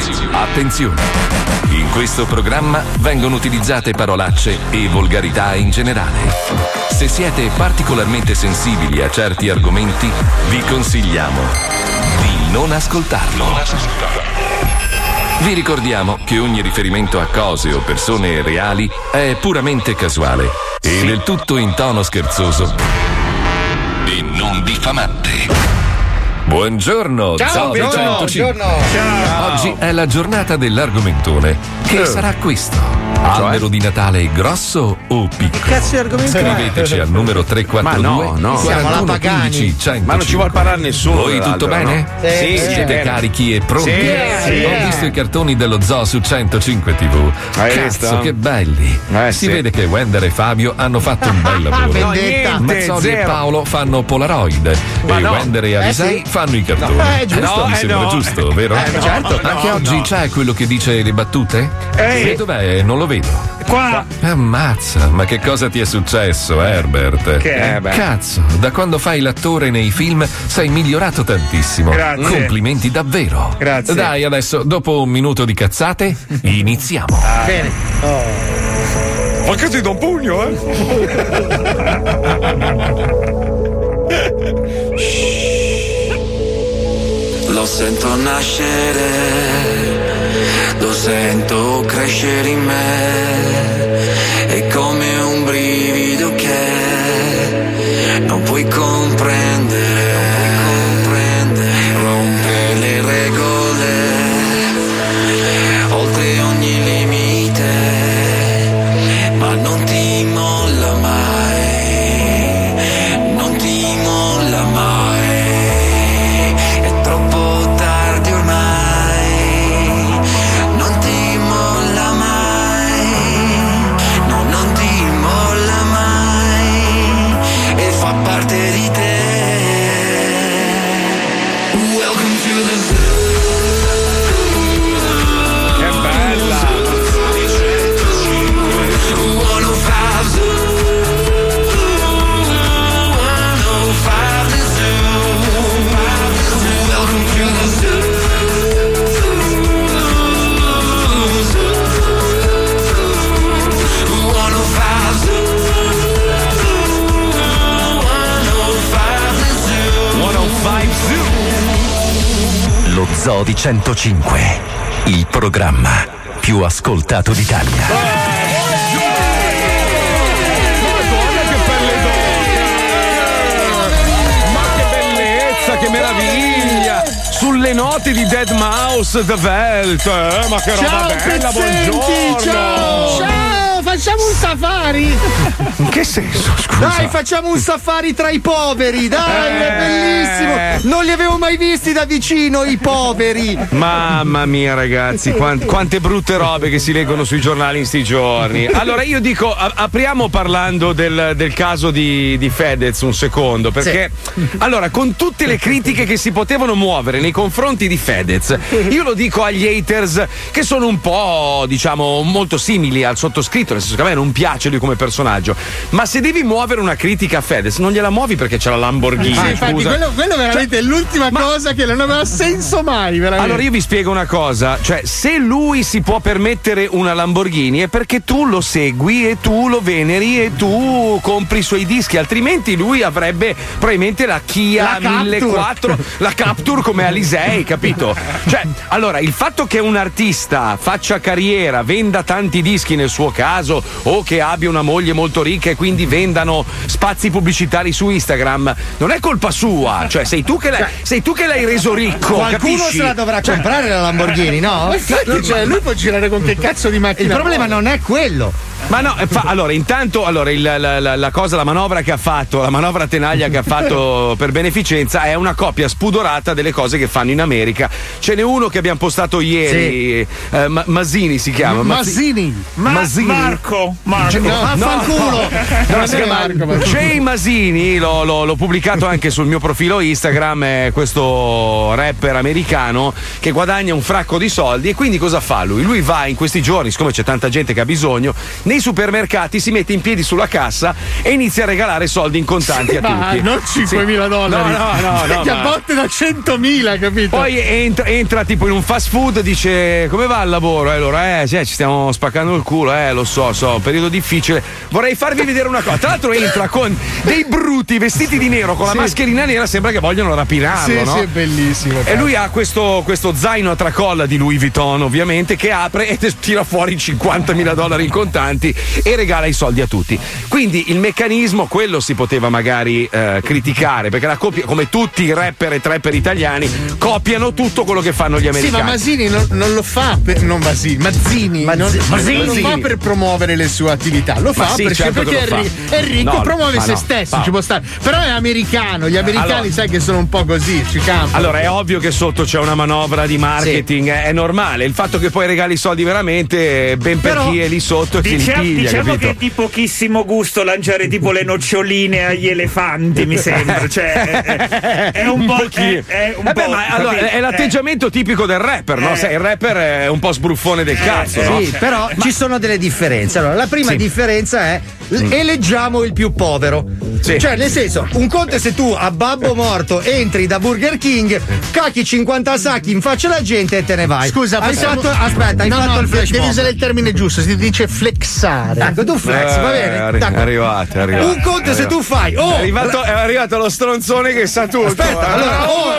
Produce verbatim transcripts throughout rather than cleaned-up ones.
Attenzione! In questo programma vengono utilizzate parolacce e volgarità in generale. Se siete particolarmente sensibili a certi argomenti, vi consigliamo di non ascoltarlo. Vi ricordiamo che ogni riferimento a cose o persone reali è puramente casuale e del tutto in tono scherzoso e non diffamante. Buongiorno, ciao, buongiorno, buongiorno. Ciao. Oggi è la giornata dell'argomentone, che oh. sarà questo. Albero di Natale grosso o piccolo? Che cazzo di argomento? Scriveteci al numero tre quattro due Ma no, no. quarantuno quindici cento. Ma non ci vuol parlare nessuno. Voi tutto bene? No? Sì, sì, siete carichi e pronti? Sì, sì. Ho visto i cartoni dello zoo su centocinque tivù. Hai Cazzo, visto? che belli. Eh, si sì. vede che Wender e Fabio hanno fatto un bel lavoro. No, niente, Mazzoli zero. e Paolo fanno Polaroid Ma e no. Wender e Alisei Eh, sì. fanno i cartoni. No, è giusto. Questo mi Eh, sembra no. giusto, vero? Eh, certo. Anche No, oggi no. c'è quello che dice le battute? Ehi. E dov'è? Non lo vedo. Qua. Ammazza, ma che cosa ti è successo, Herbert? Che? Eh, beh. Cazzo, da quando fai l'attore nei film sei migliorato tantissimo. Grazie. Complimenti davvero. Grazie. Dai, adesso, dopo un minuto di cazzate, iniziamo. Bene. Ma che ti do un pugno, eh? Lo sento nascere, lo sento crescere in me, è come un brivido che non puoi comprendere, non puoi comprendere, rompe le regole, oltre ogni limite, ma non ti molla mai, non ti molla mai. Parte di te. Welcome to the zoo. Che bella. centocinque Zoo. centocinque the zoo. Welcome to the zoo. centocinque Zoo. Lo Zoo di centocinque, il programma più ascoltato d'Italia. Madonna, che pelle d'oca! Ma che bellezza, che meraviglia! Sulle note di Dead Mouse The Welt, eh, ma che roba Ciao, bella, pezzenti, buongiorno! ciao! Ciao, facciamo un safari! In che senso, scusa? Dai, facciamo un safari tra i poveri, dai, Eh. è bellissimo! Non li avevo mai visti da vicino, i poveri! Mamma mia, ragazzi, quant- quante brutte robe che si leggono sui giornali in sti giorni. Allora, io dico, a- apriamo parlando del, del caso di, di Fedez un secondo, perché allora, con tutte le critiche che si potevano muovere nei confronti di Fedez, io lo dico agli haters che sono un po', diciamo, molto simili al sottoscritto, nel senso che a me non piace lui come personaggio, ma se devi muovere una critica a Fedez, non gliela muovi perché c'è la Lamborghini, Ah, infatti, scusa. quello, quello veramente è l'ultima ma- cosa che non aveva senso mai, veramente. Allora io vi spiego una cosa, cioè se lui si può permettere una Lamborghini è perché tu lo segui e tu lo veneri e tu compri i suoi dischi, altrimenti lui avrebbe probabilmente la Kia La Captur. millequattrocento, la Captur come Alisei, capito? Cioè, allora il fatto che un artista faccia carriera, venda tanti dischi nel suo caso o che abbia una moglie molto ricca e quindi vendano spazi pubblicitari su Instagram, non è colpa sua, cioè sei tu che l'hai, sei tu che l'hai reso ricco, Qualcuno capisci? se la dovrà Cioè, comprare la Lamborghini, no? Non c'è, lui può girare con che cazzo di macchina? Il problema non è quello. Ma no, fa, allora intanto allora, il, la, la, la cosa, la manovra che ha fatto, la manovra tenaglia che ha fatto per beneficenza è una copia spudorata delle cose che fanno in America. Ce n'è uno che abbiamo postato ieri, eh, Ma- Masini si chiama. Masini. Ma- Masini. Marco, Marco. No, Vaffanculo. No, si chiama Marco, Marco. Jay Masini, l'ho, l'ho- l'ho pubblicato anche sul mio profilo Instagram, è questo rapper americano che guadagna un fracco di soldi e quindi cosa fa lui? Lui va in questi giorni, siccome c'è tanta gente che ha bisogno, nei supermercati si mette in piedi sulla cassa e inizia a regalare soldi in contanti a Ma tutti. non cinquemila dollari. No, no, no, no, Che ma- a botte da centomila, capito? Poi entra, entra tipo in un fast food, dice come va il lavoro? E allora, eh, cioè, ci stiamo spaccando il culo, eh, lo so, so, periodo difficile. Vorrei farvi vedere una cosa. Tra l'altro entra con dei bruti vestiti di nero, con la Sì. mascherina nera, sembra che vogliono rapinarlo, Sì, no? sì, è bellissimo. E lui ha questo, questo zaino a tracolla di Louis Vuitton, ovviamente, che apre e tira fuori cinquantamila dollari in contanti e regala i soldi a tutti. Quindi il meccanismo, quello si poteva magari eh, criticare, perché la copia, come tutti i rapper e trapper italiani, copiano tutto quello che fanno gli Sì, americani. ma Masini non, non lo fa per. Non Masini, Mazzini. Mazzi- non, Mazzini. non lo fa per promuovere le sue attività, lo Ma fa sì, perché, certo perché che lo è, ri- fa. è ricco No, e promuove ma se no, stesso, Paolo. ci può stare. Però è americano, gli americani Allora- sai che sono un po' così, ci campano. Allora, è ovvio che sotto c'è una manovra di marketing, è, è normale. Il fatto che poi regali i soldi veramente, ben per Però, chi è lì sotto e chi li Diciamo, piglia, diciamo capito? che è di pochissimo gusto lanciare tipo le noccioline agli elefanti, mi sembra. Cioè, è, è un po'. pochino. È, è un Eh beh, po', ma allora, capito? è l'atteggiamento tipico del rapper, no? Eh. Sai, il rapper è un po' sbruffone del cazzo, eh, no? Sì, però ci sono delle differenze. Allora, la prima Sì. differenza è l- eleggiamo il più povero. Sì. Cioè, nel senso, un conto è se tu a babbo morto entri da Burger King, cacchi cinquanta sacchi in faccia alla gente e te ne vai. Scusa, hai possiamo- fatto, aspetta, hai no, fatto no, il flash devi mob. usare il termine giusto, si dice flexare. Ecco, tu flex, Eh, va è bene? arri- D'accordo. è arrivato, è arrivato. Un conto è se tu fai. Oh, È arrivato, è arrivato lo stronzone che sa tutto. Aspetta, eh. allora, oh,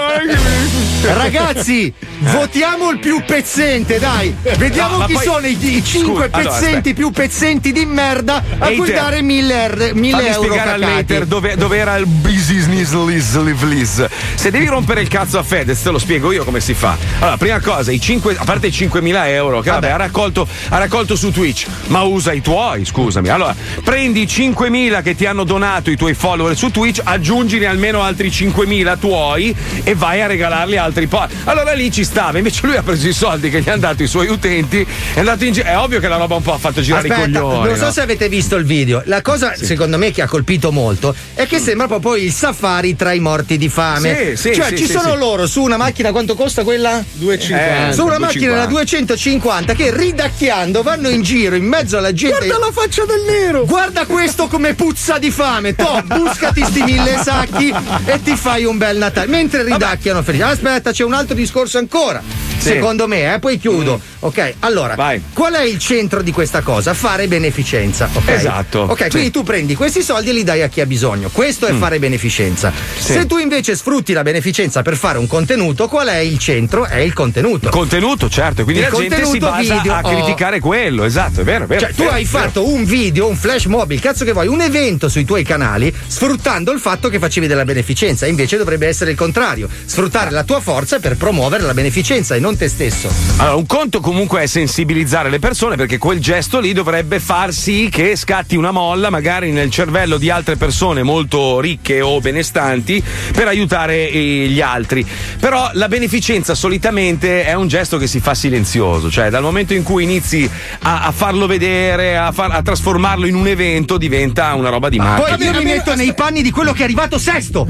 ragazzi, votiamo il più pezzente, dai. Vediamo No, ma chi poi- sono i, i cinque Scusa, allora, pezzenti aspetta. più pezzenti di merda a cui Hater. dare mille, er- mille Fammi euro spiegare al cacati. later dove, dove era il business list, list, list. Se devi rompere il cazzo a Fedez, te lo spiego io come si fa. Allora, prima cosa, i cinque, a parte i cinquemila euro che vabbè, ha, raccolto, ha raccolto su Twitch, ma usa i tuoi, scusami. Allora, prendi i cinquemila che ti hanno donato i tuoi follower su Twitch, aggiungine almeno altri cinquemila tuoi e vai a regalarli a altri po'. Allora lì ci stava, invece lui ha preso i soldi che gli hanno dato i suoi utenti, è andato in giro. È ovvio che la roba un po' ha fatto girare Aspetta, i coglioni. non so no? se avete visto il video. La cosa, secondo me, che ha colpito molto è che sembra proprio il safari tra i morti di fame. Sì, sì, cioè, sì, ci sì, sono sì. loro su una macchina, quanto costa quella? duecentocinquanta. Eh, Su una duecentocinquanta. macchina da duecentocinquanta che ridacchiando vanno in giro in mezzo alla gente. Guarda la faccia del nero. Guarda questo come puzza di fame. To, buscati sti mille sacchi e ti fai un bel Natale. Mentre ridacchiano felici. Aspetta, c'è un altro discorso ancora. Sì. Secondo me, eh, poi chiudo. Ok, allora, Vai. qual è il centro di questa cosa? Fare beneficenza. Ok? Esatto. Ok, Sì. quindi tu prendi questi soldi e li dai a chi ha bisogno. Questo è fare beneficenza. Sì. Se tu invece sfrutti la beneficenza per fare un contenuto, qual è il centro? È il contenuto. Contenuto, certo, quindi Il la gente si contenuto basa video, a oh. criticare quello, esatto, è vero, è vero. Cioè, tu vero, hai vero. fatto un video, un flash mob, il cazzo che vuoi, un evento sui tuoi canali, sfruttando il fatto che facevi della beneficenza. Invece dovrebbe essere il contrario: sfruttare la tua forza per promuovere la beneficenza e non te stesso. Allora, un conto comunque è sensibilizzare le persone, perché quel gesto lì dovrebbe far sì che scatti una molla magari nel cervello di altre persone molto ricche o benestanti per aiutare eh, gli altri. Però la beneficenza solitamente è un gesto che si fa silenzioso, cioè dal momento in cui inizi a, a farlo vedere, a, far- a trasformarlo in un evento, diventa una roba di marketing. Poi io mi metto nei panni di quello che è arrivato sesto.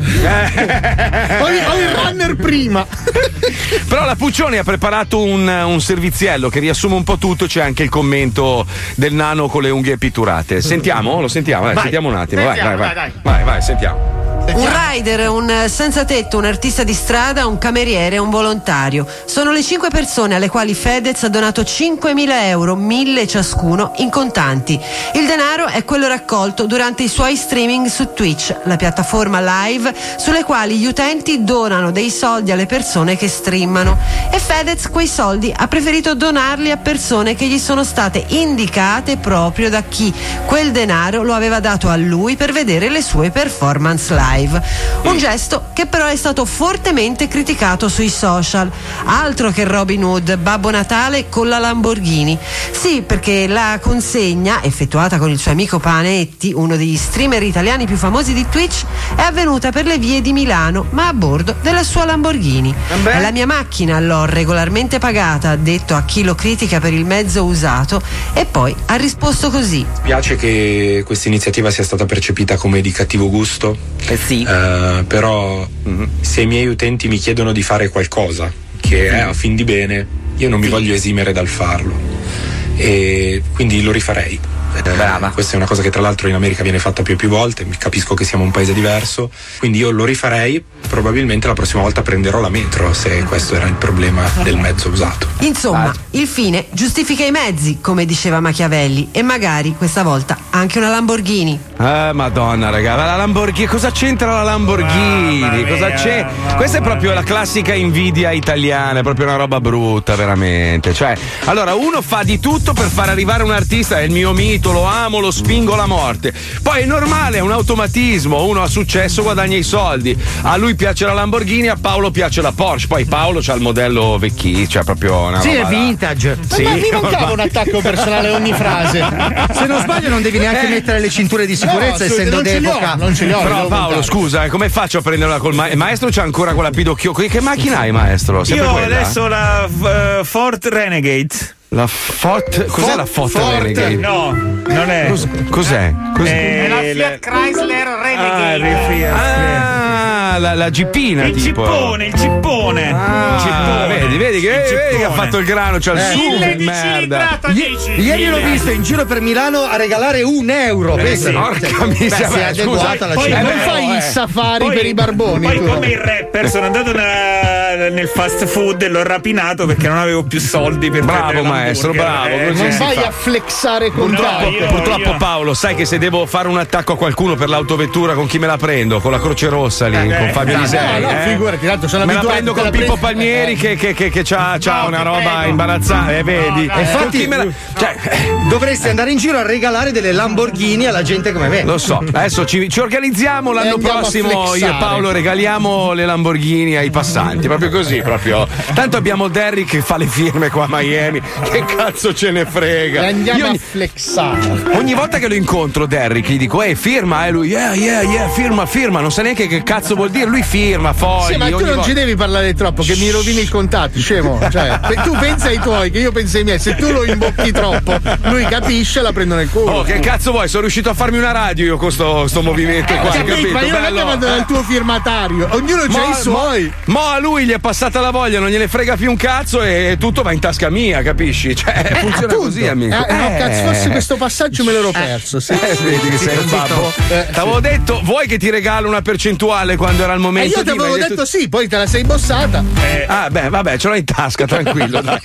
Ho il, ho il runner prima. Però la Puccioni ha preparato un, un serviziello che riassume un po' tutto. C'è anche il commento del nano con le unghie pitturate. Sentiamo? Lo sentiamo? Dai, Vai. sentiamo un attimo. Vai, vai, Sentiamo, vai. dai, Vai, vai, sentiamo. Un rider, un senza tetto, un artista di strada, un cameriere e un volontario. Sono le cinque persone alle quali Fedez ha donato cinquemila euro, mille ciascuno, in contanti. Il denaro è quello raccolto durante i suoi streaming su Twitch, la piattaforma live sulle quali gli utenti donano dei soldi alle persone che streamano. E Fedez quei soldi ha preferito donarli a persone che gli sono state indicate proprio da chi quel denaro lo aveva dato a lui per vedere le sue performance live. Un gesto che però è stato fortemente criticato sui social. Altro che Robin Hood, Babbo Natale con la Lamborghini. Sì, perché la consegna, effettuata con il suo amico Panetti, uno degli streamer italiani più famosi di Twitch, è avvenuta per le vie di Milano, ma a bordo della sua Lamborghini. È la mia macchina, l'ho regolarmente pagata, ha detto a chi lo critica per il mezzo usato, e poi ha risposto così. Piace che questa iniziativa sia stata percepita come di cattivo gusto, Eh sì. eh, però se i miei utenti mi chiedono di fare qualcosa che è a fin di bene, io non mi voglio esimere dal farlo, e quindi lo rifarei. Eh, questa è una cosa che tra l'altro in America viene fatta più e più volte, capisco che siamo un paese diverso, quindi io lo rifarei, probabilmente la prossima volta prenderò la metro se questo era il problema del mezzo usato. Insomma, il fine giustifica i mezzi, come diceva Machiavelli, e magari questa volta anche una Lamborghini. Eh, madonna, raga, la Lamborghini, cosa c'entra la Lamborghini? Cosa c'è? Questa è proprio la classica invidia italiana, è proprio una roba brutta, veramente. Cioè, allora, uno fa di tutto per far arrivare un artista, è il mio mito, lo amo, lo spingo alla morte. Poi è normale, è un automatismo, uno ha successo, guadagna i soldi. A lui piace la Lamborghini, a Paolo piace la Porsche. Poi Paolo c'ha il modello vecchio, cioè proprio una sì, roba è vintage. Ma, sì, ma mi mancava ormai. un attacco personale a ogni frase. Se non sbaglio non devi neanche Eh. mettere le cinture di sicurezza, No, essendo non ce li ho, d'epoca. non ce li ho. Però devo Paolo, montare. scusa, eh, come faccio a prenderla col maestro? Il maestro c'ha ancora quella pidocchio. Che macchina hai, maestro? Sempre Io quella? adesso la uh, Ford Renegade. La Ford. Cos'è la Ford Renegade? No, non è. Cos- cos'è? Cos'è? È la Fiat Chrysler Ah, la, la gippina, Il tipo. gippone, il gippone. Ah, il gippone. vedi, vedi che, Il vedi che ha gippone. fatto il grano, c'ha il Eh. sugo Mille di di merda. cilindrata, amici. I- Ieri l'ho Mille. visto in giro per Milano a regalare un euro. Pensa, sì. Porca Beh, miseria, si è scusa, adeguata alla poi- cifra. E non Eh, fai eh. il safari Poi- per i barboni. Poi tu. come il rapper sono andato na- nel fast food e l'ho rapinato perché non avevo più soldi per Bravo, prendere maestro, l'hamburger. bravo, Eh, così Non si vai fa. a flexare con No, io- Purtroppo io- Paolo, sai che se devo fare un attacco a qualcuno per l'autovettura, con chi me la prendo? Con la Croce Rossa lì, Eh, con Fabio no, Lisei. no, eh? figurati, tanto sono me la abituato, prendo te con la Pippo prendi- Palmieri che, che, che, che c'ha, c'ha No, una ti roba prego. imbarazzante, eh, vedi? No, no, Con infatti- chi me la- cioè, Dovresti andare in giro a regalare delle Lamborghini alla gente come me. lo so, adesso ci, ci organizziamo l'anno andiamo a prossimo. Io e flexare. Paolo regaliamo le Lamborghini ai passanti, proprio così, proprio. Tanto abbiamo Derrick che fa le firme qua a Miami. Che cazzo ce ne frega? E andiamo Io a ogni, flexare. ogni volta che lo incontro, Derrick, gli dico, eh, firma, e lui, yeah, yeah, yeah, firma, firma. Non sa neanche che cazzo vuol dire. Lui firma, fogli. Sì, ma tu ogni non volta. ci devi parlare troppo, che mi rovini il contatto, scemo. Cioè, pe- tu pensa ai tuoi, che io penso ai miei. Se tu lo imbocchi troppo, lui capisce e la prendo nel culo. Oh, che cazzo vuoi? Sono riuscito a farmi una radio io con sto, sto movimento qua, hai Capito, capito? ma io non è che Bello, vado eh. dal tuo firmatario, ognuno Mo- ha i suoi. Mo, mo a lui gli è passata la voglia, non gliene frega più un cazzo e tutto va in tasca mia, capisci? Cioè, funziona Appunto. così, amico. Eh, no, cazzo, forse questo passaggio me l'ero perso. Sì. Eh, vedi che sei un babbo. Eh, T'avevo detto, vuoi che ti regalo una percentuale quando era il E momento io ti di- avevo mi hai detto sì, poi te la sei bossata. Ah, beh, vabbè, ce l'ho in tasca, tranquillo, dai.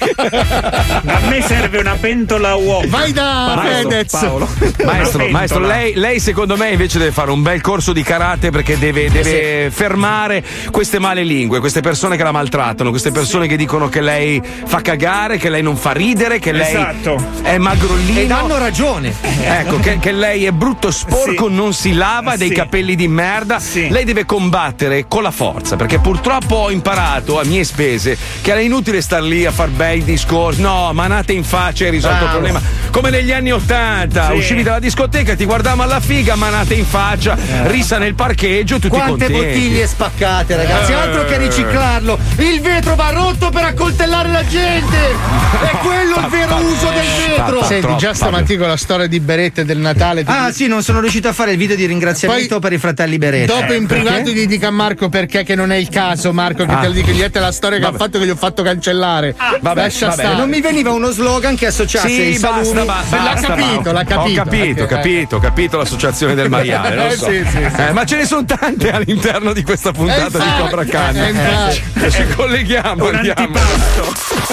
A me serve una pentola a uovo. Vai da Maestro, Fedez. Paolo. Maestro, Una maestro pentola. lei, lei secondo me invece deve fare un bel corso di karate perché deve, deve fermare queste male lingue, queste persone che la maltrattano, queste persone che dicono che lei fa cagare, che lei non fa ridere, che lei Esatto. è magrollino. Ed hanno ragione. Ecco, che, che lei è brutto, sporco, Sì. non si lava, ha dei Sì. capelli di merda. Sì. Lei deve combattere con la forza, perché purtroppo ho imparato a mie spese che era inutile star lì a far bei discorsi. No, manate in faccia e hai risolto il Bravo. problema. Come negli anni Ottanta, Sì. uscivi dalla discoteca, ti guardavamo alla figa, manate in faccia, rissa nel parcheggio, tutti Quante contenti. bottiglie spaccate, ragazzi, Eh. altro che riciclarlo. Il vetro va rotto per accoltellare la gente. È quello il vero uso del vetro. fa- Senti, troppo, già stamattina con la storia di Beretta e del Natale. ti- Ah, sì, non sono riuscito a fare il video di ringraziamento Poi, per i fratelli Beretta. Dopo in privato gli dica a Marco perché che non è il caso, Marco, che Ah. te lo dico, gli è la storia che Vabbè. ha fatto che gli ho fatto cancellare. Vabbè, Lascia vabbè, stare. Non mi veniva uno slogan che associasse Sì, i salumi. basta, ba- L'ha basta, capito, ba- l'ha capito. Ho capito, ho Eh, capito, ho capito l'associazione del maiale, lo Eh, so. sì, sì, sì. Eh, ma ce ne sono tante all'interno di questa puntata Eh, di infatti, Cobra Khan. eh, infatti. Eh, ci colleghiamo, Un andiamo. antipasto.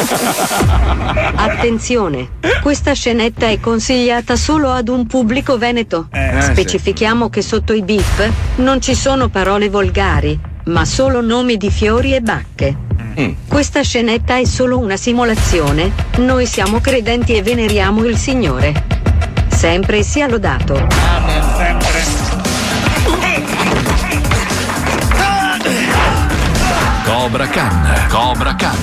Attenzione, questa scenetta è consigliata solo ad un pubblico veneto. Eh, Specifichiamo che sotto i beef non ci sono parole volgari, ma solo nomi di fiori e bacche. Questa scenetta è solo una simulazione, noi siamo credenti e veneriamo il Signore. Sempre sia lodato. Sempre. Cobra Khan, Cobra Khan.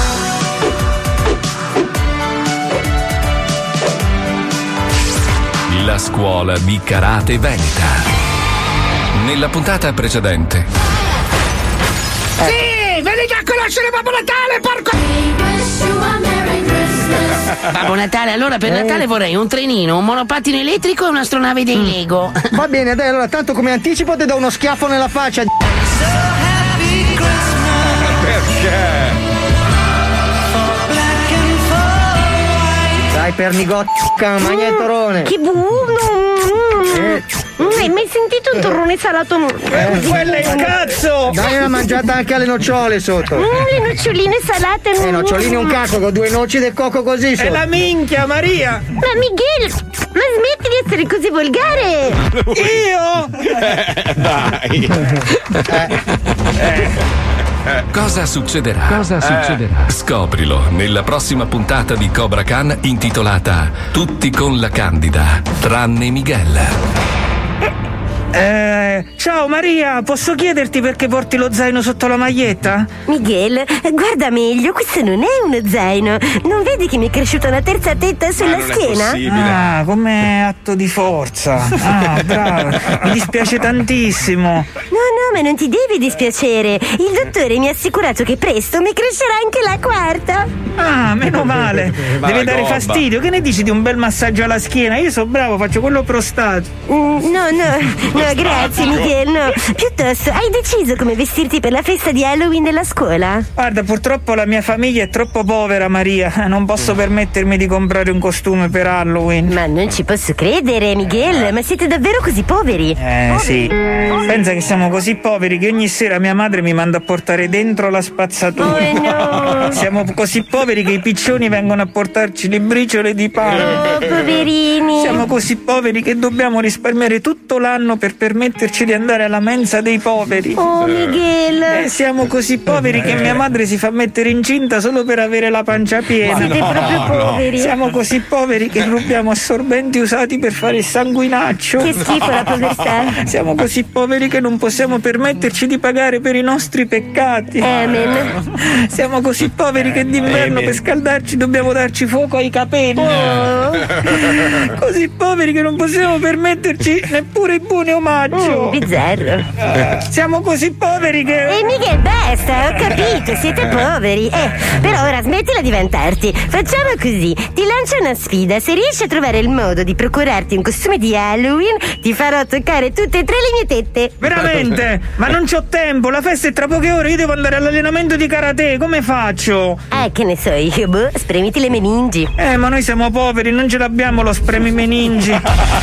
La scuola di karate veneta. Nella puntata precedente, Sì, venite a conoscere Babbo Natale, porco! Babbo Natale, allora per Natale vorrei un trenino, un monopattino elettrico e un'astronave dei Lego. Va bene, dai, allora tanto come anticipo ti do uno schiaffo nella faccia. Perché? Dai, Dai, pernigocca, magnettorone. Che buono! Eh. Mm, hai mai sentito un torrone salato? Eh, quello è il cazzo! Dai, l'ha mangiata anche alle nocciole sotto. Mm, le noccioline salate. Eh, noccioline un cacco con due noci del cocco così sotto. È la minchia, Maria! Ma Miguel, ma smetti di essere così volgare! Io? Dai! Cosa succederà? Cosa succederà? Scoprilo nella prossima puntata di Cobra Khan intitolata Tutti con la Candida, tranne Miguel. Eh, ciao Maria, posso chiederti perché porti lo zaino sotto la maglietta? Miguel, guarda meglio, questo non è uno zaino. Non vedi che mi è cresciuta una terza tetta sulla non è schiena? possibile. Ah, come atto di forza. Ah, bravo. Mi dispiace tantissimo. No, no, ma non ti devi dispiacere. Il dottore mi ha assicurato che presto mi crescerà anche la quarta. Ah, meno male. Ma Deve la dare gobba. fastidio. Che ne dici di un bel massaggio alla schiena? Io sono bravo, faccio quello prostato. Mm, no, no, no, grazie Miguel, no. Piuttosto, hai deciso come vestirti per la festa di Halloween della scuola? Guarda, purtroppo la mia famiglia è troppo povera, Maria. Non posso permettermi di comprare un costume per Halloween. Ma non ci posso credere, Miguel, ma siete davvero così poveri? Eh sì. Pensa che siamo così poveri che ogni sera mia madre mi manda a portare dentro la spazzatura. Oh no! Siamo così poveri che i piccioni vengono a portarci le briciole di pane. Oh, poverini! Siamo così poveri che dobbiamo risparmiare tutto l'anno per permetterci di andare alla mensa dei poveri. Oh, Miguel! Eh, siamo così poveri che mia madre si fa mettere incinta solo per avere la pancia piena. Siete proprio poveri. Siamo così poveri che rubiamo assorbenti usati per fare il sanguinaccio. Che schifo la povertà. Siamo così poveri che non possiamo permetterci di pagare per i nostri peccati. Amen. Siamo così poveri che d'inverno Amen. per scaldarci dobbiamo darci fuoco ai capelli. Oh. Così poveri che non possiamo permetterci neppure il buon omaggio. Mm, bizzarro. Eh, siamo così poveri che... Ehi Miguel, basta, ho capito, siete poveri. Eh, però ora smettila di vantarti. Facciamo così, ti lancio una sfida. Se riesci a trovare il modo di procurarti un costume di Halloween, ti farò toccare tutte e tre le mie tette. Veramente? Ma non c'ho tempo, la festa è tra poche ore, io devo andare all'allenamento di karate, come faccio? Eh, che ne so io, boh, spremiti le meningi. Eh, ma noi siamo poveri, non ce l'abbiamo lo spremi meningi.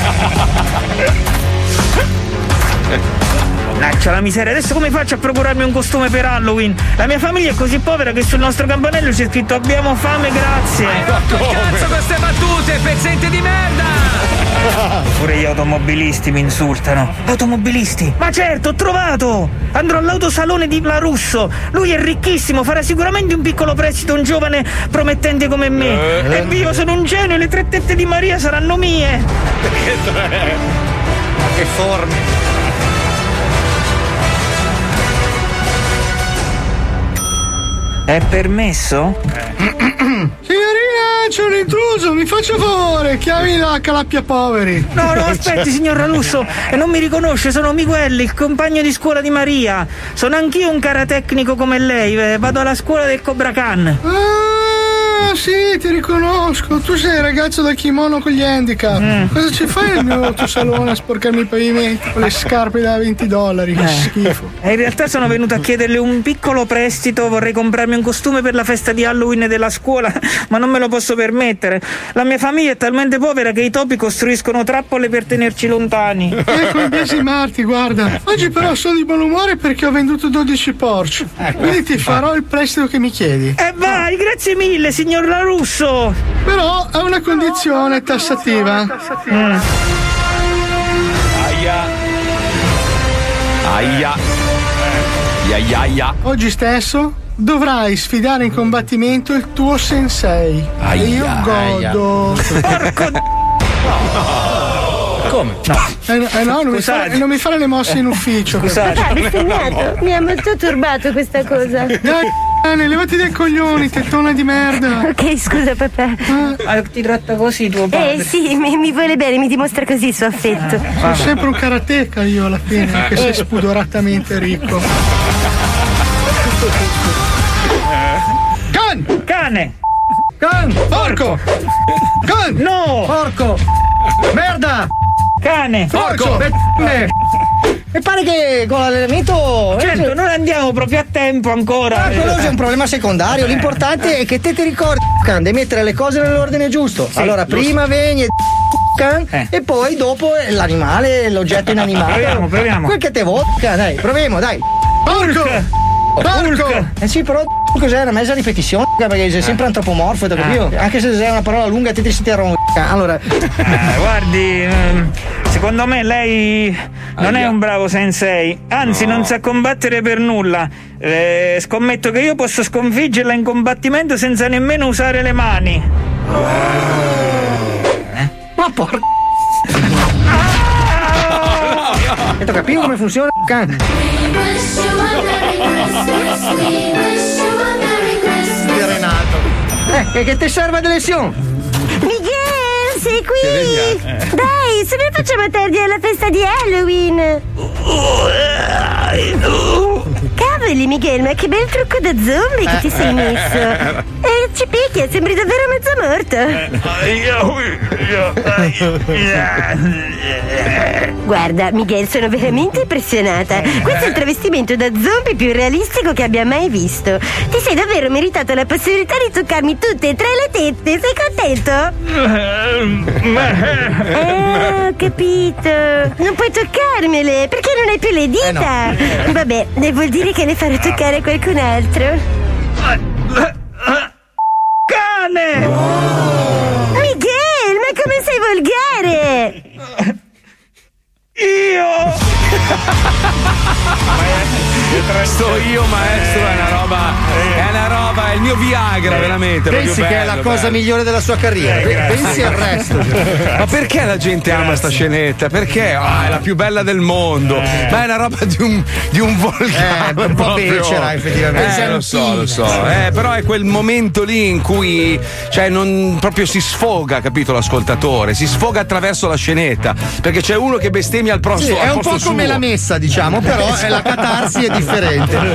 Naccia la miseria, adesso come faccio a procurarmi un costume per Halloween? La mia famiglia è così povera che sul nostro campanello c'è scritto abbiamo fame, grazie. Cazzo queste battute, pezzente di merda! Pure gli automobilisti mi insultano. Automobilisti? Ma certo, ho trovato! Andrò all'autosalone di Larusso. Lui è ricchissimo, farà sicuramente un piccolo prestito a un giovane promettente come me. E io sono un genio e le tre tette di Maria saranno mie. Che tre? Che forme! È permesso? Signorina, c'è un intruso, mi faccia favore, chiami la Calappia Poveri. No, no, aspetti, signor Ralusso, e non mi riconosce, sono Miguel, il compagno di scuola di Maria. Sono anch'io un karatecnico come lei, eh, vado alla scuola del Cobra Khan. Ah, sì, ti riconosco. Tu sei il ragazzo del kimono con gli handicap. Mm. Cosa ci fai nel mio autosalone a sporcarmi i pavimenti con le scarpe da venti dollari? Che Eh. schifo. E in realtà sono venuto a chiederle un piccolo prestito, vorrei comprarmi un costume per la festa di Halloween della scuola, ma non me lo posso permettere. La mia famiglia è talmente povera che i topi costruiscono trappole per tenerci lontani. Ecco i biasimarti, guarda. Oggi però sono di buon umore perché ho venduto dodici Porsche. Quindi ti farò il prestito che mi chiedi. E vai, grazie mille, signor Larusso. Però ha una condizione tassativa. Mm. Aia. Aia. Aia aia. Oggi stesso dovrai sfidare in combattimento il tuo sensei. Aia, e io godo. Porco. Come? No. Eh, no, eh no, non mi, fare, non mi fare le mosse in ufficio. Scusate. Papà, bestemmiato. Mi ha molto turbato questa cosa. Dai, levati dai coglioni, tettona di merda. Ok, scusa papà. Ah, ti tratta così tuo padre? Eh sì, mi, mi vuole bene, mi dimostra così il suo affetto. Sono sempre un karateka io alla fine, anche se Eh. spudoratamente ricco. Can! Cane! Can! Porco! Can! No! Porco! Merda! Cane! Porco! Pettine! mi pare che con l'allenamento. Certo, non andiamo proprio a tempo ancora. Ma quello è un problema secondario. L'importante è che te ti ricordi di mettere le cose nell'ordine giusto. Sì, allora, giusto. prima vegni eh. e poi dopo l'animale, l'oggetto inanimato. Proviamo, proviamo. Quel che te vodka, dai, proviamo, dai. Hulk! Hulk! Eh sì, però cos'è una mezza ripetizione? Perché sei sempre antropomorfo, hai capito? Ah. Anche se sei una parola lunga te ti senti a allora. Eh, guardi, ehm, secondo me lei non è un bravo sensei, anzi No. non sa combattere per nulla. Eh, scommetto che io posso sconfiggerla in combattimento senza nemmeno usare le mani. Eh? Ma porca. E tu capivo come funziona? Can? Di Renato. Eh, che, che ti serve di lezione? Miguel, sei qui? Dai, se ne facciamo tardi alla festa di Halloween. Cavoli, Miguel, ma che bel trucco da zombie che ti sei messo. E ci picchia, sembri davvero mezzo morto. Guarda, Miguel, sono veramente impressionata. Questo è il travestimento da zombie più realistico che abbia mai visto. Ti sei davvero meritato la possibilità di toccarmi tutte e tre le tette. Sei contento? Eh, ho capito. Non puoi toccarmele perché non hai più le dita. Eh no. Vabbè, vuol dire che le farò toccare a qualcun altro. Cane! Miguel, ma come sei volgare? Io! Sto io maestro è una roba, è una roba, è il mio Viagra veramente. Pensi proprio che bello, è la cosa bello. migliore della sua carriera? Eh, grazie. Pensi al resto. Ma perché la gente ama sta scenetta? Perché? Ah, è la più bella del mondo. Ma è una roba di un, di un volcano. Eh, un po' proprio. becera, effettivamente. Eh, lo so, lo so. Eh, però è quel momento lì in cui, cioè, non proprio si sfoga, capito, l'ascoltatore? Si sfoga attraverso la scenetta. Perché c'è uno che bestemmia al prossimo. Sì, è un po' come la messa, diciamo, però è la catarsi è differente.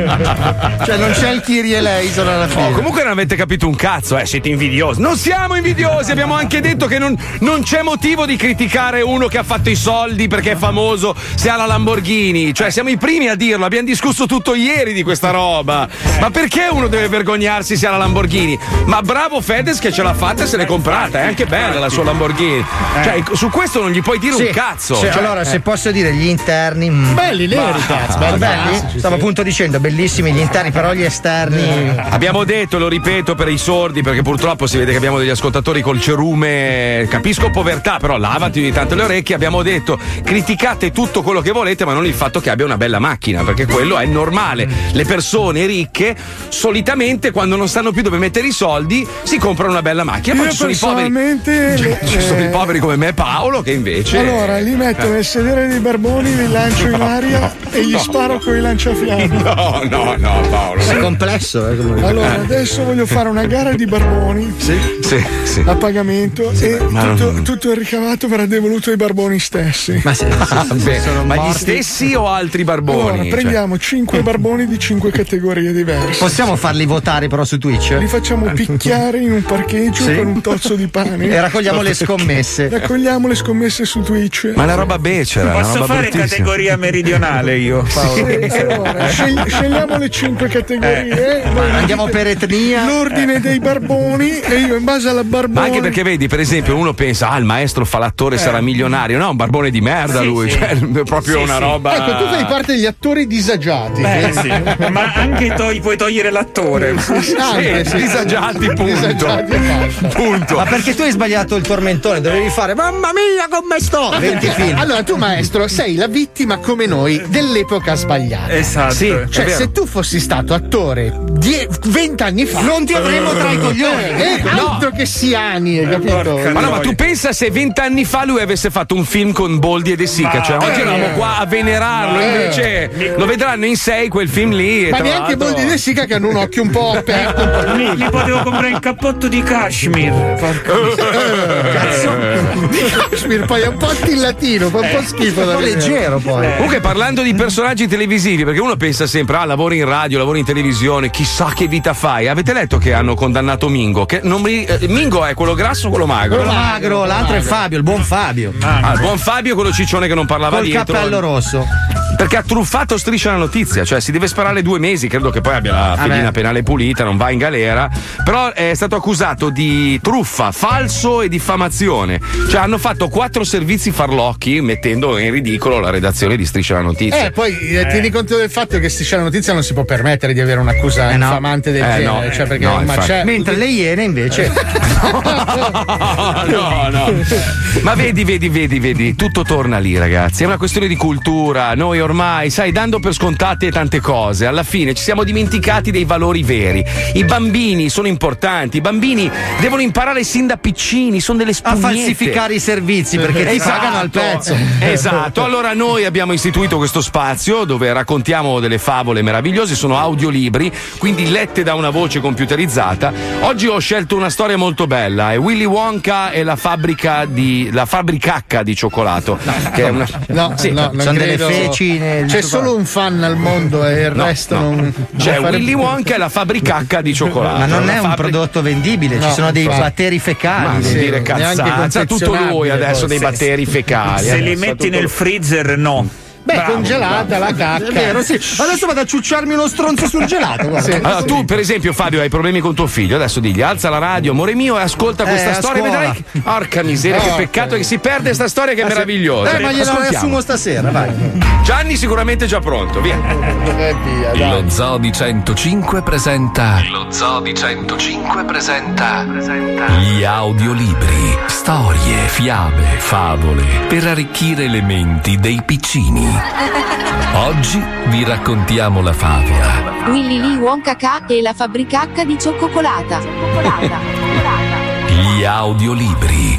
Cioè non c'è il Kyrie eleison alla fine. Oh, comunque non avete capito un cazzo, eh, siete invidiosi. Non siamo invidiosi, abbiamo anche detto che non, non c'è motivo di criticare uno che ha fatto i soldi perché è famoso se ha la Lamborghini. Cioè, siamo i primi a dirlo, abbiamo discusso tutto ieri di questa roba. Ma perché uno deve vergognarsi se ha la Lamborghini? Ma bravo Fedez che ce l'ha fatta e se l'è comprata, è anche bella la sua Lamborghini. Cioè, su questo non gli puoi dire Sì, un cazzo. sì, Cioè, allora, eh. se posso dire, gli interni. mm, Belli, neri, bah, cazzo, belli. belli? Sì, Stavo sì. appunto dicendo, bellissimi gli interni, però gli esterni. Abbiamo detto, lo ripeto per i sordi, perché purtroppo si vede che abbiamo degli ascoltatori col cerume. Capisco povertà, però lavati ogni tanto le orecchie. Abbiamo detto, criticate tutto quello che volete, ma non il fatto che abbia una bella macchina, perché quello è normale. Le persone ricche, solitamente, quando non sanno più dove mettere i soldi, si comprano una bella macchina. Poi Io ci sono i poveri. personalmente le- Ci sono i eh, poveri come me e Paolo, che invece. Allora, li metto nel sedere dei barboni, li lancio in aria e gli no. sparo con i lanciafiamme. No, no, no, Paolo. È complesso, eh, come- Allora, Eh. adesso voglio fare una gara di barboni Sì, sì, sì. a pagamento e ma tutto, non- tutto il ricavato verrà devoluto ai barboni stessi. Ma sì, Ah, beh, sono ma gli morti. stessi o altri barboni? Allora, Cioè- prendiamo cinque barboni di cinque categorie diverse. Possiamo farli votare però su Twitch? Li facciamo picchiare in un parcheggio Sì. con un tozzo di pane. E raccogliamo le scommesse. Raccogliamo le scommesse su Twitch. Ma è una roba becera, è una Posso roba fare bruttissima. categoria meridionale io, Paolo? Sì, allora, scegli- scegliamo le cinque categorie. voi mi Andiamo dite per etnia. l'ordine dei barboni e io in base alla barbone. Ma anche perché vedi, per esempio, uno pensa, ah, il maestro fa l'attore, sarà milionario. No, un barbone di merda Sì, lui. sì. Cioè, è proprio Sì, una sì. roba. Ecco, tu fai parte degli attori disagiati. Eh, sì. Ma anche togli, puoi togliere l'attore. Anche, Sì, disagiati, punto. Disagiati, basta. Punto. Ma perché tu hai sbagliato il tormentone? Dovevi fare mamma mia come sto! venti film. Allora, tu, maestro, sei la vittima come noi dell'epoca sbagliata. Esatto. Sì, è Cioè, vero. se tu fossi stato attore die- vent'anni fa, Non ti avremmo tra i coglioni. eh, altro che siani, hai capito? porca Ma no, ma noia. tu pensa se vent'anni fa lui avesse fatto un film con Boldi e De Sica, cioè oggi eh. eravamo qua a venerarlo, Eh. invece lo vedranno in sei quel film lì. e Ma tra neanche l'altro- Boldi De Sica che hanno un occhio un po' aperto. un po' Lì, lì potevo comprare il cappotto di Kashmir. Porca Kashmir, poi è un po' attillatino, fa un po' schifo da Un po' vedere. leggero poi. Comunque parlando di personaggi televisivi, perché uno pensa sempre, ah, lavori in radio, lavori in televisione, chissà che vita fa. fai? Avete letto che hanno condannato Mingo? Che non mi... eh, Mingo è quello grasso o quello magro? Quello magro, l'altro è Fabio, il buon Fabio. Ah, il buon Fabio, quello ciccione che non parlava Col dietro. cappello rosso. Perché ha truffato Striscia la notizia, cioè si deve sparare due mesi, credo che poi abbia la fedina penale pulita, non va in galera, però è stato accusato di truffa, falso e diffamazione. Cioè hanno fatto quattro servizi farlocchi mettendo in ridicolo la redazione di Striscia la notizia. Eh, poi eh, tieni conto del fatto che Striscia la notizia non si può permettere di avere un'accusa Eh, no. infamante del Eh, genere, no. cioè perché No, ma infatti. c'è Mentre le Iene invece. no, no. Ma vedi, vedi, vedi, vedi, tutto torna lì, ragazzi. È una questione di cultura. Noi ormai, sai, dando per scontate tante cose, alla fine ci siamo dimenticati dei valori veri. I bambini sono importanti, i bambini devono imparare sin da piccini, sono delle A spugnette. falsificare i servizi perché ti Esatto. pagano al pezzo. Esatto, allora noi abbiamo istituito questo spazio dove raccontiamo delle favole meravigliose, sono audiolibri, quindi lette da una voce computerizzata. Oggi ho scelto una storia molto bella, è Willy Wonka e la fabbrica di la fabbricacca di cioccolato. Che è una... No, Sì, no, non sono delle credo. feci nel- C'è solo un fan al mondo e il No, resto no. non. C'è non fare- Willy Wonka e la fabbricacca di cioccolato. Ma non Una è un fabbrica- prodotto vendibile, ci No, sono dei infatti. batteri fecali. Ma non Sì, dire neanche cazzata, tutto lui adesso poi. dei Sì, batteri fecali. Se li adesso, metti tutto nel lui. freezer, no. Beh, Bravo, congelata la cacca. È vero, sì. Adesso vado a ciucciarmi uno stronzo sul gelato. Guarda. Sì. Allora, tu, per esempio, Fabio, hai problemi con tuo figlio. Adesso digli, alza la radio, amore mio, e ascolta questa Eh, a storia. scuola. Vedrai che. Porca miseria, che Porca peccato che si perde questa storia che è meravigliosa. Eh, ma gliela Ascoltiamo. riassumo stasera, vai. Gianni sicuramente è già pronto, via. Eh, via, dai. Lo Zoo di centocinque presenta. Lo Zoo di centocinque presenta. Gli audiolibri. Storie, fiabe, favole. Per arricchire le menti dei piccini. Oggi vi raccontiamo la favola. Willy Lee Wonka K e la fabbricacca di cioccolata. Gli audiolibri.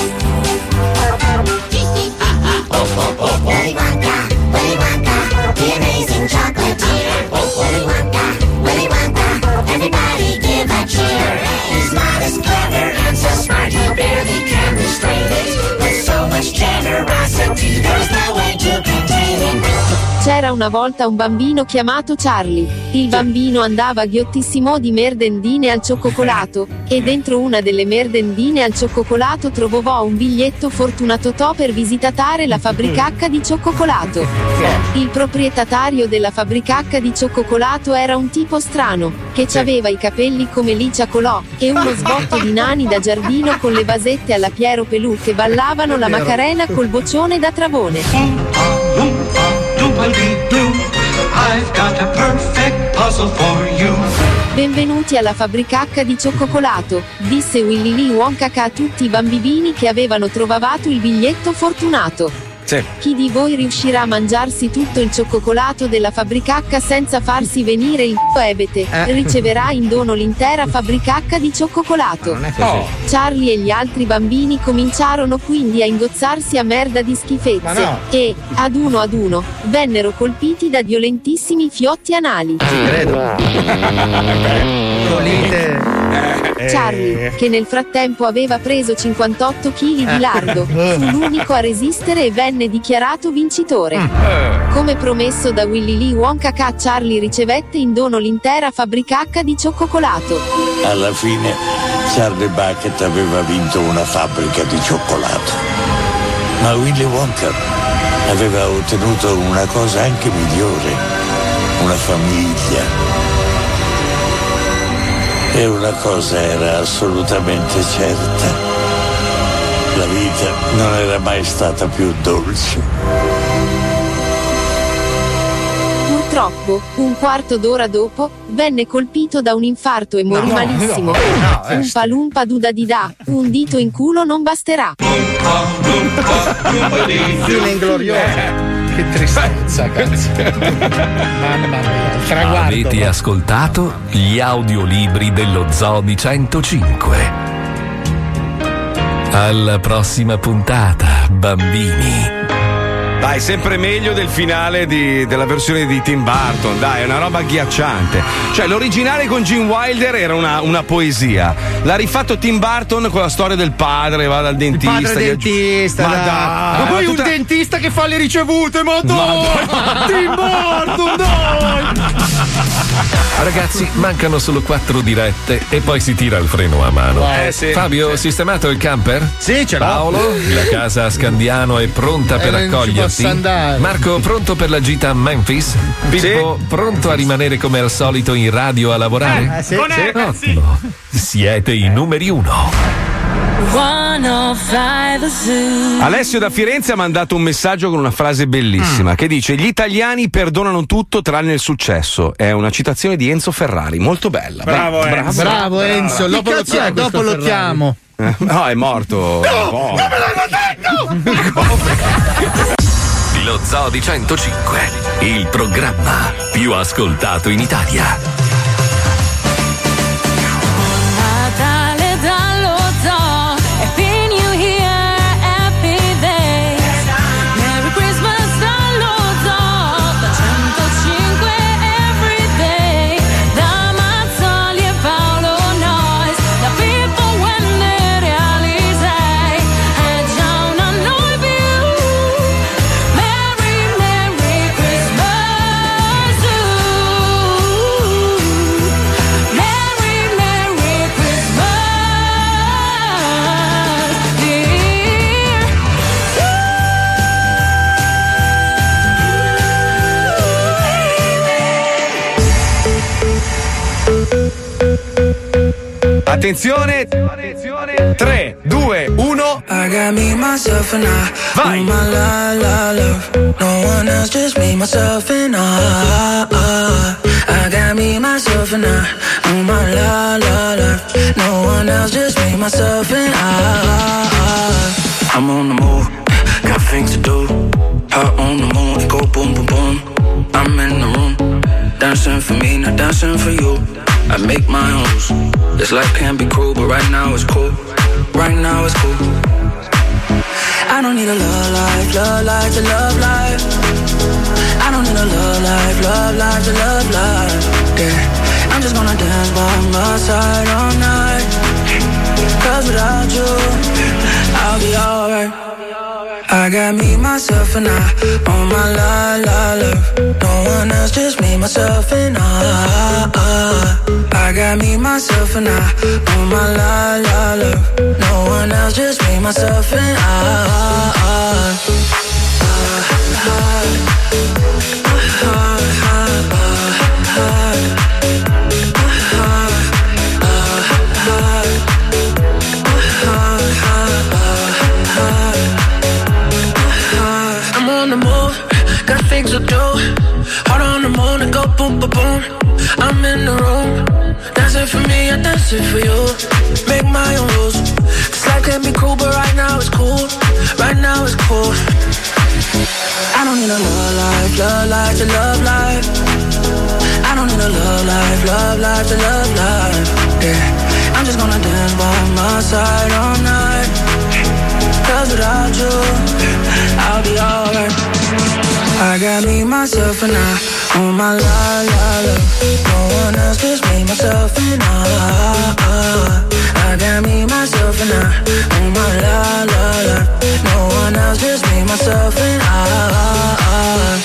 Willy Wonka, Willy Wonka, the amazing chocolatier. Willy Wonka, Willy Wonka, everybody give a cheer. He's not as clever and so smart, he barely can restrain it. With so much generosity, there's no way to contain him. C'era una volta un bambino chiamato Charlie. Il bambino andava ghiottissimo di merdendine al cioccolato, e dentro una delle merdendine al cioccolato trovò un biglietto fortunatotò per visitare la fabbricacca di cioccolato. Il proprietario della fabbricacca di cioccolato era un tipo strano, che aveva i capelli come Licia Colò, e uno sbotto di nani da giardino con le vasette alla Piero Pelù che ballavano la Macarena col bocione da travone. I've got a perfect puzzle for you. Benvenuti alla fabbricacca di cioccolato, disse Willy Lee Wonka a tutti i bambini che avevano trovato il biglietto fortunato. Sì. Chi di voi riuscirà a mangiarsi tutto il cioccolato della fabbricacca senza farsi venire il ebete, Eh. riceverà in dono l'intera fabbricacca di cioccolato. Non è così. Oh. Charlie e gli altri bambini cominciarono quindi a ingozzarsi a merda di schifezze, Ma no. e, ad uno ad uno, vennero colpiti da violentissimi fiotti anali. Credo. Colite. Charlie, che nel frattempo aveva preso cinquantotto chili di lardo, fu l'unico a resistere e venne dichiarato vincitore. Come promesso da Willy Lee Wonka, Charlie ricevette in dono l'intera fabbricacca di cioccolato. Alla fine Charlie Bucket aveva vinto una fabbrica di cioccolato. Ma Willy Wonka aveva ottenuto una cosa anche migliore, una famiglia. E una cosa era assolutamente certa: la vita non era mai stata più dolce. Purtroppo, un quarto d'ora dopo, venne colpito da un infarto e morì No, malissimo. no, no, eh. Umpa lumpa duda di da, un dito in culo non basterà. Fine ingloriosa. Che tristezza, cazzo. Mamma mia, il traguardo. Avete ascoltato gli audiolibri dello Zoo di centocinque. Alla prossima puntata, bambini. Dai, sempre meglio del finale di, della versione di Tim Burton, dai, è una roba agghiacciante. Cioè, l'originale con Gene Wilder era una, una poesia. L'ha rifatto Tim Burton con la storia del padre, va dal dentista. Il padre dentista, ma, dai. dai, ma poi tutta... un dentista che fa le ricevute, ma dai! Tim Burton, dai! Ragazzi, mancano solo quattro dirette e poi si tira il freno a mano. Eh, sì. Fabio, Sì. sistemato il camper? Sì, ce l'ho. Paolo, la casa a Scandiano è pronta per Eh, non ci accoglierti? posso andare. Marco, pronto per la gita a Memphis? Pippo, pronto a rimanere come al solito in radio a lavorare? Eh, sì, Con sì. Ottimo. Siete i numeri uno. Alessio da Firenze ha mandato un messaggio con una frase bellissima Mm. che dice: gli italiani perdonano tutto tranne il successo. È una citazione di Enzo Ferrari, molto bella. Bravo, Bra- Enzo. Bravo, Enzo. Chi Dopo lo, cazzo è chiamo, questo dopo lo Ferrari? chiamo. Eh, no, è morto. No, Boh. non me l'hanno detto! Lo Zoo di centocinque, il programma più ascoltato in Italia. Natale dallo zoo, Happy New Year, Happy Days. Merry Christmas dallo zoo, da centocinque everyday. Da Mazzoli e Paolo Noyes, da Pippo Wender e Alisei. È già un anno in più. Merry, Merry Christmas. Merry, Merry Christmas, dear. Attenzione, tre, due, uno. I got me, myself and I. Vai. Oh my la la love. No one else, just me, myself and I. I got me, myself and I. Oh my la la love. No one else, just me, myself and I. I'm on the move, got things to do. Hot on the moon, it go boom boom boom. I'm in the room, dancing for me, not dancing for you. I make my own rules. This life can be cruel, but right now it's cool. Right now it's cool. I don't need a love life, love life to love life. I don't need a love life, love life to love life. Yeah, I'm just gonna dance by my side all night. Cause without you, I'll be alright. I got me, myself and I. On my la la love. No one else, just me, myself and I. I got me, myself and I. On my la la love. No one else, just me, myself and I. I'm on the move, got things to do. Hard on the moon and go boom, boom, boom. I'm in the room, dancing for me, I dance it for you. Make my own rules. This life can be cruel, but right now it's cool. Right now it's cool. I don't need a love life, love life to love life. I don't need a love life, love life to love life. Yeah, I'm just gonna dance by my side all night. Cause without you, I'll be alright. I got me, myself and I. On my la la la. No one else, just me, myself and I. I got me, myself and I. On my la la la. No one else, just me, myself and I.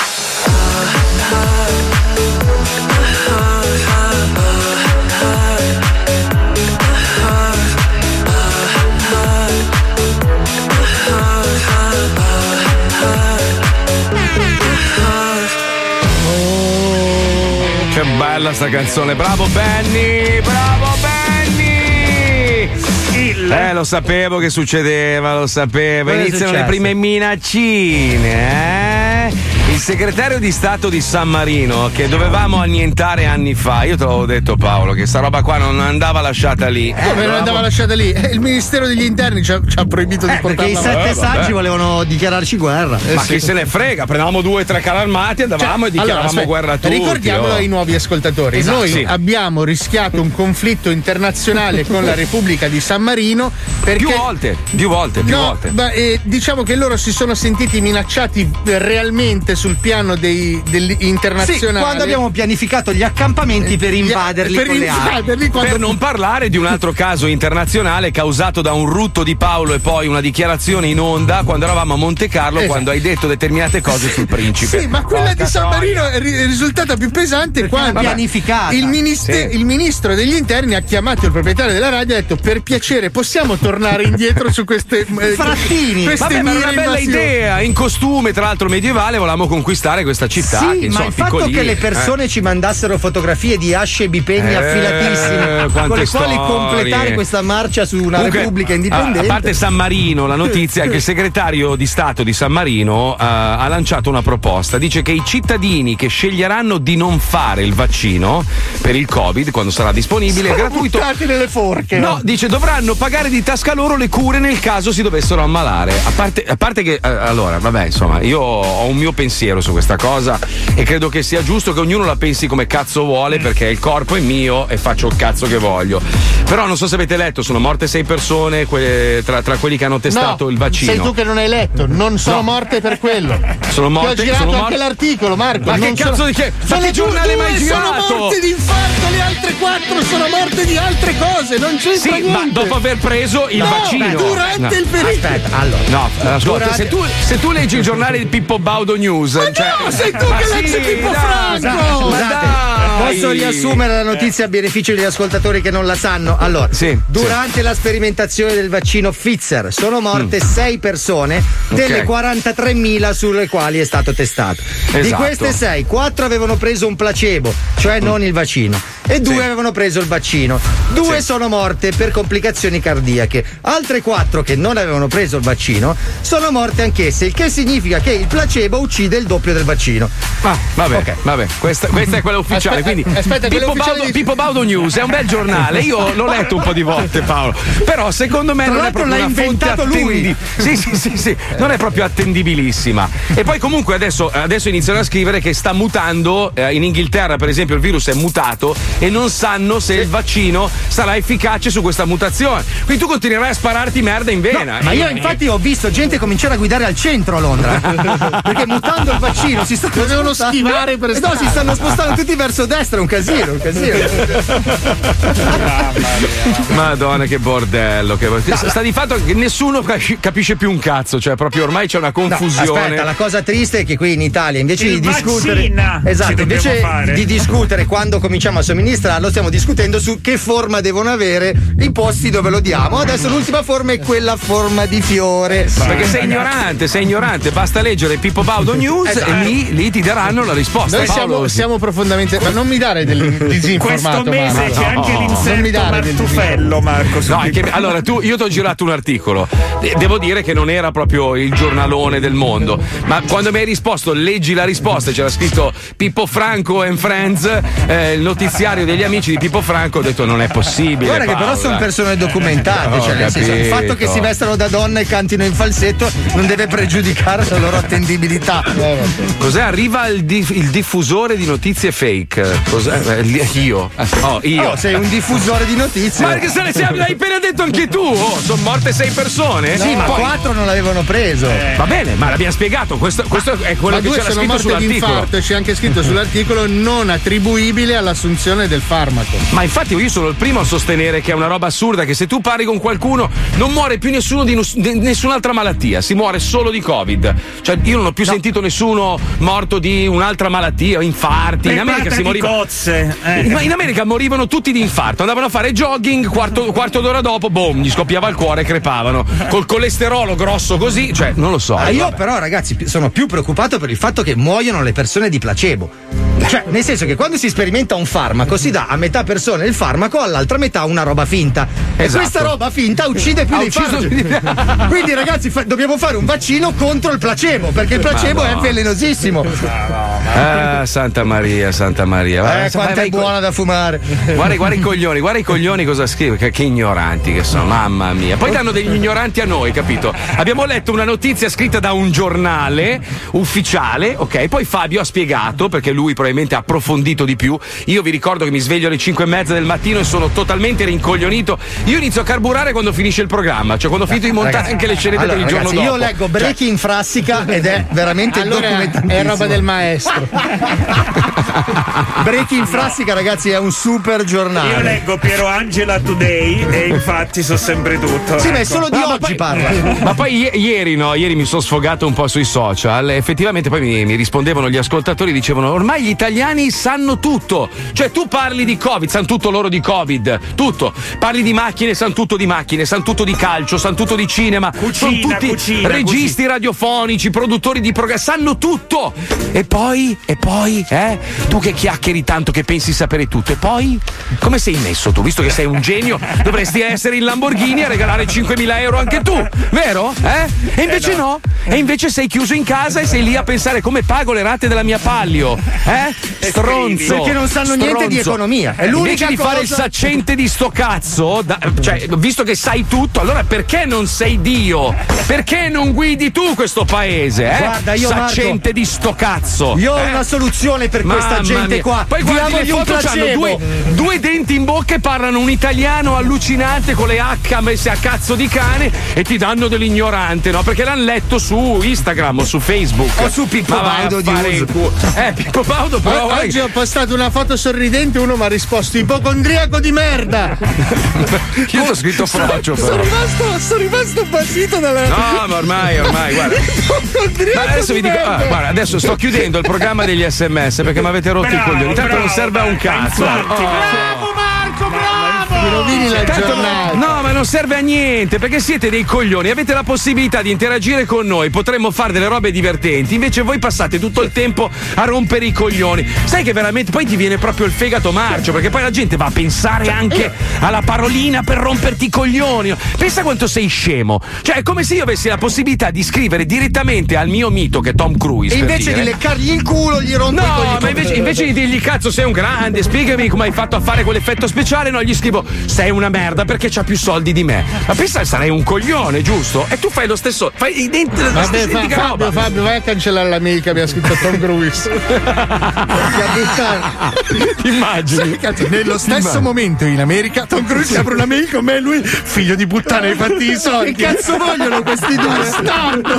Che bella sta canzone, bravo Benny, bravo Benny! Eh, lo sapevo che succedeva, lo sapevo. Cosa è Iniziano successo? le prime minaccine, eh? il segretario di Stato di San Marino, che dovevamo annientare anni fa, io te l'avevo detto Paolo, che sta roba qua non andava lasciata lì. Come non Dovevamo- andava lasciata lì? Eh, Il Ministero degli Interni ci ha, ci ha proibito di Eh, portarla. perché i sette Eh, saggi vabbè. volevano dichiararci guerra. Ma chi se ne frega, prendevamo due o tre carri armati, andavamo e dichiaravamo Allora, aspetta, guerra a tutti. ricordiamolo oh. ai nuovi ascoltatori. Esatto, Noi sì. abbiamo rischiato un conflitto internazionale con la Repubblica di San Marino perché. Più volte, più volte, più No, volte. beh, eh, diciamo che loro si sono sentiti minacciati eh, realmente sul piano dei, degli internazionali. Sì, quando abbiamo pianificato gli accampamenti per invaderli per con le armi. invaderli quando- Per non parlare di un altro caso internazionale causato da un rutto di Paolo e poi una dichiarazione in onda quando eravamo a Monte Carlo, Esatto. quando hai detto determinate cose sul principe. Sì, ma quella Porca di San troia. Marino è ri- è risultata più pesante quando pianificata. il, ministe- Sì. il ministro degli interni ha chiamato il proprietario della radio e ha detto: per piacere, possiamo tornare indietro su queste eh, Frattini. queste Vabbè, ma era mire una bella invasioni." idea, in costume tra l'altro medievale volevamo conquistare questa città. Sì, che, ma insomma, il fatto piccolina, che le persone eh. ci mandassero fotografie di asce e bipegni Eh, affilatissime quante con le quali storie. completare questa marcia su una Comunque, repubblica a- indipendente. A parte San Marino, la notizia è che il segretario di Stato di San Marino eh, ha lanciato una proposta. Dice che i cittadini che sceglieranno di non fare il vaccino per il Covid, quando sarà disponibile, è gratuito. buttati nelle forche. No, dice dovranno pagare di tasca loro le cure nel caso si dovessero ammalare. A parte, a parte che, eh, allora, vabbè, insomma, io ho un mio pensiero su questa cosa e credo che sia giusto che ognuno la pensi come cazzo vuole perché il corpo è mio e faccio il cazzo che voglio. Però non so se avete letto, sono morte sei persone que- tra, tra quelli che hanno testato No, il vaccino. sei tu che non hai letto, non sono No. morte per quello. Sono morte- Ti ho girato sono anche morte- l'articolo, Marco. Ma che non cazzo sono- di che- ma sono che tu- giornale due m'hai sono girato? morte di infarto, le altre quattro sono morte di altre cose, non c'entra Sì, niente. ma dopo aver preso il No, vaccino. durante No. il periodo. Aspetta, allora. No, ascolta, Durante- se, tu, se tu leggi il giornale di Pippo Baudo News. Ma cioè, no, sei tu ma che sì, leggi Pippo dai, Franco! ma Scusate, dai. posso riassumere la notizia a beneficio degli ascoltatori che non la sanno? Allora, Sì, durante la sperimentazione del vaccino Pfizer sono morte sei persone delle Mm. Ok. quarantatremila sulle quali è stato testato. Di Esatto. queste sei, quattro avevano preso un placebo, cioè non il vaccino, e due Sì. avevano preso il vaccino. Due Sì. sono morte per complicazioni cardiache. Altre quattro che non avevano preso il vaccino sono morte anch'esse, il che significa che il placebo uccide il doppio del vaccino. Ah, vabbè, Ok. vabbè, questa, questa è quella ufficiale. Aspetta, quindi aspetta, quella Pippo, ufficiale Baudo, di- Pippo Baudo News è un bel giornale. Io l'ho letto un po' di volte, Paolo. Però secondo me Tra non è l'altro proprio l'ha una fonte inventato lui. attendi- Sì, sì, sì, sì, non è proprio attendibilissima. E poi comunque adesso, adesso iniziano a scrivere che sta mutando. eh, in Inghilterra, per esempio, il virus è mutato e non sanno se il vaccino sarà efficace su questa mutazione. Quindi tu continuerai a spararti merda in vena. Ma io infatti ho visto gente cominciare a guidare al centro a Londra perché mutando il vaccino si stanno Dovevano spostando- schivare per Eh no, strada. si stanno spostando tutti verso destra, è un casino, un casino. Madonna, che bordello. Che... Sta di fatto che nessuno capi- capisce più un cazzo. Cioè, proprio ormai c'è una No, confusione. aspetta, la cosa triste è che qui in Italia invece Il di discutere vaccina esatto, ci dobbiamo invece fare. di discutere quando cominciamo a somministrarlo, stiamo discutendo su che forma devono avere i posti dove lo diamo. Adesso l'ultima forma è quella a forma di fiore. Ma perché sei ignorante, sei ignorante, basta leggere Pippo Baudo News Esatto. e lì, lì ti daranno la risposta. Noi Paolo, siamo, sì. siamo profondamente. Ma non mi dare del disinformato. Questo mese Marco. c'è anche No, non mi l'inserto dare del Martufello, Marco. su No, è Pippo. che- allora tu, io ti ho girato un articolo. Eh, Devo dire che non era proprio il giornalone del mondo. Ma quando mi hai risposto, leggi la risposta, c'era scritto Pippo Franco and Friends, eh, il notiziario degli amici di Pippo Franco. Ho detto non è possibile. Guarda che però Paolo, sono dai. persone documentate, Ho cioè nel senso, il fatto che capito. si vestano da donna e cantino in falsetto non deve pregiudicare la loro attendibilità. Cos'è? Arriva il, dif- il diffusore di notizie fake. Cos'è? Eh, li- io. Eh, Oh, io. Oh, sei un diffusore di notizie. Ma perché se ne sei- l'hai appena detto anche tu? Oh, sono morte sei persone? Sì, ma Poi- quattro non l'avevano preso. Va bene, ma l'abbiamo spiegato. Questo, questo è quello Ma che due c'era sono scritto morte di sull'articolo. infarto e c'è anche scritto sull'articolo non attribuibile all'assunzione del farmaco. Ma infatti io sono il primo a sostenere che è una roba assurda, che se tu parli con qualcuno non muore più nessuno di, nus- di nessun'altra malattia, si muore solo di Covid. Cioè io non ho più sentito nessuno morto di un'altra malattia, infarti. In America si moriva. cozze. eh. In, in America morivano tutti di infarto, andavano a fare jogging, quarto, quarto d'ora dopo, boom, gli scoppiava il cuore e crepavano. Col colesterolo grosso così, cioè non lo so. Ah, eh, io vabbè. però ragazzi pi- sono più preoccupato per il fatto che muoiono le persone di placebo. Cioè, nel senso che quando si sperimenta un farmaco si dà a metà persona il farmaco, all'altra metà una roba finta. E Esatto. questa roba finta uccide più Ha dei ucciso farmaci. più di- Quindi ragazzi fa- dobbiamo fare un vaccino contro il placebo, perché il placebo Madonna. è velenosissimo. Ah, Santa Maria, Santa Maria. Vai, Eh, quanto vai, è vai, buona da fumare. Guarda, guarda i coglioni, guarda i coglioni cosa scrive, che, che ignoranti che sono, mamma mia. Poi danno degli ignoranti a noi, capito? Abbiamo letto una notizia scritta da un giornale ufficiale, ok? Poi Fabio ha spiegato, perché lui probabilmente ha approfondito di più. Io vi ricordo che mi sveglio alle cinque e mezza del mattino e sono totalmente rincoglionito. Io inizio a carburare quando finisce il programma, cioè quando ho finito di montare Ragazzi, anche le scenette allora, del giorno ragazzi, dopo. Io leggo Breaking Frassica ed è veramente Allora documentantissimo. è roba del maestro. Breaking Frassica, ragazzi, è un super giornale. Io leggo Piero Angela Today e infatti so sempre tutto. Sì, ma è ecco. solo di No, ma oggi poi- parla. Ma poi i- ieri, no, ieri mi sono sfogato un po' sui social. Effettivamente poi mi, mi rispondevano gli ascoltatori, dicevano: ormai gli italiani sanno tutto. Cioè, tu parli di Covid, sanno tutto loro di Covid, tutto. Parli di macchine, sanno tutto di macchine, sanno tutto di calcio, sanno tutto di cinema. sono Cucina, tutti cucina, registi radiofonici, produttori di programmi, sanno tutto. E poi, e poi, eh? Tu che chiacchieri tanto che pensi sapere tutto. E poi? Come sei messo tu? Visto che sei un genio, dovresti essere in Lamborghini a regalare cinquemila euro anche tu, vero? Eh? E invece no. E invece sei chiuso in casa e sei lì a pensare come pago le rate della mia Pallio. Eh? Stronzo. Perché non sanno niente di Stronzo. economia. È l'unica Invece di fare il cosa- saccente di sto cazzo, da- cioè, visto che sai tutto, allora perché non sei Dio? Perché non guidi tu questo paese? Eh? Guarda, io, saccente di sto cazzo. Io ho eh? una soluzione per questa Mamma gente mia. qua. Poi guardi le Diamogli un foto, c'hanno placebo. due, due denti in bocca e parlano un italiano allucinante con le H messe a cazzo di cane e ti danno dell'ignorante, no? Perché l'hanno letto su Instagram o su Facebook. O su Pippo Ma vai a Baudo di fare uso. in culo. Eh, Pippo Baudo, però. O- guarda Oggi che- ho postato una foto sorridente, uno mi ha risposto ipocondriaco di merda. Io ti ho scritto frocio, Sono però. rimasto, sono rimasto basito dalla. No, ma ormai, ormai, guarda. Ma adesso vi dico, ah, guarda, adesso sto chiudendo il programma degli sms perché mi avete rotto Bravo, i coglioni. Tanto non bravo, serve a un cazzo. infatti, Oh. Bravo Marco, bravo! Mi rovini la Tanto- giornata. no, ma non serve a niente perché siete dei coglioni. Avete la possibilità di interagire con noi, potremmo fare delle robe divertenti. Invece voi passate tutto il tempo a rompere i coglioni. Sai che veramente poi ti viene proprio il fegato marcio perché poi la gente va a pensare anche alla parolina per romperti i coglioni. Pensa quanto sei scemo. Cioè, è come se io avessi la possibilità di scrivere direttamente al mio mito che è Tom Cruise. E per invece dire. di leccargli il culo gli rompo i No, coglioni. ma invece, invece di dirgli cazzo sei un grande, spiegami come hai fatto a fare quell'effetto speciale, no, gli scrivo sei una merda perché c'ha più soldi di me. Ma pensa sarei un coglione, giusto? E tu fai lo stesso, fai ident- la Vabbè, stessa fa, identica Fabio, roba. Fabio, vai a cancellare la mail che mi ha scritto Tom Cruise. Porca puttana. Immagini. Sai, cazzo, nello stesso Immagini. momento in America Tom Cruise apre una mail con me e lui, figlio di puttana, hai fatti i soldi. Che cazzo vogliono questi due? Bastardo.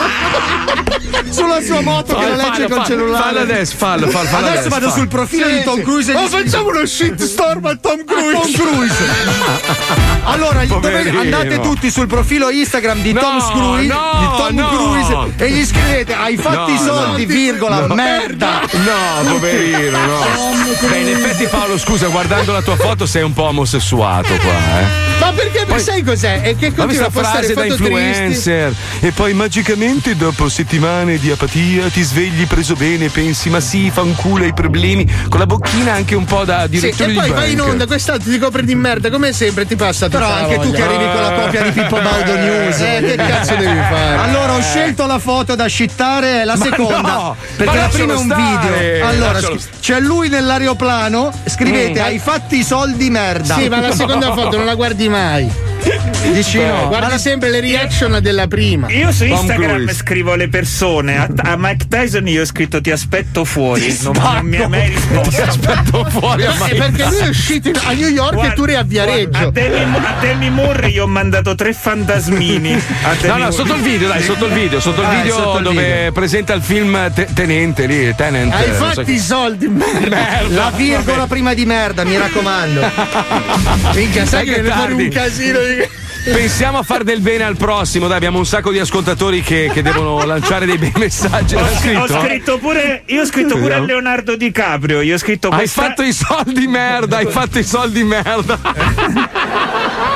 Sulla sua moto che Fallo, la legge fallo, col fallo, cellulare. fallo adesso, fallo, fallo, fallo Adesso adesso, vado fallo. sul profilo Sì, di Tom sì. Cruise e Oh, gli scrivo- facciamo uno shitstorm a Tom Cruise. A Tom Cruise. Allora, gli- dove- Poverino. andate tutti sul profilo Instagram di No, Tom Cruise, no, di Tom no. Cruise e gli scrivete hai fatto No, i soldi, no. virgola, No. merda. No, poverino, no. Beh, in effetti Paolo, scusa, guardando la tua foto sei un po' omosessuato qua, eh. Ma perché Poi- sai cos'è? È che Ma continua questa a postare frase da foto tristi. influencer e poi magicamente dopo settimane di apatia ti svegli preso bene e pensi ma sì fanculo i problemi con la bocchina anche un po' da Sì, direttore e di poi banca. vai in onda, quest'altro ti copre di merda, come sempre ti passa tutta Però la anche tu voglia. che arrivi con la copia di Pippo Baudo News. Eh, che cazzo devi fare? Allora ho scelto la foto da shittare, è la Ma seconda. no, perché ma la prima è lascialo un stare, video. Allora lascialo sc- c'è lui nell'aeroplano, scrivete Mm. hai fatti i soldi merda. Sì, ma la seconda foto non la guardi mai. Dici no. Guardi Ma- sempre le reaction della prima. Io su Tom Instagram Cruise. scrivo alle persone, a, a Mike Tyson io ho scritto ti aspetto fuori, non, non mi ha mai risposto. Ti aspetto fuori a Eh, Mike perché lui è uscito in- a New York Guarda, e tu eri a Viareggio. A Demi, a Demi Moore io ho mandato tre fantasmini. A No, Demi no, Moore. sotto il video, dai, sotto il video, sotto il Ah, video sotto il dove video. presenta il film Te- Tenente lì, Tenant. Hai non so fatti che- i soldi, merda. La virgola prima di merda, mi raccomando. Minchia, sai Sai che che deve fare tardi. un casino di... Pensiamo a far del bene al prossimo, dai, abbiamo un sacco di ascoltatori che, che devono lanciare dei bei messaggi. Ho, L'ha scritto? ho scritto pure io ho scritto pure a Vediamo. Leonardo DiCaprio, io ho scritto Hai questa- fatto i soldi merda, hai fatto i soldi merda. Ma tu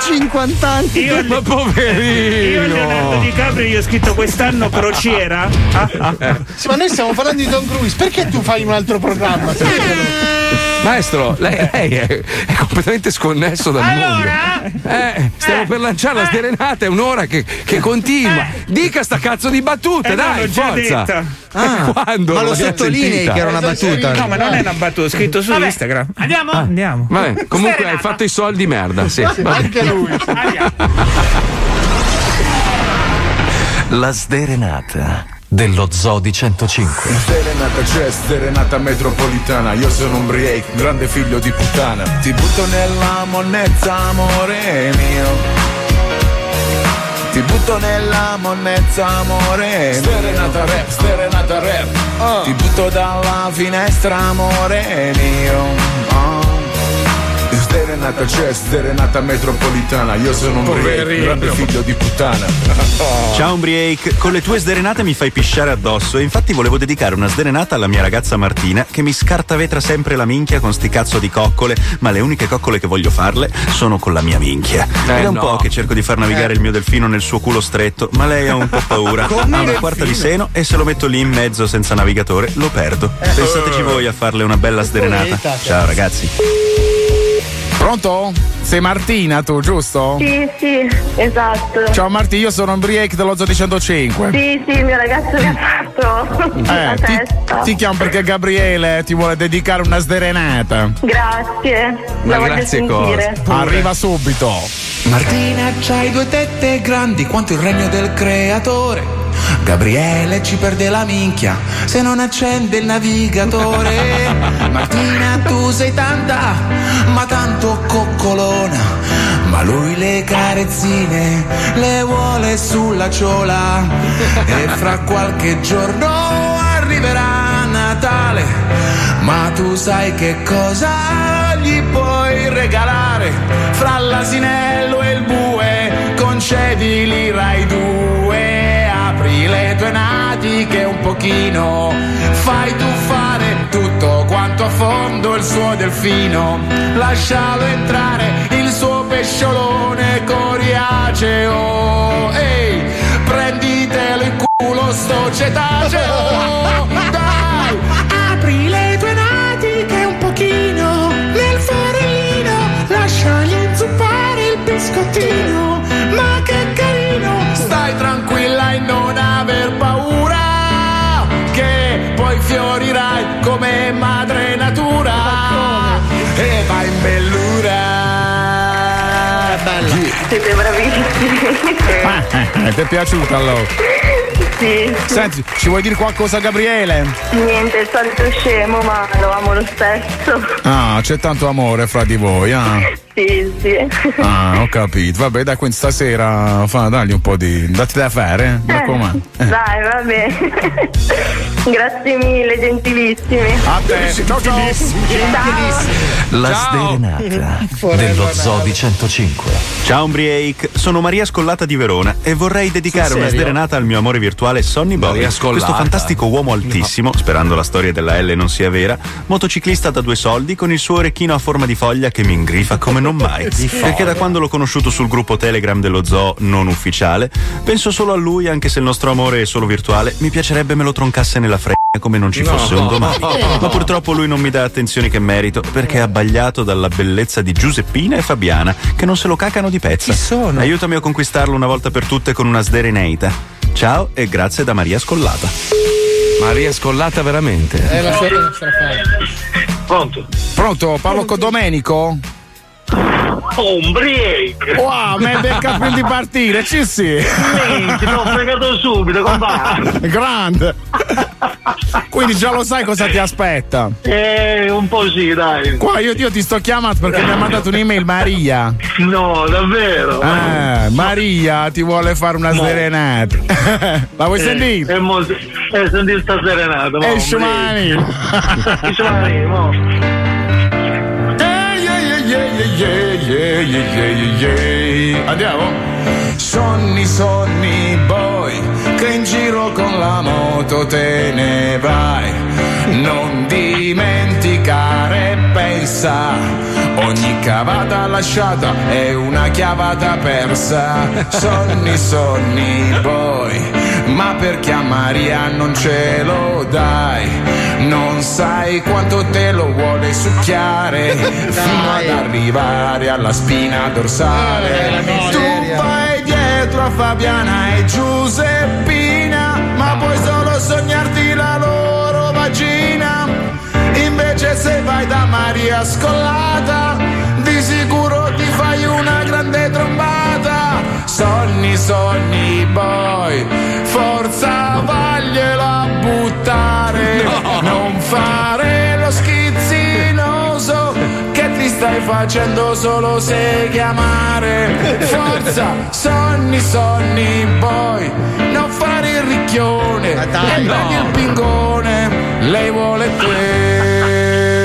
cinquanta anni. Io, Ma poverino. Io a Leonardo DiCaprio gli ho scritto quest'anno crociera. Ah, ah. Sì, ma noi stiamo parlando di Tom Cruise, perché tu fai un altro programma? Maestro, lei, lei è, è completamente sconnesso dal Allora? mondo. Eh, stiamo Eh. per lanciare la sderenata, è un'ora che, che continua. Dica sta cazzo di battute, Eh, no, dai, l'ho già forza. detta. Ah, Quando? ma lo L'abbiamo sottolinei sentita? che era una battuta. No, ma non è una battuta, ho scritto su Vabbè, Instagram. Andiamo? Ah. Andiamo. Vabbè, comunque hai Serenata. fatto i soldi merda, sì. va Anche bene. lui. Andiamo. La sderenata dello Zoo di centocinque. Serenata c'è, serenata metropolitana. Io sono un break, grande figlio di puttana. Ti butto nella monnezza, amore mio. Ti butto nella monnezza, amore mio. Serenata rap, serenata rap. Oh. Ti butto dalla finestra, amore mio. Oh. Serenata c'è, serenata metropolitana. Io sono un break, grande figlio di puttana. Ciao Umbriake, con le tue sderenate mi fai pisciare addosso e infatti volevo dedicare una sderenata alla mia ragazza Martina che mi scartavetra sempre la minchia con sti cazzo di coccole, ma le uniche coccole che voglio farle sono con la mia minchia. Eh, Ed è un no. po' che cerco di far navigare Eh. il mio delfino nel suo culo stretto, ma lei ha un po' paura. Come Ha una delfino? quarta di seno e se lo metto lì in mezzo senza navigatore lo perdo. Pensateci voi a farle una bella sderenata. Poeta, Ciao ragazzi. Pronto? Sei Martina tu, giusto? Sì, sì, esatto. Ciao Marti, io sono un break dello Zoo di centocinque. Sì, sì, il mio ragazzo mi ha fatto la Eh, ti, testa. ti chiamo perché Gabriele ti vuole dedicare una sderenata. Grazie, Ma la voglio grazie sentire. Arriva subito. Martina, c'hai due tette grandi quanto il regno del creatore. Gabriele ci perde la minchia se non accende il navigatore. Martina, tu sei tanta, ma tanto coccolona. Ma lui le carezzine le vuole sulla ciola. E fra qualche giorno arriverà Natale. Ma tu sai che cosa gli puoi regalare? Fra l'asinello e il bue concedili Rai due. Apri le tue natiche un pochino, fai tuffare tutto quanto a fondo il suo delfino. Lascialo entrare il suo pesciolone coriaceo. Ehi, prenditelo in culo sto cetaceo. Dai, apri le tue natiche un pochino, nel forellino lasciali inzuppare il biscottino. Ma che carino, stai tranquilla e non aver paura, che poi fiorirai come madre natura e vai in bellura. Bella. Siete bravissimi. Eh, ti è piaciuta allora? Sì. Senti, ci vuoi dire qualcosa a Gabriele? Niente, il solito scemo, ma lo amo lo stesso. Ah, c'è tanto amore fra di voi, ah. Sì, sì. Ah, ho capito. Vabbè, dai, quindi stasera fa, dagli un po' di. Datti da fare, eh? Mi raccomando. Eh. Dai, va bene. Grazie mille, gentilissimi. A te. Ciao, ciao. La Ciao. sderenata dello Zoo di centocinque. Ciao Umbriake, sono Maria Scollata di Verona e vorrei dedicare Sul una serio? sderenata al mio amore virtuale Sonny Boy. Maria Scollata. Questo fantastico uomo altissimo, sperando la storia della L non sia vera, motociclista da due soldi con il suo orecchino a forma di foglia che mi ingrifa come non mai. Perché da quando l'ho conosciuto sul gruppo Telegram dello zoo non ufficiale, penso solo a lui, anche se il nostro amore è solo virtuale, mi piacerebbe me lo troncasse nella fregna come non ci fosse No. un domani. Ma purtroppo lui non mi dà attenzioni che merito perché è abbagliato dalla bellezza di Giuseppina e Fabiana che non se lo cacano di pezza. Aiutami a conquistarlo una volta per tutte con una sdereneita. Ciao e grazie da Maria Scollata. Maria Scollata veramente. Eh, la sera non ce la fai. Pronto? Pronto, parlo con Domenico? Oh, un break! Wow, mi hai beccato prima di partire, ci sì! Minchia, ti ho fregato subito, compare! Grande! Quindi già lo sai cosa ti aspetta? Eh, un po' sì, dai! Qua io, io ti sto chiamando perché mi ha mandato un'email Maria. No, davvero? Eh, Maria ti vuole fare una Mo. serenata. La vuoi Eh, sentire? Eh, mo, eh, senti sta serenata, mo, Eh, un sciamani. break. Sciamani, mo. Andiamo? Sonni, sonni, boy, che in giro con la moto te ne vai. Non dimenticare, pensa, ogni cavata lasciata è una chiavata persa. Sonni, sonni, boy, ma perché a Maria non ce lo dai? Non sai quanto te lo vuole succhiare fino ad arrivare alla spina dorsale. Tu vai dietro a Fabiana e Giuseppina, ma puoi solo sognarti la loro vagina. Invece se vai da Maria Scollata, di sicuro ti fai una grande trombata. Sonni, sonni, boy, forza vagliela buttare. No. Non fare lo schizzinoso, che ti stai facendo solo se chiamare. Forza, sonni, sonni, boy, non fare il ricchione, e prendi no. il pingone, lei vuole te.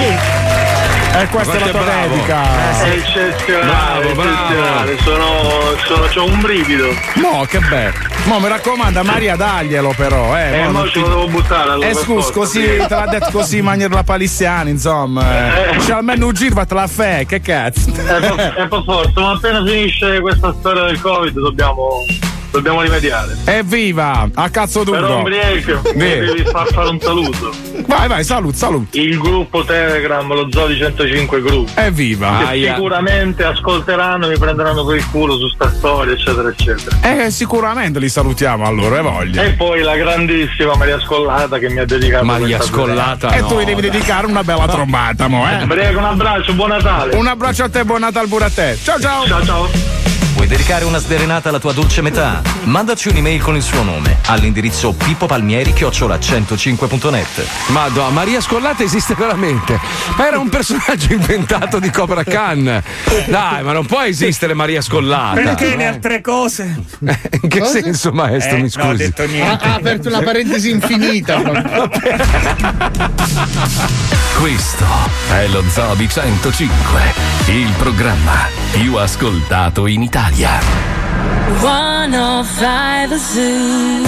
E questa è la tua dedica. È eccezionale, bravo, eccezionale. Sono, sono, c'ho un brivido. No, che bello. Mo mi raccomanda, Maria, daglielo però, eh. Eh, mo ce lo devo buttare. Allora, eh, scusa, così te l'ha detto così in maniera la palissiana, insomma. Eh. C'è almeno un giro, te la fai, che cazzo. È per, è per forza, ma appena finisce questa storia del Covid dobbiamo. Dobbiamo rimediare. Evviva! A cazzo duro! Però un break, mi devi far fare un saluto. Vai, vai, salut, salut. Il gruppo Telegram, lo Zoo di centocinque Group. Evviva! Che Aia. sicuramente ascolteranno, mi prenderanno per il culo su sta storia, eccetera, eccetera. Eh, sicuramente li salutiamo allora, e voglia. E poi la grandissima Maria Scollata che mi ha dedicato. Maria Scollata. E no. tu gli devi dedicare una bella trombata, mo, eh? Break, un abbraccio, buon Natale. Un abbraccio a te, buon Natale pure a te. Ciao, ciao. Ciao, ciao. Vuoi dedicare una sdrenata alla tua dolce metà? Mandaci un'email con il suo nome all'indirizzo pippopalmieri chiocciola centocinque punto net. Madonna, Maria Scollata esiste veramente, ma era un personaggio inventato di Cobra Khan. Dai, ma non può esistere Maria Scollata. Perché le altre cose? In che Cosa? senso, maestro? Eh, mi scusi. non ho detto niente. Ha aperto una parentesi infinita. Questo è lo Zoo di centocinque, il programma più ascoltato in Italia. centocinque Zoo.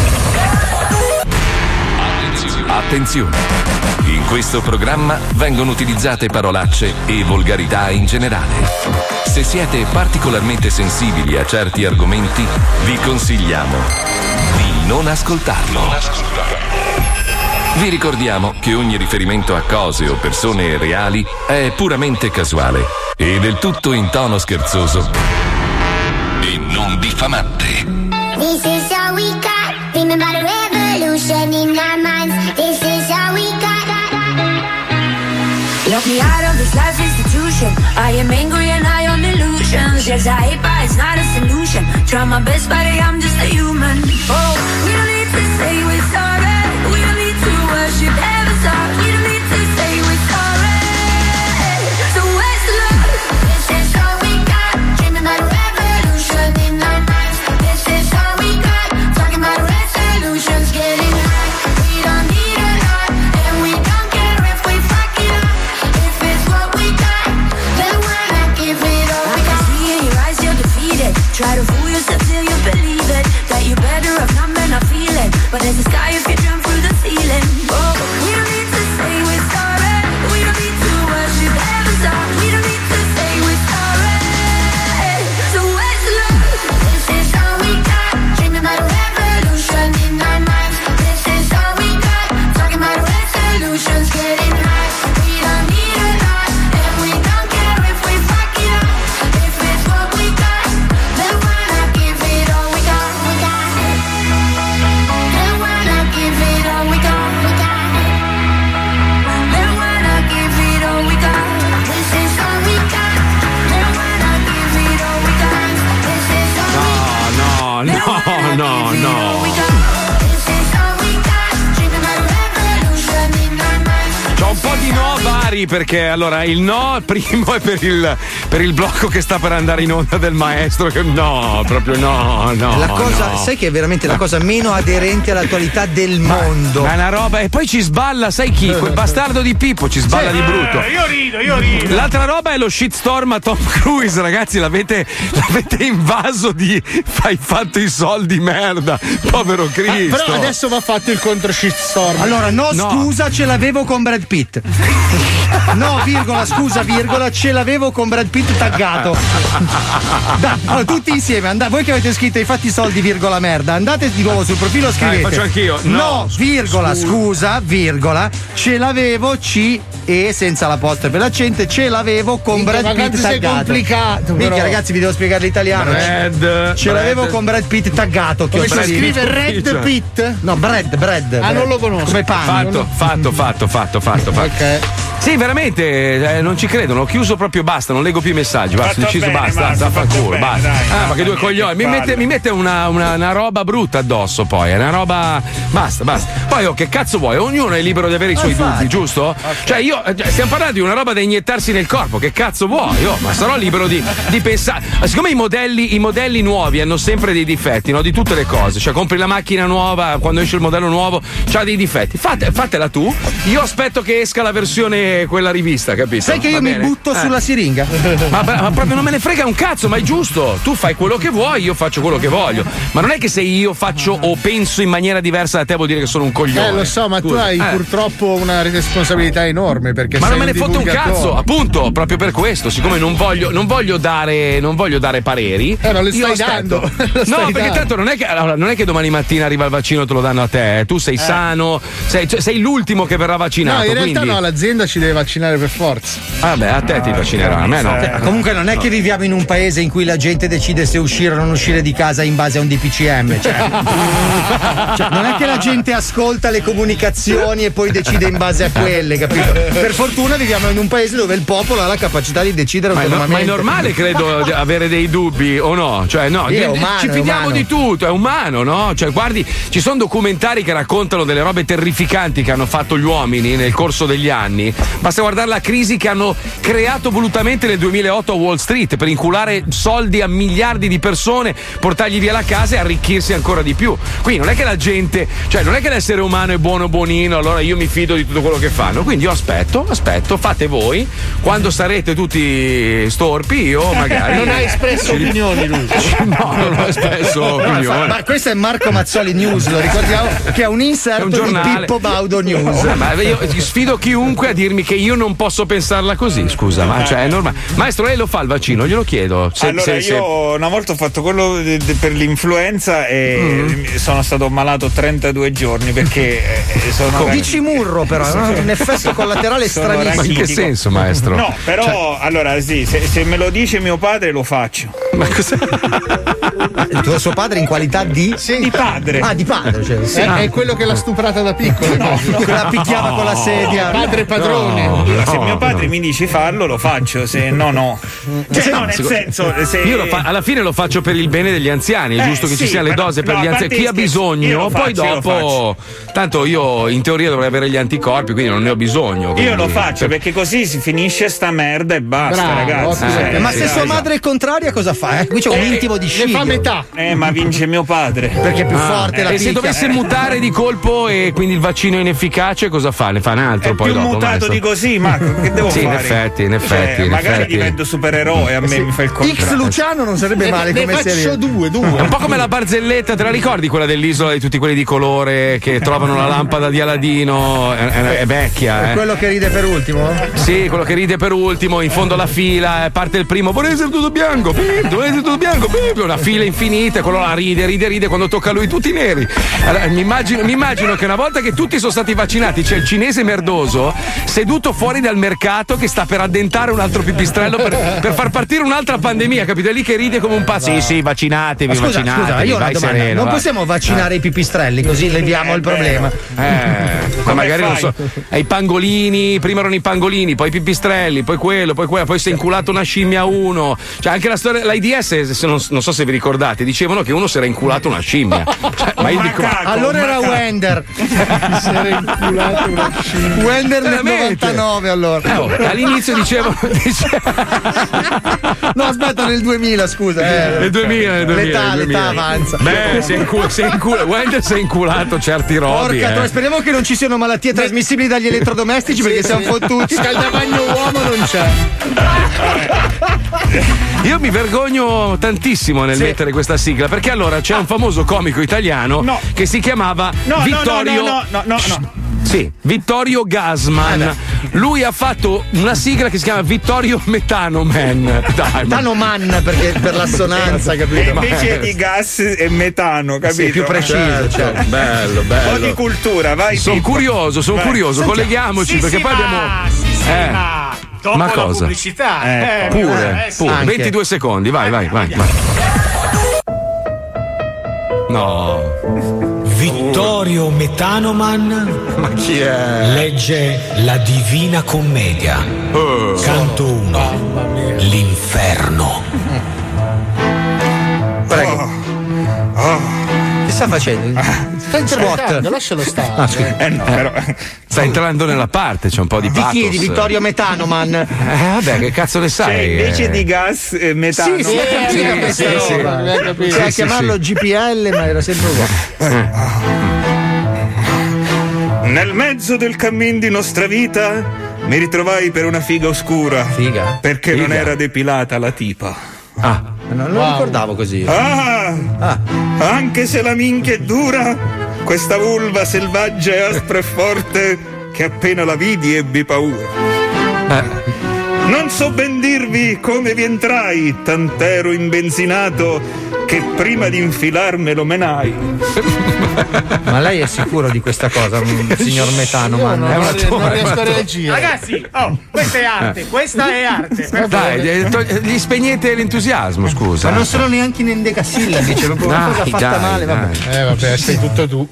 Attenzione! In questo programma vengono utilizzate parolacce e volgarità in generale. Se siete particolarmente sensibili a certi argomenti, vi consigliamo di non ascoltarlo. Vi ricordiamo che ogni riferimento a cose o persone reali è puramente casuale e del tutto in tono scherzoso e non diffamante. This is all we got. Dreaming about a revolution in our minds. This is all we got. Lock me out of this life institution. I am angry and I am illusions. Yes, I hate, but it's not a solution. Try my best, but I'm just a human. Oh, we don't need to say we're sorry. We don't need to worship heaven's heart. We don't need to say we're sorry. So where's the love? This is all we got. Dreaming about a revolution in our minds. This is all we got. Talking about resolutions, getting high. We don't need a lot, and we don't care if we fuck it up. If it's what we got, then why not give it all we got? I see in your eyes you're defeated. Try to fool yourself till you believe it. That you're better off not men not feeling. But there's a sky if you jump through the ceiling. Oh, we don't need to say we're sorry. We don't need to worship heaven's heart. We don't need to say we're sorry. So where's the love? This is all we got. Dreaming about a revolution in our minds. This is all we got. Talking about resolutions, getting high. We don't need a lot, and we don't care if we fuck it up. If it's what we got, then why not give it all we got? We got. Then why not give it all we got? We got. Then why not give it all we got? This is all we got. Then why not give it all we got? This is all we got. No, no, no, no. This is all we got. Dreaming about a revolution in our minds. C'ho un po' di no varie pari perché allora il no, primo è per il, per il blocco che sta per andare in onda del maestro. Che no, proprio no, no. La cosa, no. sai che è veramente la cosa meno aderente all'attualità del mondo. Ma è una roba, e poi ci sballa, sai chi? Quel bastardo di Pippo ci sballa Sì. di brutto. Eh, io rido, io rido. L'altra roba è lo shitstorm a Tom Cruise, ragazzi, l'avete, l'avete invaso di hai fatto i soldi merda, povero Cristo. Ah, però adesso va fatto il contro shitstorm. Allora, no, No. scusa, ce l'avevo con Brad Pitt. No, virgola, scusa, virgola, ce l'avevo con Brad Pitt taggato. Dai, allora, tutti insieme, andate, voi che avete scritto hai fatti i soldi, virgola, merda, andate di nuovo sul profilo, scrivete. Dai, faccio anch'io. No, No, virgola, scusa. scusa, virgola, ce l'avevo, C e senza l'apostrofo l'accento, ce l'avevo con Minchia, Brad ma Pitt quanto sei taggato. complicato, Minchia, però. ragazzi, vi devo spiegare l'italiano. Brad, ce l'avevo Brad. con Brad Pitt taggato. Come si chiocciolini. scrive Red Pitt? No, Brad, Brad. Ah, non lo conosco. Come pane. Fatto, fatto, fatto, fatto, fatto, fatto. Ok. Sì, veramente, eh, non ci credono. Ho chiuso proprio, basta, non leggo più i messaggi. Basta, ho Fatto deciso, bene, basta, Marco, sta a fatto fanculo, bene, basta. dai, ah, no, ma che due niente, coglioni. Mi palle. mette, mi mette una, una, una roba brutta addosso, poi. È una roba. Basta, basta. Poi, oh, che cazzo vuoi? Ognuno è libero di avere i suoi Infatti. dubbi, giusto? Cioè, io eh, stiamo parlando di una roba da iniettarsi nel corpo. Che cazzo vuoi? Oh, ma sarò libero di, di pensare. Ma siccome i modelli, i modelli nuovi hanno sempre dei difetti, no? Di tutte le cose. Cioè, compri la macchina nuova, quando esce il modello nuovo, c'ha dei difetti. Fate, fatela tu. Io aspetto che esca la versione quella rivista, capito? Sai che io Va mi bene? butto Eh. sulla siringa. Ma, ma proprio non me ne frega un cazzo, ma è giusto. Tu fai quello che vuoi, io faccio quello che voglio. Ma non è che se io faccio o penso in maniera diversa da te vuol dire che sono un coglione. Eh, lo so, ma tu Scusa. hai Eh. purtroppo una responsabilità enorme perché Ma sei non me ne fotte un divulgatore. cazzo, appunto, proprio per questo, siccome non voglio, non voglio dare, non voglio dare pareri. Eh, ma lo io stai aspetto. dando. Lo No, stai perché dando. tanto non è che allora, non è che domani mattina arriva il vaccino e te lo danno a te. eh. Tu sei sano, sei, cioè, sei l'ultimo che verrà vaccinato. No, in realtà quindi... no, l'azienda ci deve vaccinare per forza. Vabbè, a te ti vaccinerà, a me no. Eh, Comunque non è che viviamo in un paese in cui la gente decide se uscire o non uscire di casa in base a un D P C M. Cioè, cioè, non è che la gente ascolta le comunicazioni e poi decide in base a quelle, capito? Per fortuna viviamo in un paese dove il popolo ha la capacità di decidere Ma è, no- ma è autonomamente. normale, credo, di avere dei dubbi o no? Cioè, no, Sì, è di- umano, ci è fidiamo umano. di tutto, è umano, no? Cioè, guardi, ci sono documentari che raccontano delle robe terrificanti che hanno fatto gli uomini nel corso degli anni. Basta guardare la crisi che hanno creato volutamente nel duemilaotto a Wall Street per inculare soldi a miliardi di persone, portargli via la casa e arricchirsi ancora di più. Quindi non è che la gente, cioè non è che l'essere umano è buono buonino, allora io mi fido di tutto quello che fanno. Quindi io aspetto, aspetto, fate voi. Quando sarete tutti storpi, io magari. Non hai espresso ci- opinioni, lui. No, non ho espresso opinioni. Ma questo è Marco Mazzoli News, lo ricordiamo, che è un È inserto un di giornale. Pippo Baudo News. Eh, ma io sfido chiunque a dirmi che io non posso pensarla così, scusa, ma cioè è normale. Maestro, lei lo fa il vaccino? Glielo chiedo. Se- allora, se- io se- una volta ho fatto quello de- de- per l'influenza e Mm. sono stato malato trentadue giorni perché eh, sono. Di cimurro, però, è un effetto collaterale Sono stranissimo. Ma in che rachitico. senso, maestro? No, però Cioè- allora sì, se, se me lo dice mio padre lo faccio. Ma cosa? Il tuo suo padre in qualità di? Di padre. Ah, di padre, cioè, sì. È, è quello che l'ha stuprata da piccolo. Che la picchiava con la sedia. Padre padrone. No, se no, mio padre no. mi dice fallo, lo faccio, se no, no. Cioè, no, nel Secondo- senso, se. Io lo fa- alla fine lo faccio per il bene degli anziani, è Eh, giusto che sì, ci siano le però- dose per no, gli a anziani. parte Chi ha gli scherzi, io bisogno, lo poi faccio, io lo dopo. Tanto io in teoria dovrei avere gli anticorpi, quindi non ne ho bisogno. Io quindi- lo faccio perché così si finisce sta merda e basta, Bravo, ragazzi. ottimo. Cioè, Ma sì, se sua esatto. madre è contraria, cosa fa? Eh? Qui c'è un Eh, intimo di Ne sciglio. fa metà. Eh, ma vince mio padre. Perché è più forte la E se picchia. dovesse mutare di colpo e quindi il vaccino è inefficace, cosa fa? Ne fa un altro È poi più dopo. mutato maestro? di così, Marco. Che devo Sì, in fare? effetti, in Cioè, effetti, in magari effetti. divento supereroe, a me mi fa il X contrario. Luciano non sarebbe male Ne come faccio serie. due, È due. un po' come la barzelletta, te la ricordi quella dell'isola di tutti quelli di colore che trovano la lampada di Aladino? È, è- è vecchia, eh. Quello che ride per ultimo? Sì, quello che ride per ultimo, in fondo alla fila, eh, parte il primo, vorrei essere tutto bianco, pip, vorrei essere tutto bianco, pip, una fila infinita, quello là ride, ride, ride, quando tocca a lui tutti neri. Allora, mi, immagino, mi immagino che una volta che tutti sono stati vaccinati c'è il cinese merdoso seduto fuori dal mercato che sta per addentare un altro pipistrello per, per far partire un'altra pandemia, capito? È lì che ride come un pazzo. Sì, sì, vaccinatevi, Ma scusa, vaccinatevi, scusa, io ho una vai domanda. sereno. non vai. possiamo vaccinare i pipistrelli così leviamo il problema. Eh, ma magari non so, ai pangolini, prima erano i pangolini, poi i pipistrelli, poi quello, poi quello, poi si è inculato una scimmia a uno. Cioè, anche la storia, l'AIDS, se non, non so se vi ricordate, ricordate? Dicevano che uno si era inculato una scimmia. Cioè, ma io dico, Macaco, allora era Wender. Si era inculato una scimmia. Wender nel novantanove allora. Eh, oh, all'inizio dicevano. No, aspetta, nel duemila, scusa. Eh, nel duemila, nel duemila. L'età, nel duemila. l'età avanza. Beh, si è incul- si è incul- Wender si è inculato certi robi. Porca, eh. speriamo che non ci siano malattie trasmissibili dagli elettrodomestici, perché sì, siamo sì. fottuti. Scaldavagno uomo non c'è. Io mi vergogno tantissimo nel Sì. mettere questa sigla, perché allora c'è un famoso comico italiano No. che si chiamava No, no, Vittorio. no, no, no, no, no. Sì, Vittorio Gasman. Lui ha fatto una sigla che si chiama Vittorio Metano Man. Dai, ma- Metano man, perché per l'assonanza, E capito? invece di gas e metano, capito? Sì, più preciso, Certo, certo. bello, Un po' di bello. cultura, vai. Sono Pippo. curioso, sono Vai. curioso, colleghiamoci perché poi abbiamo. Sì, sì, Eh. ma dopo Ma la cosa? pubblicità. Eh, eh, Pure, eh, sì. pure. Anche. ventidue secondi, vai, vai, vai, vai. No. Vittorio Metanoman Ma chi è? legge la Divina Commedia. Oh. Canto uno. L'inferno. Prego. Che sta facendo? Sta interpretando, Spot. lascialo stare. Ah, scusa. Eh no, però. Sta entrando nella parte, c'è un po' di Di chi? pathos. Di Vittorio Metanoman? Eh, vabbè, che cazzo ne Cioè, sai? invece eh? di gas e metano. Sì, sì, Sì, sì, sì, questa sì, roba. sì, abbiamo capito. Cioè, a Sì, sì, chiamarlo sì. G P L, ma era sempre uguale. Nel mezzo del cammin di nostra vita mi ritrovai per una figa oscura. Figa? Perché non Figa. era depilata la tipa. Ah, Non lo ricordavo così. Ah! Ah. Anche se la minchia è dura, questa vulva selvaggia e aspra e forte che appena la vidi ebbi paura. eh. Non so ben dirvi come vi entrai, tant'ero imbenzinato che prima di infilarmelo menai. Ma lei è sicuro di questa cosa, un signor Metanoman? Non, È una non, tua- non è riesco una a tua- reagire. Ragazzi, oh, questa è arte, questa è arte. per Dai, favore. eh, tog- gli spegnete l'entusiasmo, scusa. Ma non sono neanche in endecasillabi, c'è proprio una Dai, cosa fatta dai, male, vabbè. dai. Eh vabbè, sei tutto tu.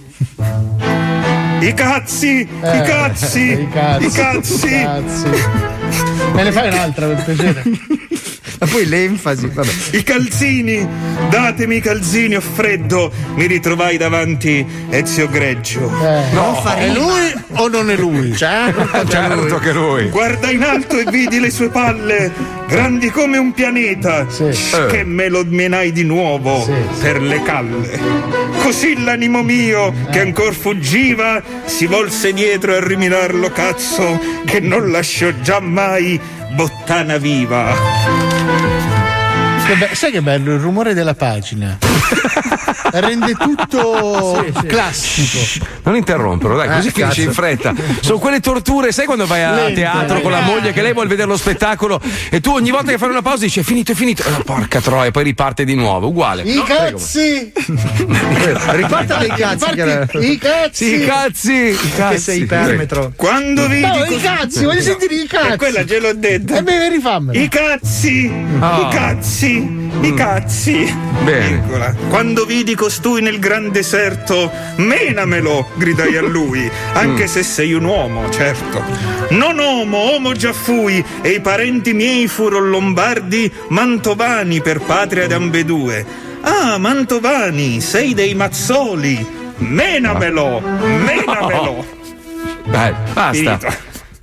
I cazzi, i Eh, cazzi, I cazzi. i cazzi. i cazzi. Me ne fai un'altra per piacere? Ma poi l'enfasi, vabbè. I calzini, datemi i calzini, ho freddo. Mi ritrovai davanti Ezio Greggio. Eh, Non fa è rima. lui o non è lui? Certo che lui. Guardai in alto e vidi le sue palle, grandi come un pianeta, che me lo menai di nuovo Sì, sì. per le calle. Così l'animo mio, che ancor fuggiva, si volse dietro a riminarlo cazzo, che non lasciò già mai bottana viva. Che be- sai che bello il rumore della pagina? Rende tutto Sì, sì. classico. Non interrompere, dai, così Eh, finisce cazzo. in fretta. Sono quelle torture, sai quando vai a Lente. teatro con la moglie che lei vuole vedere lo spettacolo e tu ogni volta che fai una pausa dici è finito, è finito. Eh, porca troia, poi riparte di nuovo, uguale. I No, prego. cazzi! Riparta dai cazzi, Riparti- che I cazzi! Sì, i cazzi, i cazzi. che sei ipermetro. Quando vidi No, i così- cazzi, voglio sentire i cazzi! E quella ce l'ho detta. E beh, rifammelo. I cazzi, Ah. i cazzi, i cazzi. Bene. Virgola. Quando vidi costui nel gran deserto, menamelo, gridai a lui, anche se sei un uomo, certo. Non uomo, uomo già fui, e i parenti miei furono lombardi, mantovani per patria d'ambedue. Ah, Mantovani, sei dei Mazzoli, menamelo, menamelo. Dai, basta. Finito.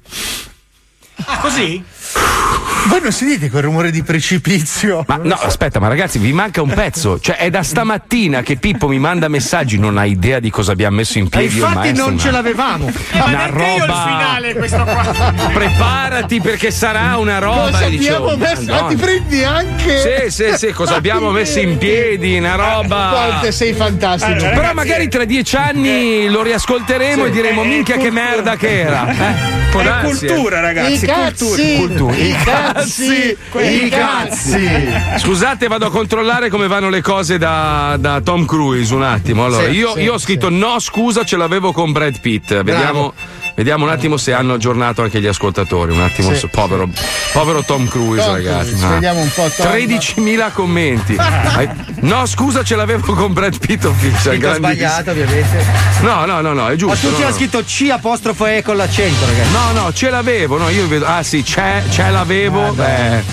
Ah, così? Voi non sentite quel rumore di precipizio? Ma no, aspetta, ma ragazzi, vi manca un pezzo. Cioè, è da stamattina che Pippo mi manda messaggi, non ha idea di cosa abbiamo messo in E piedi. io e il infatti maestro, non ma- ce l'avevamo. Eh, ma Una neanche io il roba- finale questo qua. Preparati perché sarà una roba. Cosa e dicevo, abbiamo messo? Ah, Madonna. ti prendi anche? Sì, sì, sì, cosa abbiamo messo in piedi? Una roba. Quante sei fantastico. Allora, Però ragazzi, magari tra dieci anni lo riascolteremo Sì, e diremo è- è minchia che cultura. merda che era. Eh? Può È darsi, eh. cultura, ragazzi, I cazzi! cultura. Cultura. I cazzi! I cazzi! Scusate, vado a controllare come vanno le cose da, da Tom Cruise un attimo. Allora, Sì, io, sì, io ho scritto no, scusa, ce l'avevo con Brad Pitt. Vediamo, vediamo un attimo se hanno aggiornato anche gli ascoltatori. Un attimo, Sì, su- povero, povero Tom Cruise, Tom ragazzi. Cruise, Ah. vediamo un po', Tom. tredicimila commenti. Hai- No, scusa, ce l'avevo con Brad Pitt official. Scritto grandissimo. sbagliato, ovviamente. No, no, no, no, è Ma giusto. tutti no, hanno no. scritto C apostrofo E con l'accento, ragazzi. No, no, ce l'avevo, no, io vedo. Ah sì, c'è, ce l'avevo. Beh.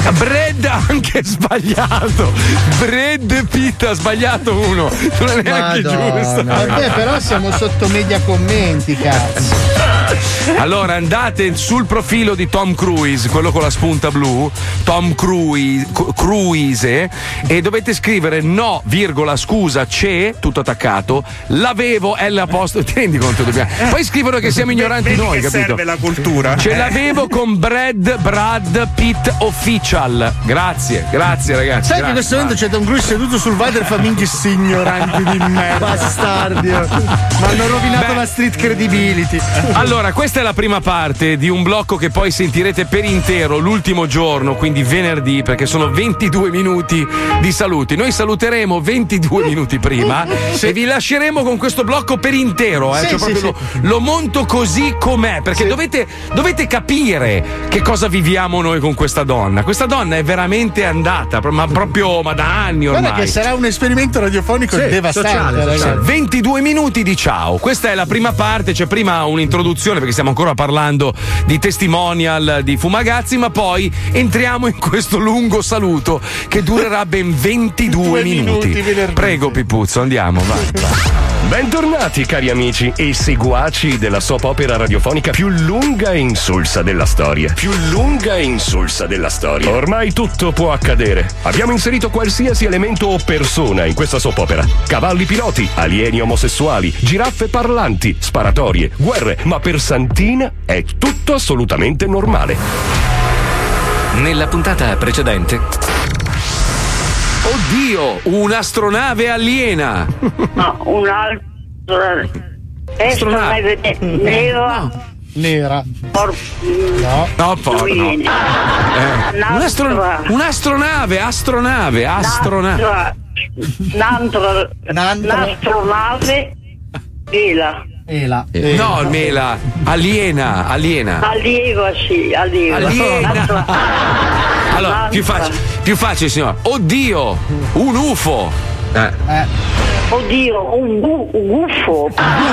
Brad ha anche sbagliato. Brad Pitt ha sbagliato uno. Non è neanche Madonna. giusto. Vabbè, però siamo sotto media commenti, cazzo. Allora andate sul profilo di Tom Cruise, quello con la spunta blu, Tom Cruise, Cruise, e dovete scrivere no, virgola, scusa, c'è, tutto attaccato, l'avevo, L apostolo, ti rendi conto? Dobbiamo... Poi scrivono che siamo ignoranti Vedi noi, che capito? serve la cultura. Ce Eh. l'avevo con Brad, Brad Pitt Official. Grazie, grazie ragazzi. Sai che in grazie. questo momento c'è Tom Cruise seduto sul Vader e fa minchia sti ignoranti di merda. Bastardi. Mi hanno rovinato Beh. la street credibility. Allora, questa è la prima parte di un blocco che poi sentirete per intero l'ultimo giorno, quindi venerdì, perché sono ventidue minuti di saluti. Noi saluteremo ventidue minuti prima e vi lasceremo con questo blocco per intero. Eh? Sì, Cioè, sì, proprio sì. Lo, lo monto così com'è, perché dovete, dovete capire che cosa viviamo noi con questa donna. Questa donna è veramente andata, ma proprio ma da anni ormai. Guarda che sarà un esperimento radiofonico Sì, devastante, sociale, ragazzi. sociale. ventidue minuti di ciao. Questa è la prima parte, c'è prima un'introduzione perché stiamo ancora parlando di testimonial di Fumagazzi, ma poi entriamo in questo lungo saluto che durerà ben ventidue minuti. minuti Prego Pipuzzo, andiamo, vai. vai. Bentornati cari amici e seguaci della soap opera radiofonica più lunga e insulsa della storia. Più lunga e insulsa della storia. Ormai tutto può accadere. Abbiamo inserito qualsiasi elemento o persona in questa soap opera. Cavalli piloti, alieni omosessuali, giraffe parlanti, sparatorie, guerre, ma per Santina è tutto assolutamente normale. Nella puntata precedente. Oddio, un'astronave aliena. No, un'altra. Astronave. Astronave nera. Nera. Por... No. No, porco. No. Eh. Un'astro- un'astronave, astronave, astronave. Un'altra. Un'astronave. Vela. Ela. No, mela, aliena, aliena. Allievo, sì, allievo. Aliena. Allora, più facile, più facile, signora. Oddio, un U F O. Eh. Oddio, un, gu- un gufo.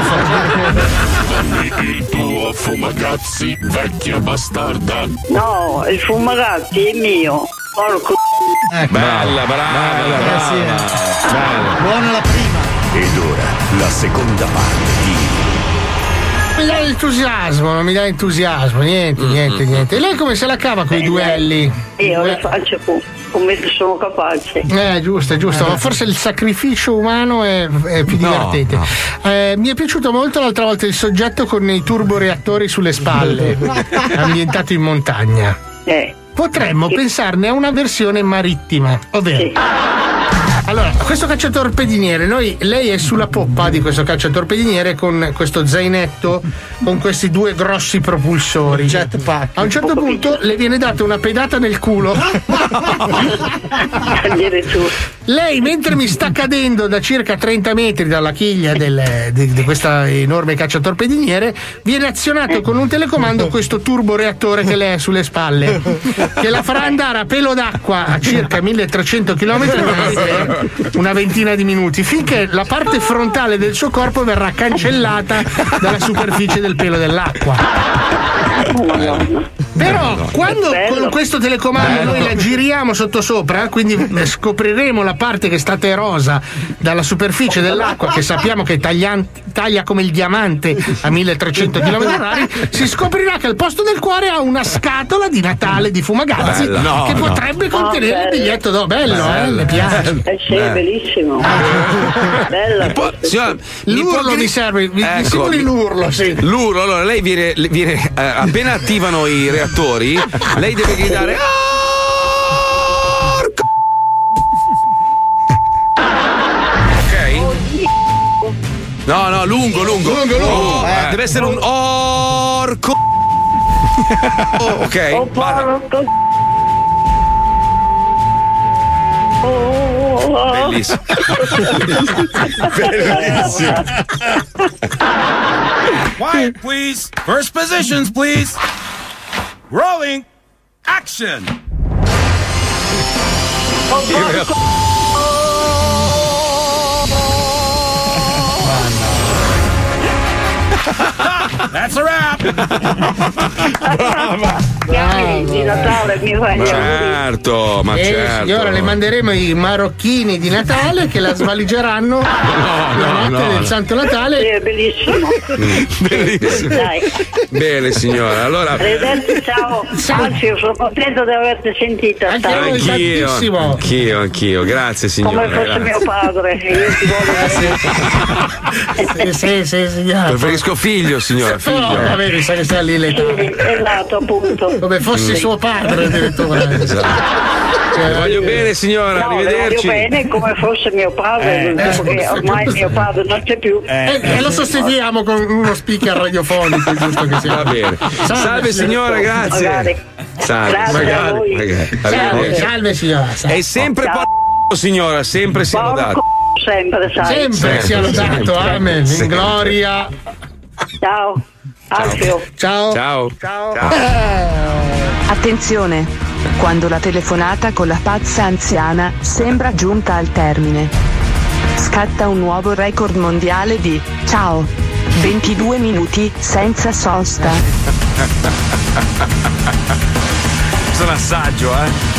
Il tuo Fumagazzi, vecchia bastarda. No, il Fumagazzi è mio. Porco. Ecco. Bella, brava, bella, brava. Bella. Buona la prima. Ed ora la seconda parte di Mi dà entusiasmo, non mi dà entusiasmo, niente, niente, niente. E lei come se la cava con i duelli? Io le faccio co- come sono capace. Eh, giusto, giusto. Ma forse il sacrificio umano è, è più No, divertente. no. Eh, mi è piaciuto molto l'altra volta il soggetto con i turboreattori sulle spalle, ambientato in montagna. Eh. Potremmo pensarne a una versione marittima, ovvero. Allora, questo cacciatorpediniere, noi, lei è sulla poppa di questo cacciatorpediniere con questo zainetto con questi due grossi propulsori. Jetpack. A un certo punto le viene data una pedata nel culo. Lei, mentre mi sta cadendo da circa trenta metri dalla chiglia del, di, di questa enorme cacciatorpediniere, viene azionato con un telecomando questo turboreattore che lei ha sulle spalle, che la farà andare a pelo d'acqua a circa milletrecento chilometri orari una ventina di minuti, finché la parte frontale del suo corpo verrà cancellata dalla superficie del pelo dell'acqua. Però quando con questo telecomando noi la giriamo sottosopra, quindi scopriremo la parte che è stata erosa dalla superficie dell'acqua, che sappiamo che taglian- taglia come il diamante a milletrecento chilometri orari, si scoprirà che al posto del cuore ha una scatola di Natale di Fumagazzi Bella. No, che no. potrebbe contenere Oh, il bello. biglietto d'oro. Bello, eh? Le piace. Eh sì, è bellissimo. Bella. Signora, L'urlo può gri- mi serve, mi, mi Ecco, simuli l'urlo, sì. L'urlo, allora lei viene, viene eh, appena attivano i reattori, lei deve gridare "Orco!" Ok? No, no, lungo, lungo. Lungo, lungo. Oh, eh, Eh. deve essere un orco. Oh, ok. Oh, porco. Oh. Bellissimo. Bellissimo. Quiet, please. First positions, please. Rolling. Action. That's a wrap. Chiami di Natale, mi fai gli auguri. Certo, ma Eh, certo. signora, le manderemo i marocchini di Natale che la svaligeranno la notte no, del no. Santo Natale. Sì, è bellissimo. Bellissimo. Dai. Bene signora, allora Arrivederci, ciao. Anzi, io sono contento di averti sentita. Ciao. anch'io, anch'io, anch'io, grazie signora. Come fosse grazie. mio padre, io ti voglio. Sì, sì, sì, signora. Preferisco figlio, signora, figlio. No, vabbè, mi sa che sta lì l'età. Esatto, appunto. Come fossi Mm. suo padre, addirittura. Le voglio bene signora, No, le arrivederci. voglio bene come fosse mio padre, Eh, perché eh. ormai mio padre non c'è più. E e lo sostituiamo con uno speaker radiofonico, giusto che sia. Va bene. Salve signora, grazie. Magari. Salve, Grazie a magari, voi. magari. Salve, Arrivederci. salve signora. salve. È sempre Ciao. po' signora, sempre siamo dati. Sempre, sai. Sempre sia lodato, amen, in gloria. Ciao. Alfio. Ciao. Ciao. Ciao. Attenzione! Quando la telefonata con la pazza anziana sembra giunta al termine. Scatta un nuovo record mondiale di ciao! ventidue minuti senza sosta. Questo è un assaggio, eh.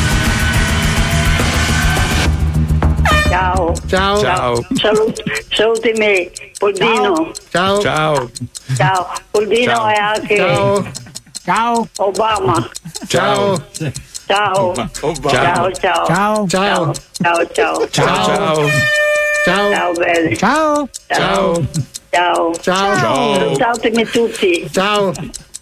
Ciao. Ciao. Ciao. Saluti, saluti me, Poldino. Ciao. Ciao. Ciao. Poldino Ciao. e anche Ciao. Ciao. Obama. Ciao. Ciao. Obama. Ciao, ciao. Ciao. Ciao. Ciao, ciao. Ciao. Ciao. Ciao. Ciao, belli. Ciao. Ciao. Ciao. Ciao. Ciao. Salutatemi tutti. Ciao.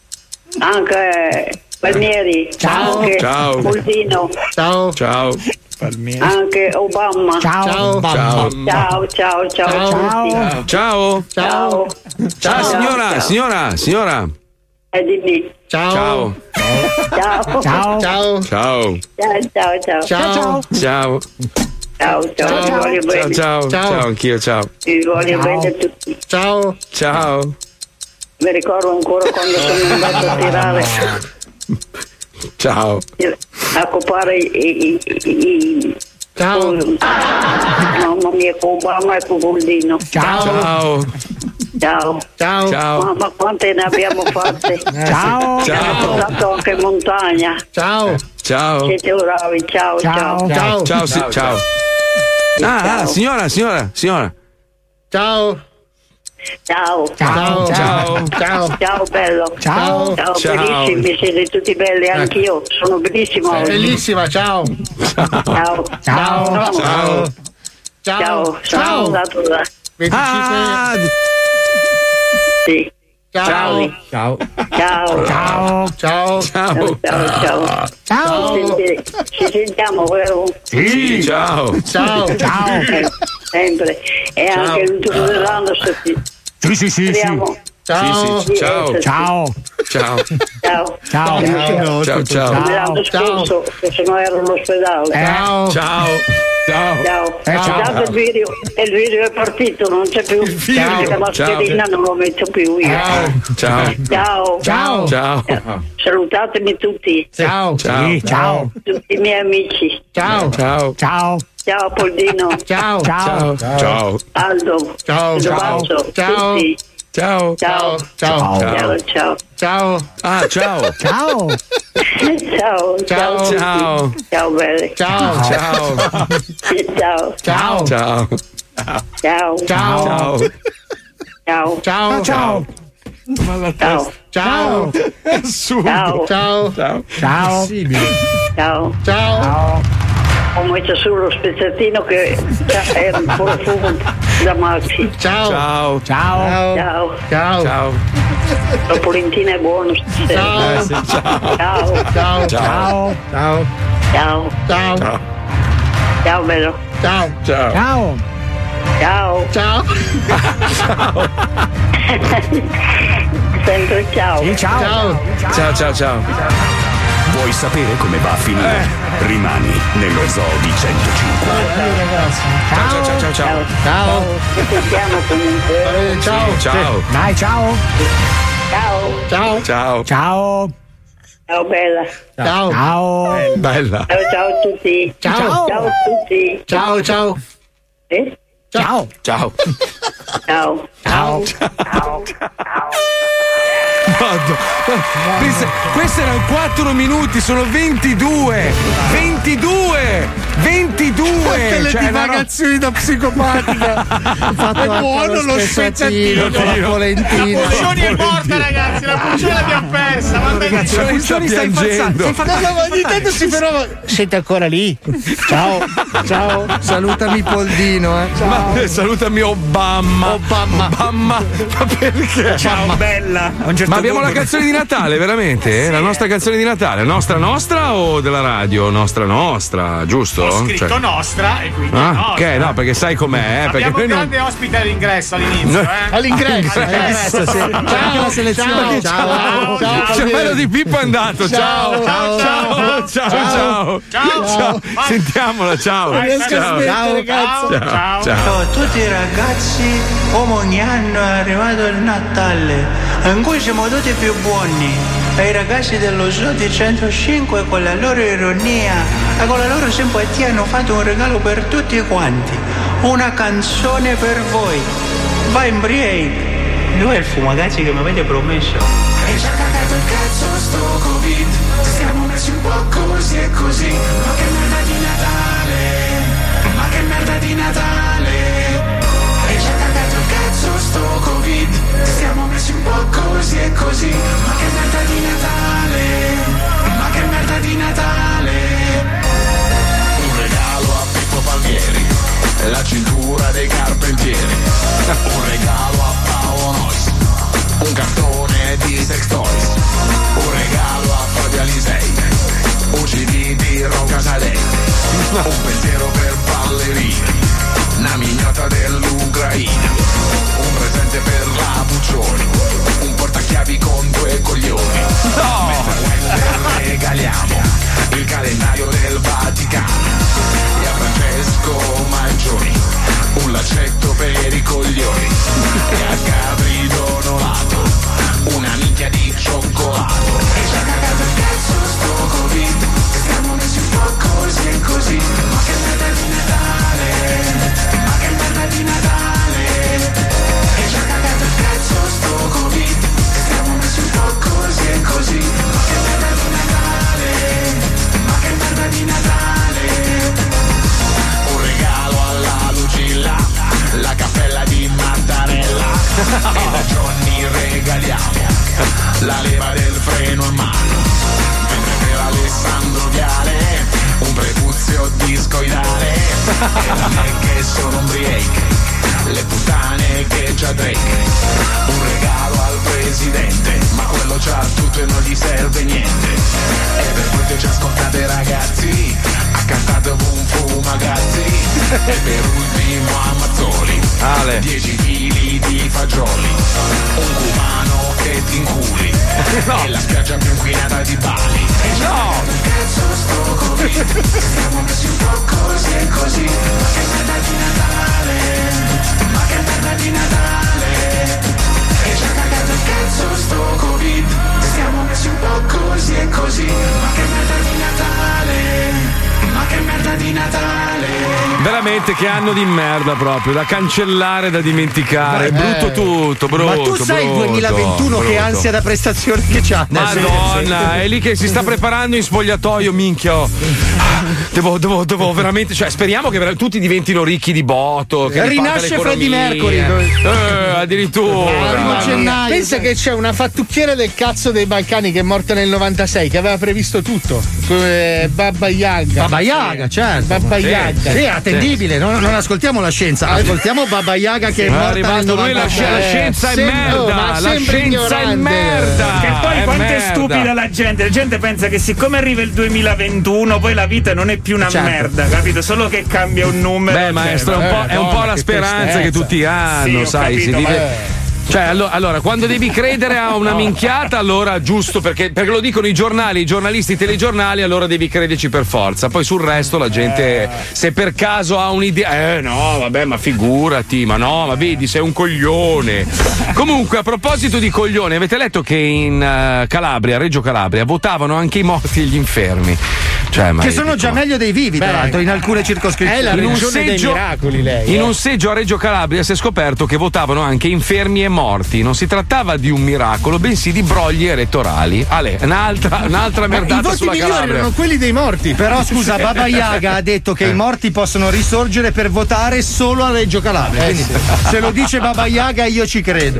Anche Palmieri. Ciao. Anche Ciao. Poldino. Ciao. Ciao. Anche Obama. Ciao. Ciao. Ciao, ciao, ciao. Ciao. a tutti. Ciao. Ciao. Ciao signora, ciao. signora, signora. E dimmi. Ciao. Ciao. Ciao. Ciao. Ciao. Ciao. Ciao, ciao, ciao. Ciao. Ciao. Ciao, ciao. Vi voglio Ciao, bene. ciao. Ciao, anch'io, ciao. Vi voglio bene a tutti. Ciao. Ciao. Mi ricordo ancora quando sono andato a tirare, Ciao. a copare i... i, i, i Ciao. Mamma mia, con Obama e con Poldino. Ciao. Ciao. Ciao. Ciao. Mamma, quante ne abbiamo fatte. Ciao. Ciao. Ho fatto anche in montagna. Ciao. Ciao. Siete bravi, ciao, ciao. Ciao. Ciao, sì, ciao. Ah, ah, signora, signora, signora. Ciao. Ciao. Ciao. Ciao. Ciao. Ciao bello. Ciao. Ciao, Ciao. bellissimi, siete tutti belli, anch'io. Sono bellissimo Sei oggi. bellissima, ciao. Ciao. Ciao. No, Ciao. Ciao. Sono Ciao. andato da... venticinque. Ah, Sì. Ciao. Ciao. Ciao. Ciao. Ciao. Ciao. ciao. Ciao, ciao. Ciao. Ci, ci sentiamo, vero? Sì, ciao. Ciao. Ciao. Eh, sempre. E Ciao. anche l'ultimo dell'anno se ti Sì, sì, sì, sì. speriamo. Ciao. Sì, sì, ciao. Ciao. Ciao. Ciao. Ciao. Ciao. Ciao, ciao. L'anno Ciao. scorso, che se no ero all'ospedale. Ciao. Ciao. Ciao. Ciao. Eh, ciao. Guardate il video, e il video è partito, non c'è più. video. La mascherina non lo metto più io. Ciao. Ciao. Ciao. Ciao. Salutatemi tutti, Ciao. Ciao. Sì, ciao. tutti i miei amici. Ciao. Ciao. Ciao. Ciao Poldino, Ciao. Ciao. Ciao. Aldo, Ciao. Tommaso, Ciao. tutti. Ciao. Ciao. Ciao. Ciao, ciao. Ciao. Ah, ciao. Ciao. Ciao, ciao. Ciao. Ciao belli. Ciao. Ciao. Ciao. Ciao. Ciao. Ciao. Ciao. Ciao. Ciao. Ciao. Ciao. Ciao. Ciao. Ciao. Ciao. Ciao. Ciao. Ciao. Ho messo sullo spezzatino che era un profumo da Maxi. Ciao. Ciao. Ciao. Ciao. Ciao. Ciao. La polentina è buona stasera. Ciao. Ciao. Ciao. Ciao. Ciao. Ciao. Ciao. Ciao bello. Ciao. Ciao. Ciao. Ciao. Ciao. Sempre ciao. Sì, ciao. Ciao. Ciao, ciao, ciao. Vuoi sapere come va a finire? Rimani nello Zoo di centocinque. Ciao, ciao, ciao, ciao. Ciao. Ci sentiamo comunque. Eh, Ciao. Ciao. Dai, ciao. Ciao. Ciao. Ciao. Ciao. Ciao bella. Ciao. Ciao. Bella. Ciao ciao a tutti. Ciao. Ciao a tutti. Ciao. Ciao. Eh? Ciao. Ciao. Ciao. Ciao. Ciao. Ciao. Pensa, questi erano quattro minuti, sono ventidue! ventidue! ventidue! Che le Cioè, divagazioni no... da psicopatica. Fatto è buono lo spezzatino con la polentina. La Puccioni è morta, ragazzi, la Puccioni l'abbiamo persa. Ma ragazzi, la Puccioni sta impazzando. No, no, ma ogni tanto si ferma. Siete ancora lì? Ciao, ciao. Salutami Poldino, eh. Ciao. Ma, salutami Obama. Obama. Obama. Ma perché? Ciao, bella. A un certo Ma abbiamo punto... la canzone di Natale, veramente? Sì. La nostra canzone di Natale, nostra nostra o della radio? Nostra nostra, giusto? Ho scritto Cioè... nostra e quindi Ah, nostra. ok, no, perché sai com'è, eh? Perché Abbiamo noi un non... grande ospite all'ingresso all'inizio, eh? All'ingresso, all'ingresso, sì. Ciao, la selezione. Ciao, ciao. Il cervello di Pippo è andato. Ciao, Ciao, ciao, ciao, ciao, ciao, ciao. Sentiamola, ciao. Non riesco a Ciao. smettere, cazzo. Ciao. Ciao. Ciao. Ciao a tutti ragazzi, ogni anno è arrivato il Natale, in cui siamo tutti più buoni. E i ragazzi dello Zoo di centocinque con la loro ironia e con la loro simpatia hanno fatto un regalo per tutti quanti. Una canzone per voi. Vai in break. Lui è il fumagazzi che mi avete promesso. Hai già cagato il cazzo sto Covid. Stiamo messi un po' così e così. Ma che merda di Natale. Ma che merda di Natale. Hai già cagato il cazzo sto Covid. Stiamo messi un po' così e così. Ma che merda di Natale. Ma che merda di Natale. Un regalo a Pippo Palmieri, la cintura dei carpentieri. Un regalo a Paolo Nois, un cartone di Sex Toys. Un regalo a Fabio Alisei, un C D di Ron Casadei. Un pensiero per ballerini, una mignotta dell'Ucraina. Un presente per la Puccioni, un portachiavi con due coglioni. No! Mentre regaliamo il calendario del Vaticano. E a Francesco Maggioni un lacetto per i coglioni. E a Gabri Donolato una minchia di cioccolato. Hai già cagato il cazzo sto Covid. Stiamo messi un po' così e così. Ma che merda di Natale. Ma che merda di Natale. Hai già cagato il cazzo sto Covid. Stiamo messi un po' così e così. Ma che merda di Natale. Ma che merda di Natale. Un regalo alla Lucilla, la cappella di Mattarella. E da Johnny regaliamo la leva del freno a mano. Mentre per Alessandro Viale un prepuzio discoidale. E da me che sono un break, le puttane che c'ha Drake. Un regalo al presidente, ma quello c'ha tutto e non gli serve niente. E per voi che ci ascoltate ragazzi, ha cantato un fumagazzi. E per ultimo a Mazzoli, Ale. dieci chili di fagioli. Un cubano che ti inculi. No. E la spiaggia più inquinata di Bali. No! Cazzo sto Covid. Stiamo messi un po' così e così. Ma che merda di Natale. Ma che merda di Natale. Hai già cagato il cazzo sto Covid. Stiamo messi un po' così e così. Ma che merda di Natale. Ma che merda di Natale. Veramente che anno di merda proprio, da cancellare, da dimenticare. Eh. Brutto tutto, brutto. Ma tu sai il brutto, duemilaventuno che brutto. ansia da prestazione che c'ha. Madonna, è lì che si sta preparando in spogliatoio, minchia. Devo, devo, devo veramente, cioè speriamo che ver- tutti diventino ricchi di botto. Che Rinasce riparta Freddie l'economia. Mercury. Eh, addirittura. Gennaio. Pensa che c'è una fattucchiera del cazzo dei Balcani che è morta nel novantasei, che aveva previsto tutto. Come Baba Yaga. Baba Yaga, certo. Baba Sì. Yaga. Sì, è attendibile, non, non ascoltiamo la scienza, ascoltiamo Baba Yaga che è È morta arrivato nel lui, la, novantasei. la scienza è Sem- merda. oh, ma la sempre scienza è ignorante. merda. Che poi è quanto è merda. stupida la gente, la gente pensa che siccome arriva il duemilaventuno poi la vita non è più una Certo. merda, capito? Solo che cambia un numero. Beh, maestro, è un po', è un po' la speranza che tutti hanno, Sì, ho sai, capito, si ma- vive. Cioè, allo- allora, quando devi credere a una minchiata, allora giusto, perché, perché lo dicono i giornali, i giornalisti, i telegiornali, allora devi crederci per forza. Poi sul resto la gente, se per caso ha un'idea, eh no, vabbè, ma figurati, ma no, ma vedi, sei un coglione. Comunque, a proposito di coglione, avete letto che in uh, Calabria, Reggio Calabria, votavano anche i morti e gli infermi. Cioè, ma che io sono dico, già meglio dei vivi, tra Beh, l'altro, in alcune circoscrizioni. È la in un regione dei seggio- miracoli, lei. In eh. un seggio a Reggio Calabria si è scoperto che votavano anche infermi e morti. Non si trattava di un miracolo, bensì di brogli elettorali. Ale, un'altra, un'altra I merdata voti sulla migliori Calabria. erano quelli dei morti. Però scusa, Baba Yaga ha detto che i morti possono risorgere per votare solo a Reggio Calabria. Quindi, se lo dice Baba Yaga io ci credo.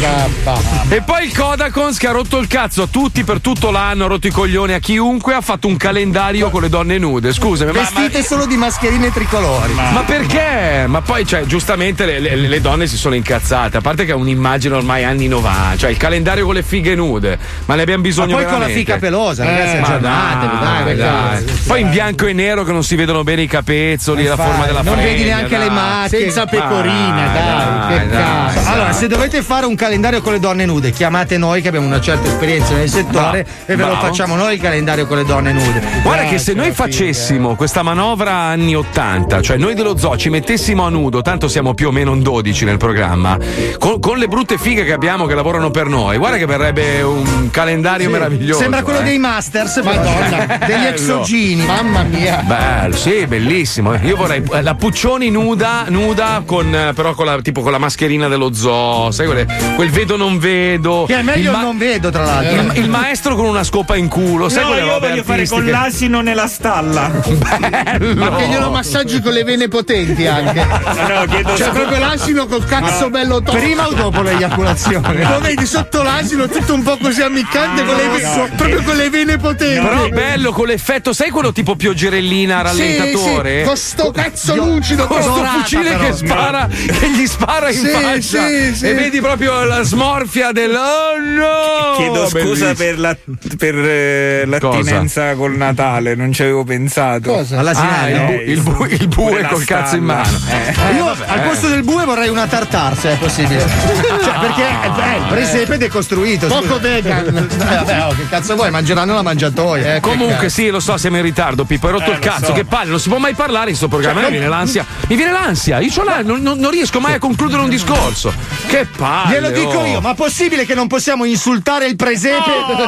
E poi il Codacons che ha rotto il cazzo a tutti per tutto l'anno, ha rotto i coglioni a chiunque, ha fatto un calendario con le donne nude. Scusami, ma, Vestite ma, solo di mascherine tricolori. ma perché? Ma poi, cioè, giustamente le, le- le donne si sono incazzate. A parte che è un'immagine ormai anni novanta, cioè il calendario con le fighe nude. Ma ne abbiamo bisogno Ma poi con la veramente? fica pelosa, ragazzi, Eh, ma aggiornatevi, dai, dai, dai. dai. Poi in bianco e nero che non si vedono bene i capezzoli, la Fai, forma della non fregna, vedi neanche dai. le macchie. Senza pecorina, dai, che cazzo. Allora, se dovete fare un calendario con le donne nude, chiamate noi che abbiamo una certa esperienza nel settore Bravo, e ve lo bravo. facciamo noi il calendario con le donne nude. Guarda che se noi facessimo questa manovra anni ottanta, cioè noi dello zoo ci mettessimo a nudo, tanto siamo più o meno in dodici nel programma, con, con le brutte fighe che abbiamo che lavorano per noi, guarda che verrebbe un calendario Sì, meraviglioso. sembra quello eh. dei Masters, però, Madonna, degli bello. exogini. Mamma mia. Bello, sì, bellissimo. Io vorrei eh, la Puccioni nuda, nuda con eh, però con la, tipo con la mascherina dello zoo, sai quelle, quel vedo non vedo. Che è meglio il, il ma- non vedo, tra l'altro. il, il maestro con una scopa in culo, sai No, quelle io robe voglio fare con artistiche? l'asino nella stalla. Bello. Ma che glielo massaggi con le vene potenti anche. No, chiedo Cioè, scusa. proprio l'asino col cazzo bello tosto. Prima o dopo l'eiaculazione? Lo vedi sotto l'asino tutto un po' così ammiccante con le vene, no, proprio con le vene potenti. Però bello con l'effetto, sai quello tipo pioggerellina rallentatore? Sì, sì, con sto cazzo lucido Con sto Dorata, fucile però. che spara, che gli spara in Sì, faccia sì, sì. e vedi proprio la smorfia del oh no. Chiedo scusa Bellissimo. per, la, per eh, l'attinenza col Natale, non ci avevo pensato. Cosa? All'asinello? Ah, il, bu- il, bu- il bue Pure la col cazzo in stalla. mano. Eh. Io al posto del bue vorrei una tartar, se è possibile. Cioè, perché eh, il presepe è decostruito. Poco vegan. Eh, vabbè, oh, che cazzo vuoi? Mangeranno la mangiatoia. Eh, Comunque sì, lo so, siamo in ritardo, Pippo, hai rotto il cazzo, che palle, non si può mai parlare in sto programma, Cioè, mi viene l'ansia. Mi viene l'ansia, io c'ho la- non, non- non riesco mai a concludere un discorso. Che palle. Glielo dico oh. io, ma possibile che non possiamo insultare il presepe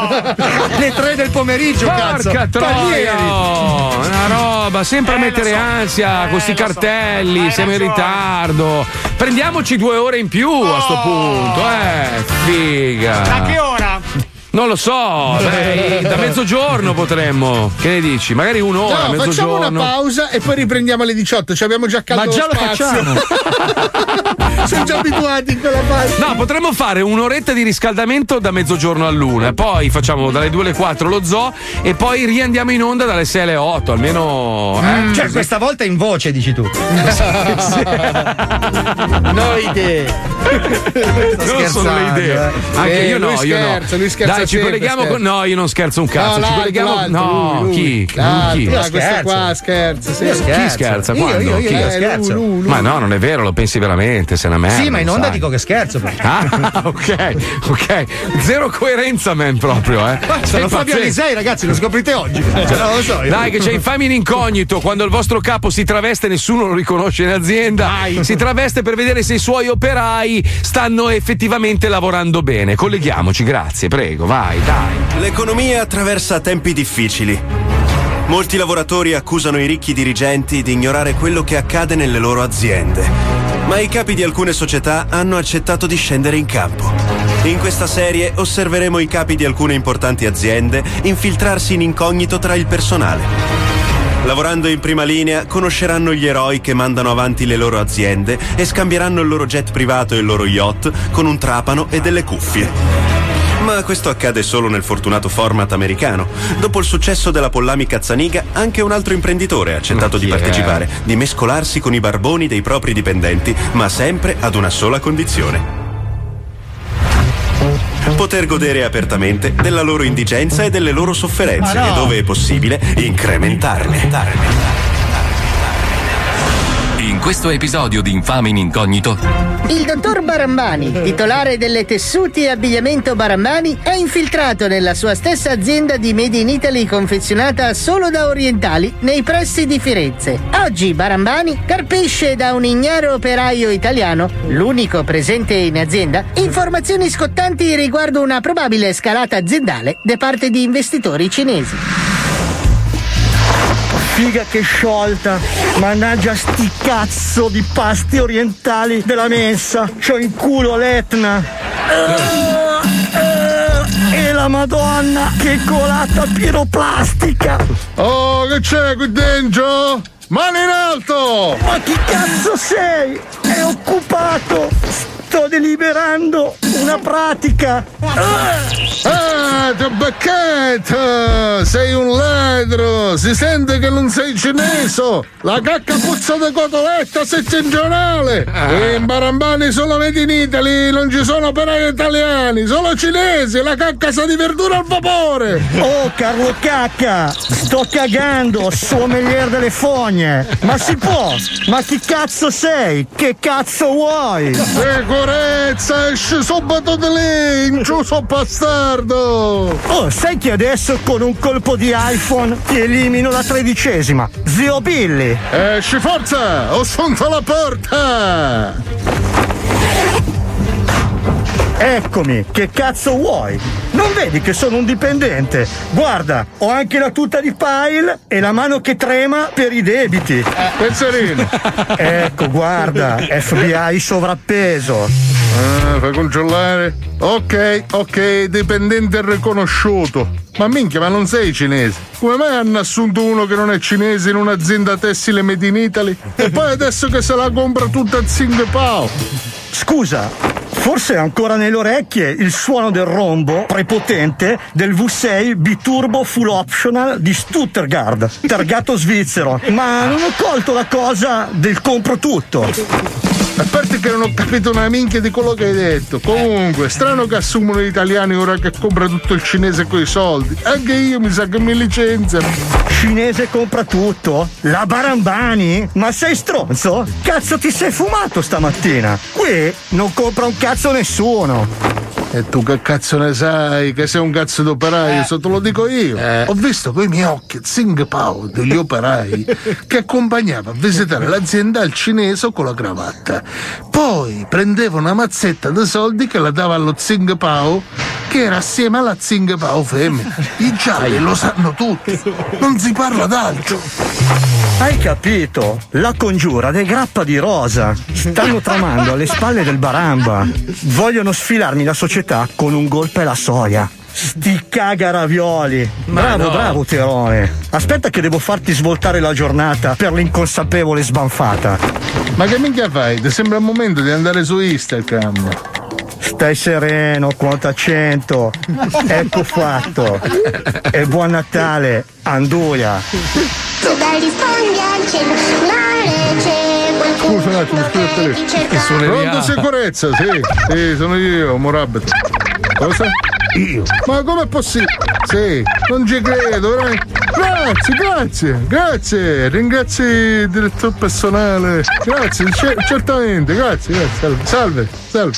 alle tre del pomeriggio, cazzo? Porca Palmieri. troia, oh, una roba, sempre a mettere ansia con sti cartelli, siamo in ritardo. Prendiamoci due ore in più a sto punto, eh, figa. A che ora? Non lo so, beh, da mezzogiorno potremmo. Che ne dici? Magari un'ora, No, facciamo mezzogiorno. una pausa e poi riprendiamo alle diciotto. Ci abbiamo già caldo Ma già lo lo spazio. Sono già abituati in quella fase. No, potremmo fare un'oretta di riscaldamento da mezzogiorno all'una, poi facciamo dalle due alle quattro lo zoo e poi riandiamo in onda dalle sei alle otto, almeno. Eh? Cioè, questa volta in voce, dici tu. No idee. Non sono le idee. eh. Anche Eh, io no, lui io scherza, no. lui scherza Dai, ci sempre, colleghiamo scherza. con. No, io non scherzo un cazzo. No, ci l'altro, colleghiamo. l'altro, no, lui, lui. chi? L'altro, chi? ah, questo scherzo. qua scherza. Sì. Io Chi scherzo. scherza? Io, Quando? io, io, Chi? io Eh, scherzo. lui, lui, lui. Ma no, non è vero, lo pensi veramente, sei una merda. Sì, ma in lo onda sai. dico che scherzo. però. Ah, ok, ok. Zero coerenza, man, proprio, eh. Sono Sei Fabio pazzesco. Alisei, ragazzi, lo scoprite oggi. Cioè, non lo so. io. Dai, che c'è infami in incognito. Quando il vostro capo si traveste, nessuno lo riconosce in azienda. Si traveste per vedere se i suoi operai stanno effettivamente lavorando bene. Colleghiamoci, grazie, prego, vai, dai. L'economia attraversa tempi difficili. Molti lavoratori accusano i ricchi dirigenti di ignorare quello che accade nelle loro aziende. Ma i capi di alcune società hanno accettato di scendere in campo. In questa serie osserveremo i capi di alcune importanti aziende infiltrarsi in incognito tra il personale. Lavorando in prima linea, conosceranno gli eroi che mandano avanti le loro aziende e scambieranno il loro jet privato e il loro yacht con un trapano e delle cuffie. Ma questo accade solo nel fortunato format americano. Dopo il successo della Pollami Cazzaniga, anche un altro imprenditore ha accettato di Chi è? partecipare, di mescolarsi con i barboni dei propri dipendenti, ma sempre ad una sola condizione: poter godere apertamente della loro indigenza e delle loro sofferenze, Ma no. e dove è possibile incrementarle. In questo episodio di Infame in Incognito, Il dottor Barambani, titolare delle tessuti e abbigliamento Barambani, è infiltrato nella sua stessa azienda di Made in Italy confezionata solo da orientali nei pressi di Firenze. Oggi Barambani carpisce da un ignaro operaio italiano, l'unico presente in azienda, informazioni scottanti riguardo una probabile scalata aziendale da parte di investitori cinesi. figa che sciolta. Mannaggia sti cazzo di pasti orientali della mensa. C'ho in culo l'Etna. Uh, uh, e la Madonna che colata piroplastica. Oh, che c'è qui dentro? Mani in alto! Ma chi cazzo sei? È occupato! Sto deliberando una pratica! Ah, tu bacchetto! Sei un ladro! Si sente che non sei cinese! La cacca puzza di cotoletta settentrionale! E in Barambani solo made in Italy, non ci sono operai italiani, solo cinesi! La cacca sa di verdura al vapore! Oh, Carlo Cacca! Sto cagando, sommelier delle fogne! Ma si può? Ma chi cazzo sei? Che cazzo vuoi? Sicurezza, esci subito di lì, inciuso bastardo! Oh, sai che adesso con un colpo di iPhone ti elimino la tredicesima? Zio Billy! Esci forza! Ho sfondato la porta! Eccomi, che cazzo vuoi? Non vedi che sono un dipendente? Guarda, ho anche la tuta di Pile e la mano che trema per i debiti. Eh, Pezzerino! Ecco, guarda, F B I sovrappeso. Ah, fai controllare? Ok, ok, dipendente riconosciuto. Ma minchia, ma non sei cinese? Come mai hanno assunto uno che non è cinese in un'azienda tessile made in Italy? E poi adesso che se la compra tutta a Singapore? Scusa, forse è ancora nelle orecchie il suono del rombo prepotente del V sei Biturbo Full Optional di Stuttgart, targato svizzero. Ma non ho colto la cosa del compro tutto. A parte che non ho capito una minchia di quello che hai detto. Comunque, strano che assumono gli italiani ora che compra tutto il cinese coi soldi. Anche io mi sa che mi licenziano. Cinese compra tutto? La Barambani? Ma sei stronzo? Cazzo ti sei fumato stamattina? Qui non compra un cazzo nessuno. E tu che cazzo ne sai? Che sei un cazzo d'operaio, eh. Se te lo dico io. Eh. Ho visto coi miei occhi Singapore degli operai che accompagnava a visitare l'azienda al cinese con la cravatta. Poi prendeva una mazzetta di soldi che la dava allo Singapore, che era assieme alla Singapore femmina. I gialli lo sanno tutti, non si parla d'altro. Hai capito? La congiura dei Grappa di Rosa. Stanno tramando alle spalle del Baramba. Vogliono sfilarmi la società con un golpe alla soia. Sti caga ravioli. Bravo, no. bravo Terone. Aspetta che devo farti svoltare la giornata per l'inconsapevole sbanfata. Ma che minchia fai? Ti sembra il momento di andare su Instagram. Stai sereno, quota cento. Ecco fatto. E buon Natale, Anduia. Tu dai rispondi al cellulare, c'è qualcuno. Scusa un attimo, scusa il telefono. Pronto sicurezza, sì. Sì, sono io, Morabito. Cosa? Io? Ma com'è possibile? Sì, non ci credo, veramente. Grazie, grazie, grazie. Ringrazio il direttore personale. Grazie, c- certamente, grazie, grazie. Salve, salve, salve.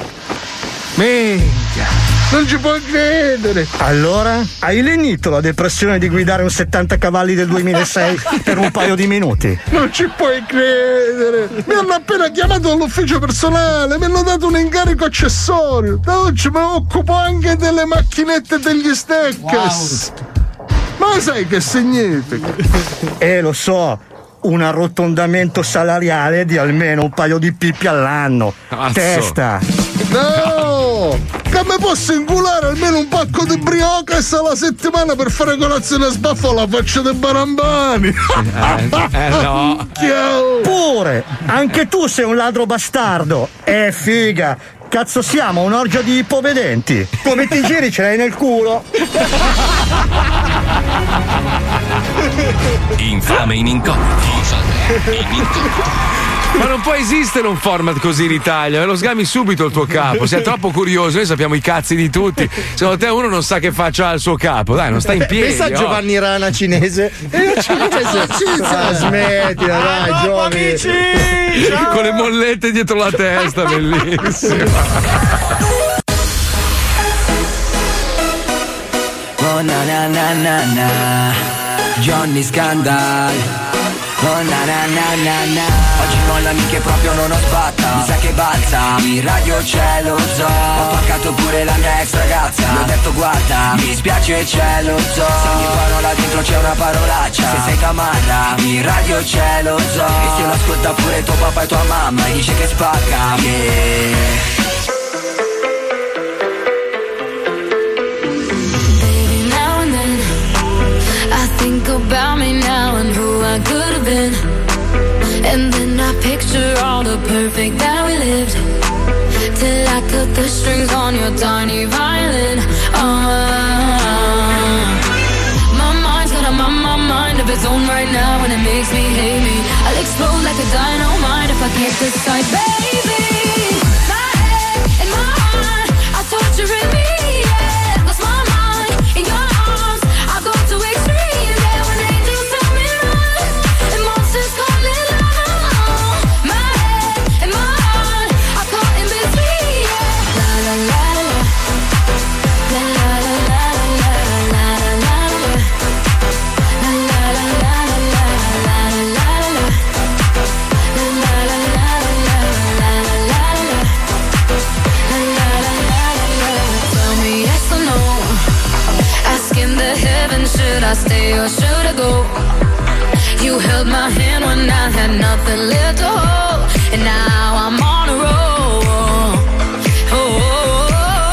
Minchia, non ci puoi credere. Allora, hai lenito la depressione di guidare un settanta cavalli del duemilasei per un paio di minuti? Non ci puoi credere. Mi hanno appena chiamato all'ufficio personale, mi hanno dato un incarico accessorio. Da oggi mi occupo anche delle macchinette degli stekkers. Wow. Ma sai che significa? Eh, lo so. Un arrotondamento salariale di almeno un paio di pippi all'anno. Cazzo. Testa. No! Che mi posso inculare almeno un pacco di brioches alla settimana per fare colazione a sbaffo alla faccia dei Barambani. Eh, eh no. Pure, anche tu sei un ladro bastardo. Eh, figa. Cazzo siamo, un'orgia di ipovedenti. Come ti giri ce l'hai nel culo. Infame in incognito. In incognito. Ma non può esistere un format così in Italia, lo sgami subito il tuo capo, sei troppo curioso, noi sappiamo i cazzi di tutti. Secondo te uno non sa che faccia al suo capo, dai, non sta in piedi. Pensa a Giovanni Rana cinese. E la cinese. Ah, smettila, dai, ah, Giovanni. Con le mollette dietro la testa, bellissimo. Oh na na na na na, Johnny Scandal. Oh na na na na na, oggi mollami che proprio non ho sbatta. Mi sa che balzi Mi radio c'è lo zoo. Ho paccato pure la mia ex ragazza. Mi ho detto guarda, mi spiace c'è lo zoo. Se ogni parola dentro c'è una parolaccia. Se sei tamarra, mi radio c'è lo zoo. E se lo ascolta pure tuo papà e tua mamma e dice che spacca, yeah. Think about me now and who I could have been. And then I picture all the perfect that we lived. Till I cut the strings on your tiny violin. Oh, my mind's got a my, my mind of its own right now, and it makes me hate me. I'll explode like a dynamite if I can't decide, baby. My head and my heart are torturing me, yeah. Lost my mind in your arms. I go to extreme. Should I stay or should I go? You held my hand when I had nothing left to hold, and now I'm on a roll. Oh,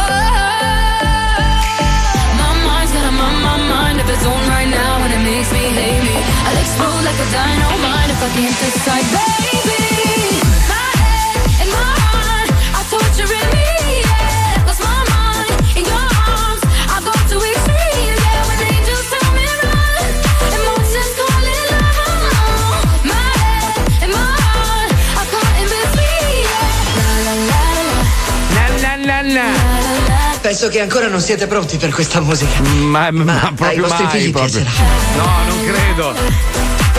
my mind's got a my, my mind of its own right now, and it makes me hate me. I'll explode like a dynamite if I can't decide, baby. My head and my heart are torturing me, yeah. Lost my mind in your arms. I go to extreme, yeah. When angels tell me run, emotions calling love. My head and my heart are caught in between, yeah. La la la la. La la la la. Penso che ancora non siete pronti per questa musica. Ma, ma, ma proprio ai vostri mai, figli proprio. piacerà. No, non credo.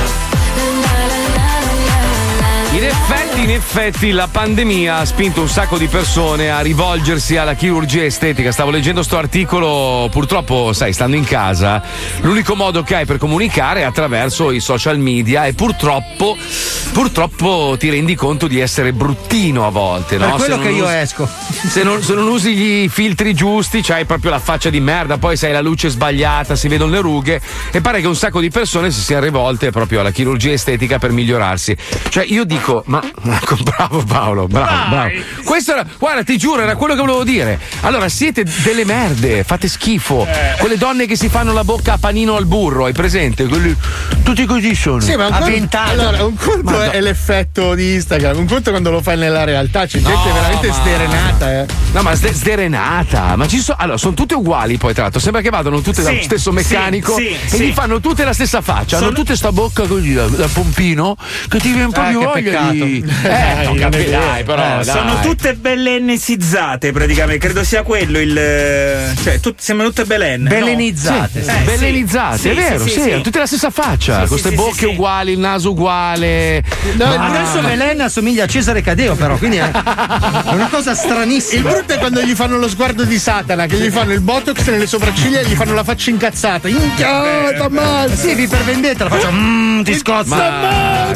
In effetti, in effetti la pandemia ha spinto un sacco di persone a rivolgersi alla chirurgia estetica. Stavo leggendo sto articolo, purtroppo, sai, stando in casa, l'unico modo che hai per comunicare è attraverso i social media e purtroppo, purtroppo ti rendi conto di essere bruttino a volte, no? Per quello Se che non io usi- esco. Se non, se non usi gli filtri giusti, c'hai proprio la faccia di merda, poi sai la luce sbagliata, si vedono le rughe e pare che un sacco di persone si siano rivolte proprio alla chirurgia estetica per migliorarsi. Cioè io dico, ma ecco, bravo Paolo, bravo, bravo. Questo era, guarda, ti giuro, era quello che volevo dire. Allora, siete delle merde, fate schifo. Quelle donne che si fanno la bocca a panino al burro, hai presente? Quelli, tutti così sono. Sì, ma un A conto, vent'anni. allora, un conto Ma è no. l'effetto di Instagram, un conto è quando lo fai nella realtà, c'è gente No, veramente ma- sderenata, eh. No, ma sde- sderenata. Ma ci sono. Allora, sono tutte uguali, poi tra l'altro. Sembra che vadano tutte Sì, dallo stesso meccanico sì, e sì, gli sì. fanno tutte la stessa faccia. Hanno Sono- tutte sta bocca così da, da pompino che ti viene proprio che voglia peccato. di. Dai, Eh, ho non è capito, vero. dai, però. Eh, dai. sono tutte belle ennesizzate praticamente, credo sia quello il. Cioè, tut- sembrano tutte belen. Belenizzate. No? sì. Eh, sì. Bellenizzate, Sì, è vero, sì, sì, sì, hanno sì. tutte la stessa faccia, Sì, con sì, queste sì, bocche sì, sì. uguali, il naso uguale. No, Ma- il adesso Belen assomiglia a Cesare Cadeo, però, quindi è è una cosa Il stranissima. brutto è quando gli fanno lo sguardo di Satana, che gli fanno il botox nelle sopracciglia e gli fanno la faccia incazzata. Inchiata, ammazza! Sì, vi per vendetta la faccio. Mmm, ti scozza. Ma,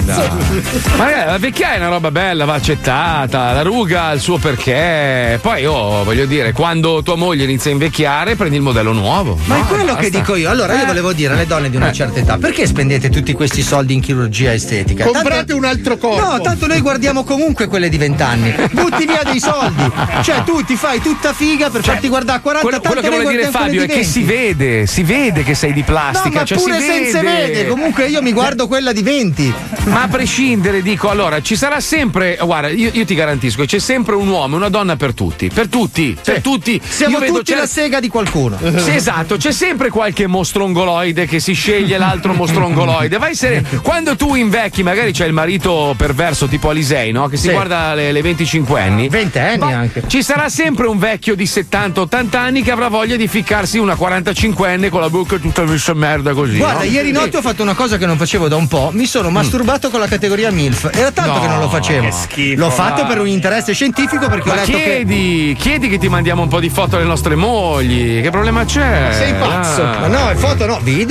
ma ragazzi, la vecchiaia è una roba bella, va accettata, la ruga ha il suo perché. Poi, oh, voglio dire, quando tua moglie inizia a invecchiare, prendi il modello nuovo. Ma No, è quello basta. che dico io. Allora, io Eh. volevo dire alle donne di una certa età, perché spendete tutti questi soldi in chirurgia estetica? Comprate un altro corpo. No, tanto noi guardiamo comunque quelle di vent'anni. Butti via dei soldi. Cioè, tu ti fai tutta figa per farti guardare a quaranta, Quello, quello tanto che noi vuole dire guardiamo Fabio è quelle che di si venti. vede, si vede che sei di No, plastica, ma cioè pure si senza vede. vede. Comunque io mi guardo quella di venti. Ma a prescindere, dico, allora, ci sarà sempre, guarda, io, io ti garantisco che c'è sempre un uomo e una donna per tutti, per tutti, per tutti. Siamo Io vedo tutti cer- la sega di qualcuno. Sì, esatto, c'è sempre qualche mostrongoloide che si sceglie l'altro mostrongoloide. Vai se quando tu invecchi, magari c'è il marito perverso tipo Alisei, no? Che si Sì. guarda le, le venticinquenni. Ventenni Ma anche. Ci sarà sempre un vecchio di settanta ottanta anni che avrà voglia di ficcarsi una quarantacinquenne con la bocca tutta messa a merda così. Guarda, no? ieri notte ho fatto una cosa che non facevo da un po'. Mi sono masturbato con la categoria MILF. Era tanto No, che non lo facevo. che schifo, L'ho fatto dai. per un interesse scientifico perché ho Ma letto che. chiedi, chiedi che ti mandiamo un po' di foto alle nostre mogli. Che problema c'è? Sei pazzo. Ah. Ma no, è foto no, video.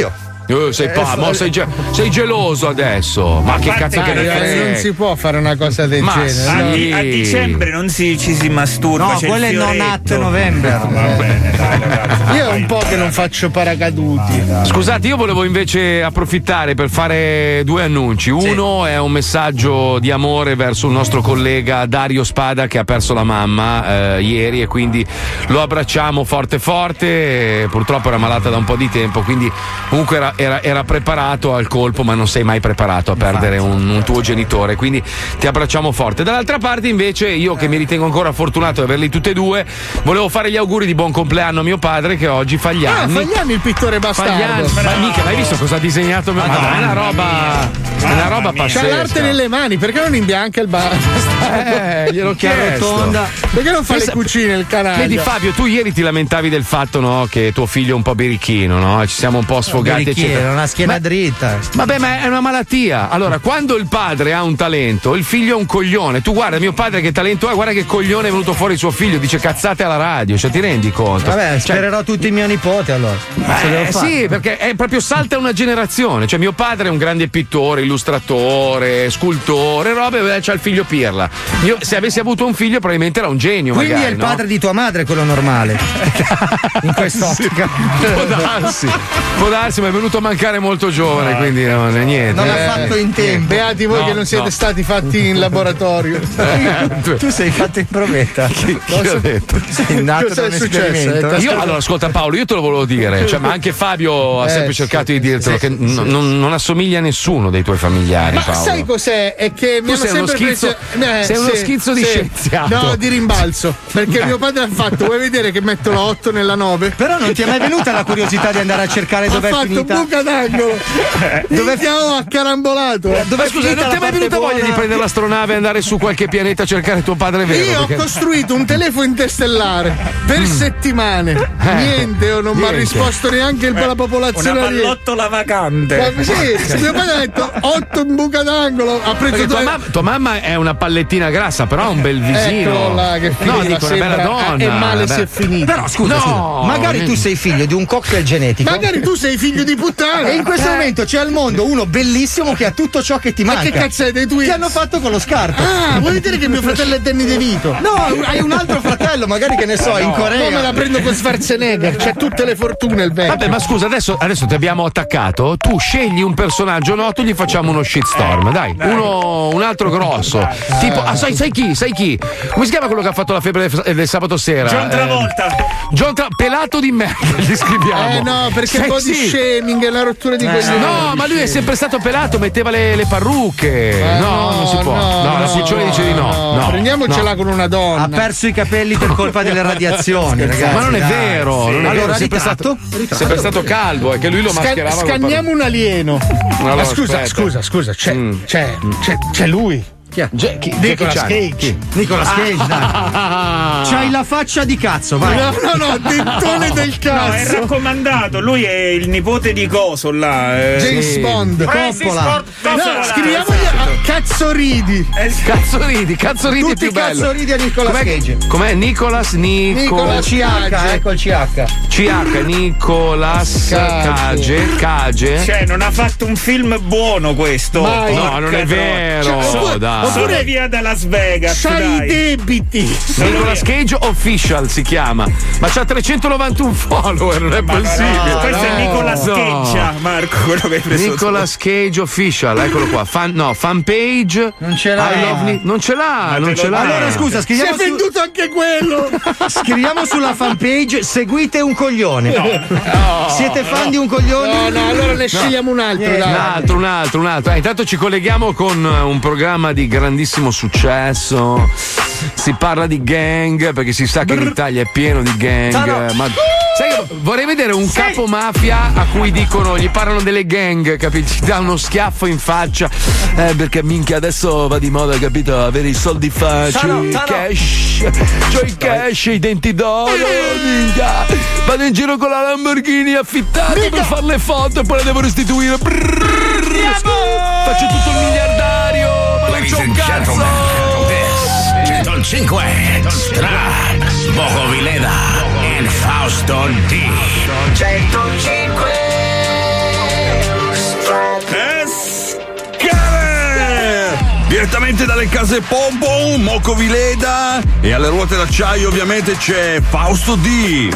Uh, sei, pa- mo sei, ge- sei geloso adesso. Ma, ma che cazzo che ne frega? Non si può fare una cosa del ma genere. Sì. A, di- a dicembre non si, ci si masturba. No, c'è quello è il non fioretto. at novembre. No, va bene, dai, ragazzi. Io è un po' che non faccio paracaduti. Scusate, io volevo invece approfittare per fare due annunci. Uno sì. È un messaggio di amore verso il nostro collega Dario Spada che ha perso la mamma eh, ieri e quindi lo abbracciamo forte forte. Purtroppo era malata da un po' di tempo, quindi comunque era, era, era preparato al colpo, ma non sei mai preparato a perdere un, un tuo genitore, quindi ti abbracciamo forte. Dall'altra parte invece io che mi ritengo ancora fortunato di averli tutte e due, volevo fare gli auguri di buon compleanno a mio padre che oggi fa gli Ah, anni. fa gli anni il pittore bastardo. Ma mica, hai visto cosa ha disegnato mio padre? È una roba, è una roba pazzesca. C'ha l'arte nelle mani, perché non imbianca il bar? Eh, gliel'ho chiesto. Rotonda. Perché non fa Pensa- le cucine il canale? Vedi Fabio, tu ieri ti lamentavi del fatto, no, che tuo figlio è un po' birichino, no? Ci siamo un po' sfogati, eccetera. Una schiena Ma- dritta. Vabbè, ma è una malattia. Allora, quando il padre ha un talento, il figlio è un coglione. Tu guarda mio padre che talento ha, guarda che coglione è venuto fuori suo figlio, dice cazzate alla radio, cioè ti rendi conto? Vabbè, Cioè, spererò tutti i miei nipoti allora. Se devo eh, fare. sì, perché è proprio salta una generazione. Cioè, mio padre è un grande pittore, illustratore, scultore, robe, c'ha il figlio Pirla. Io, se avessi avuto un figlio, probabilmente era un genio. Quindi magari, è il no? padre di tua madre quello normale. In quest'ottica. Può darsi, può darsi, ma è venuto a mancare molto giovane, quindi non è niente. Non l'ha fatto in tempo. Beati voi No, che non siete no. stati fatti in laboratorio. Eh, Tu sei fatto in provetta. Chi, chi l'ha detto? Sei nato Cosa da è un successo? esperimento. Eh, Io, allora, ascolta Paolo, io te lo volevo dire, cioè, ma anche Fabio ha Eh, sempre sì, cercato di dirtelo, sì, che sì, n- non, non assomiglia a nessuno dei tuoi familiari, Ma Paolo. sai cos'è? È che mi Tu hanno sei uno sempre schizzo- preso- eh, sei uno sì, schizzo di sì. scienziato. No, di rimbalzo. Perché Beh. mio padre ha fatto, vuoi vedere che metto la otto nella nove? Però non ti è mai venuta la curiosità di andare a cercare Ha dov'è fatto finita? buca d'angolo. Dove Dove ha carambolato? Dov'è Ma scusa, finita non ti la è mai parte venuta voglia buona? di prendere l'astronave e andare su qualche pianeta a cercare tuo padre vero? Io ho Perché- costruito un telefono interstellare per settimane. Eh, Niente, oh, non mi ha niente. risposto neanche il, la popolazione. Una a rientro. pallottola vacante. Ma sì, se mio padre ha detto otto in buca d'angolo, ha preso Perché tua, due. mam- tua mamma è una pallettina grassa, però ha un bel visino. Eccolo là, che no, finita, dico, una bella sembra- donna. E male beh. si è finito. Però scusa, No, scusa, magari non- tu sei figlio di un cocktail genetico. Magari tu sei figlio di puttana. E in questo Eh. momento c'è al mondo uno bellissimo che ha tutto ciò che ti Ma manca. che cazzo è dei tuoi? Che hanno fatto con lo scarto. Ah, vuoi dire che mio fratello è Danny DeVito? No, hai un altro fratello, magari che ne so, in Corea. No, me la prendo con Schwarzenegger, c'è tutte le fortune il vecchio. Vabbè, ma scusa, adesso, adesso ti abbiamo attaccato. Tu scegli un personaggio noto e gli facciamo uno shitstorm. Dai, uno, un altro grosso. Tipo, ah, sai, sai chi? Sai chi? Come si chiama quello che ha fatto la febbre del, del sabato sera? John Travolta. Eh, John Tra- pelato di merda, gli scriviamo. Eh no, perché Sai, body sì. shaming è una rottura di coglioni. No, ma lui è sempre stato pelato, metteva le, le parrucche. Eh, no, non si può. No, la Puccioni dice di no. no Prendiamocela no. con una donna. Ha perso i capelli per colpa delle radiazioni, ragazzi. Ma non è dai. vero, non è Allora, vero, è sempre ritratto? stato, sempre stato calvo, è che lui lo Sca- mascherava. col scanniamo un alieno. Allora, ma scusa, aspetta. scusa, scusa, c'è, Mm. c'è, c'è, c'è lui. Chi è? Ge- chi- Nicolas chi c'ha? Cage. Chi? Nicolas Cage, dai. Ah. C'hai la faccia di cazzo, vai. No, no, no, dentone del No, è cazzo. raccomandato. Lui è il nipote di Coso là. eh. James Sì. Bond. Coppola. No, scriviamogli a cazzo ridi. Cazzo ridi, cazzo ridi è Tutti più bello. cazzo ridi a Nicolas Com'è, Cage. com'è? Nicolas Nico Nicolas C H, ecco il C H. C H Nicolas Cage Cage. Cioè, non ha fatto un film buono questo. Mai. No, non è vero. Cioè, oppure- dai. Sono oppure- via da Las Vegas. C'ha i dai. debiti. Nicolas Cage Official si chiama, ma c'ha trecentonovantuno follower, non è possibile. No, questo no. è Nicolas No. Cage, Marco, quello che hai preso. Nicolas Cage Official, eccolo qua. Fan, no, fan page. Non ce l'ha. I love Ni- non ce l'ha, Ma non te ce lo- l'ha. Allora scusa, Si scriviamo, è su, venduto anche quello. scriviamo sulla fanpage seguite un coglione. Siete fan di un coglione? No, no, allora ne scegliamo un altro, Niente. dai. Un altro, un altro, un altro. Eh, intanto ci colleghiamo con eh, un programma di grandissimo successo. Si parla di gang, perché si sa che l'Italia è pieno di gang. Tano. Ma sai che vorrei vedere un capo mafia a cui dicono, gli parlano delle gang, capito? Ci dà uno schiaffo in faccia. Eh, perché minchia adesso va di moda, capito? Avere i soldi facili, Tano, Tano. cash. C'ho i cash, i denti d'oro, minchia. Vado in giro con la Lamborghini affittata per fare le foto e poi le devo restituire. Brrr, faccio tutto il miliardario, ma non c'ho un cazzo. centocinque tra Bogo Vileda e Fausto D. centocinque Escare! Direttamente dalle case Pompon, Moco Vileda e alle ruote d'acciaio ovviamente c'è Fausto D.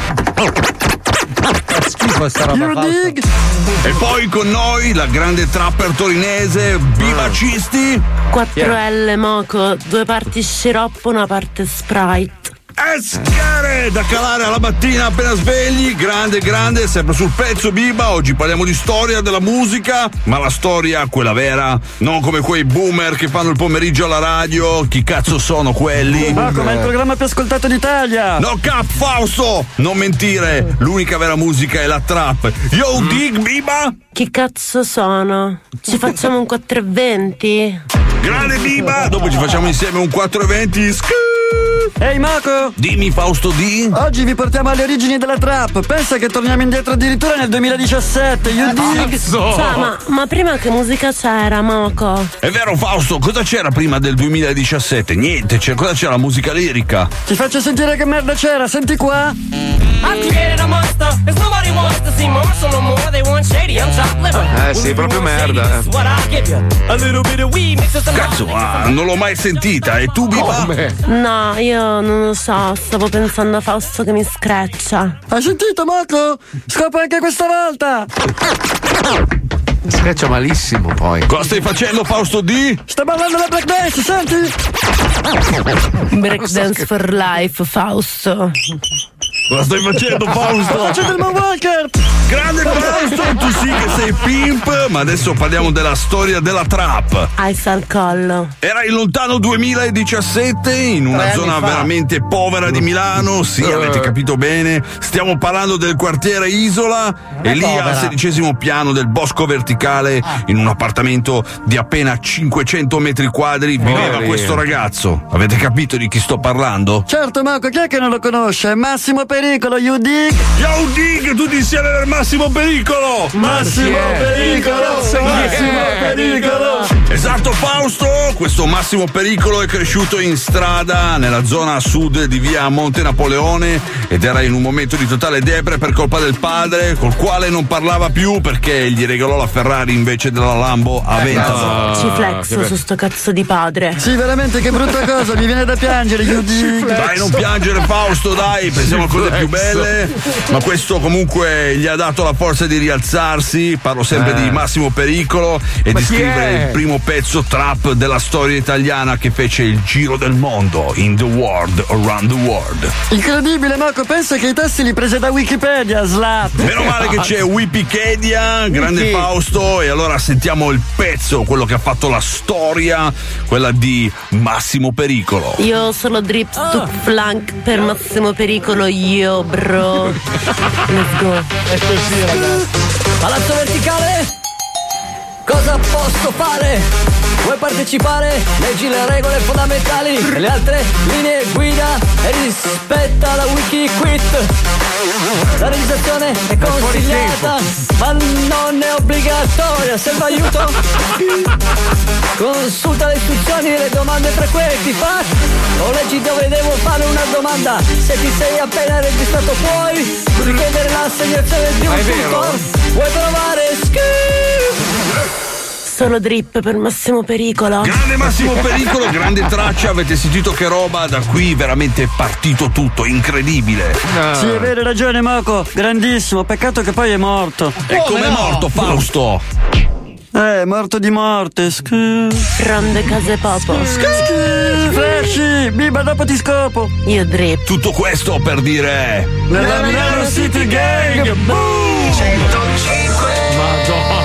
Schifo sta roba, Fausto. E poi con noi la grande trapper torinese Biba Cisti. quattro L Moco, due parti sciroppo, una parte Sprite. Escare da calare alla mattina appena svegli, grande grande, sempre sul pezzo Biba. Oggi parliamo di storia della musica, ma la storia, quella vera, non come quei boomer che fanno il pomeriggio alla radio. Chi cazzo sono quelli? Ma come il programma più ascoltato d'Italia. No cap Fausto, non mentire, l'unica vera musica è la trap. Yo mm. dig Biba? Chi cazzo sono? Ci facciamo un quattro e venti? Grande Biba, dopo ci facciamo insieme un quattro e venti. Ehi hey Marco! Dimmi Fausto D. Oggi vi portiamo alle origini della trap. Pensa che torniamo indietro addirittura nel duemiladiciassette. You dig? Cioè, ma, ma prima che musica c'era, Moco? È vero Fausto, cosa c'era prima del duemiladiciassette? Niente, c'è, cosa c'era? La musica lirica. Ti faccio sentire che merda c'era, senti qua. Eh sì, proprio merda. Cazzo, ah, non l'ho mai sentita. E tu Biba? Come? No, io non lo so, stavo pensando a Fausto che mi screccia. Hai sentito Marco? Scopre anche questa volta. Screccia malissimo poi. Cosa stai facendo Fausto D? Sta ballando la break dance, senti? Break dance for life, Fausto. Cosa stai facendo Fausto? Sto facendo il Moonwalker. Grande Fausto, tu sì che sei pimp. Ma adesso parliamo della storia della trap. Alza al collo. Era il lontano duemiladiciassette in una zona veramente povera di Milano. Sì, avete capito bene. Stiamo parlando del quartiere Isola. E lì al sedicesimo piano del Bosco Verticale, in un appartamento di appena cinquecento metri quadri, viveva questo ragazzo. Avete capito di chi sto parlando? Certo Marco, chi è che non lo conosce? Massimo Pericolo, you dig? Yo dig, tutti insieme per Massimo Pericolo! Massimo Pericolo! Massimo Pericolo! Esatto Fausto, questo Massimo Pericolo è cresciuto in strada nella zona sud di via Monte Napoleone ed era in un momento di totale depre per colpa del padre, col quale non parlava più perché gli regalò la Ferrari invece della Lambo Aventador. Ci flexo su sto cazzo di padre. Sì, veramente, che brutta cosa, mi viene da piangere, you dig? Dai, non piangere Fausto, dai, pensiamo a cose più belle. Ma questo comunque gli ha dato la forza di rialzarsi. Parlo sempre eh. di Massimo Pericolo e ma di scrivere è? il primo pezzo trap della storia italiana che fece il giro del mondo. In the world, around the world. Incredibile Marco, pensa che i testi li prese da Wikipedia, slat. Meno male che c'è Wikipedia, grande Wiki. Fausto. E allora sentiamo il pezzo, quello che ha fatto la storia, quella di Massimo Pericolo. Io solo drip stup flank per Massimo Pericolo, io bro. Let's go. È così ragazzi. Palazzo Verticale. Cosa posso fare? Vuoi partecipare? Leggi le regole fondamentali e le altre linee guida e rispetta la wiki quit. La realizzazione è consigliata, ma non è obbligatoria. Serve aiuto? Consulta le istruzioni e le domande frequenti. Fa o leggi dove devo fare una domanda. Se ti sei appena registrato puoi richiedere l'assegnazione di un tutor. Vuoi provare? Schif. Solo drip per Massimo Pericolo. Grande Massimo Pericolo, grande traccia, avete sentito che roba? Da qui veramente è partito tutto, incredibile. No. Sì, avete ragione Marco, grandissimo, peccato che poi è morto. E come è morto Fausto? Eh, morto di morte. Sc- Grande case popo. Sc- Flashy, Biba dopo ti scopo. Io drip. Tutto questo per dire nella Milano City Gang. Boom! centocinque Madonna.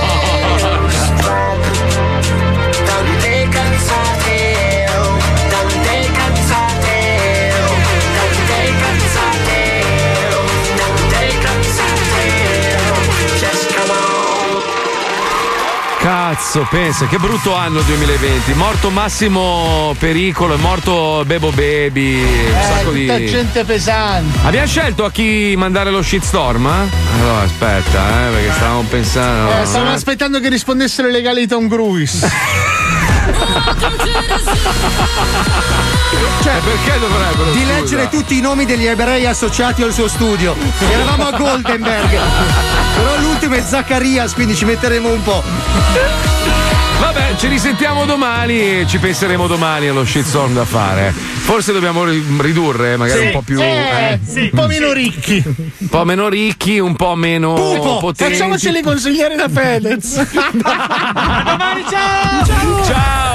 Tante cazzate, oh, tante cazzate, oh, tante cazzate, oh, tante cazzate, oh, just come on. Cazzo, pensa, che brutto anno duemilaventi. Morto Massimo Pericolo, è morto Bebo Baby. Eh, un sacco di gente pesante. Abbiamo scelto a chi mandare lo shitstorm? Eh? Allora aspetta, eh, perché stavamo pensando. Eh, stavamo eh. aspettando che rispondessero i legali Tom Cruise. Cioè, perché dovrebbero? Di scusa? leggere tutti i nomi degli ebrei associati al suo studio. Eravamo a Goldenberg. Però l'ultimo è Zaccarias, quindi ci metteremo un po'. Vabbè, ci risentiamo domani e ci penseremo domani allo shitstorm da fare. Forse dobbiamo ridurre, magari Sì, un po' più. eh, eh, sì, un po' meno ricchi. Un po' meno ricchi, un po' meno Pupo, potenti. facciamoceli consigliare da Fedez. A domani, ciao! Ciao!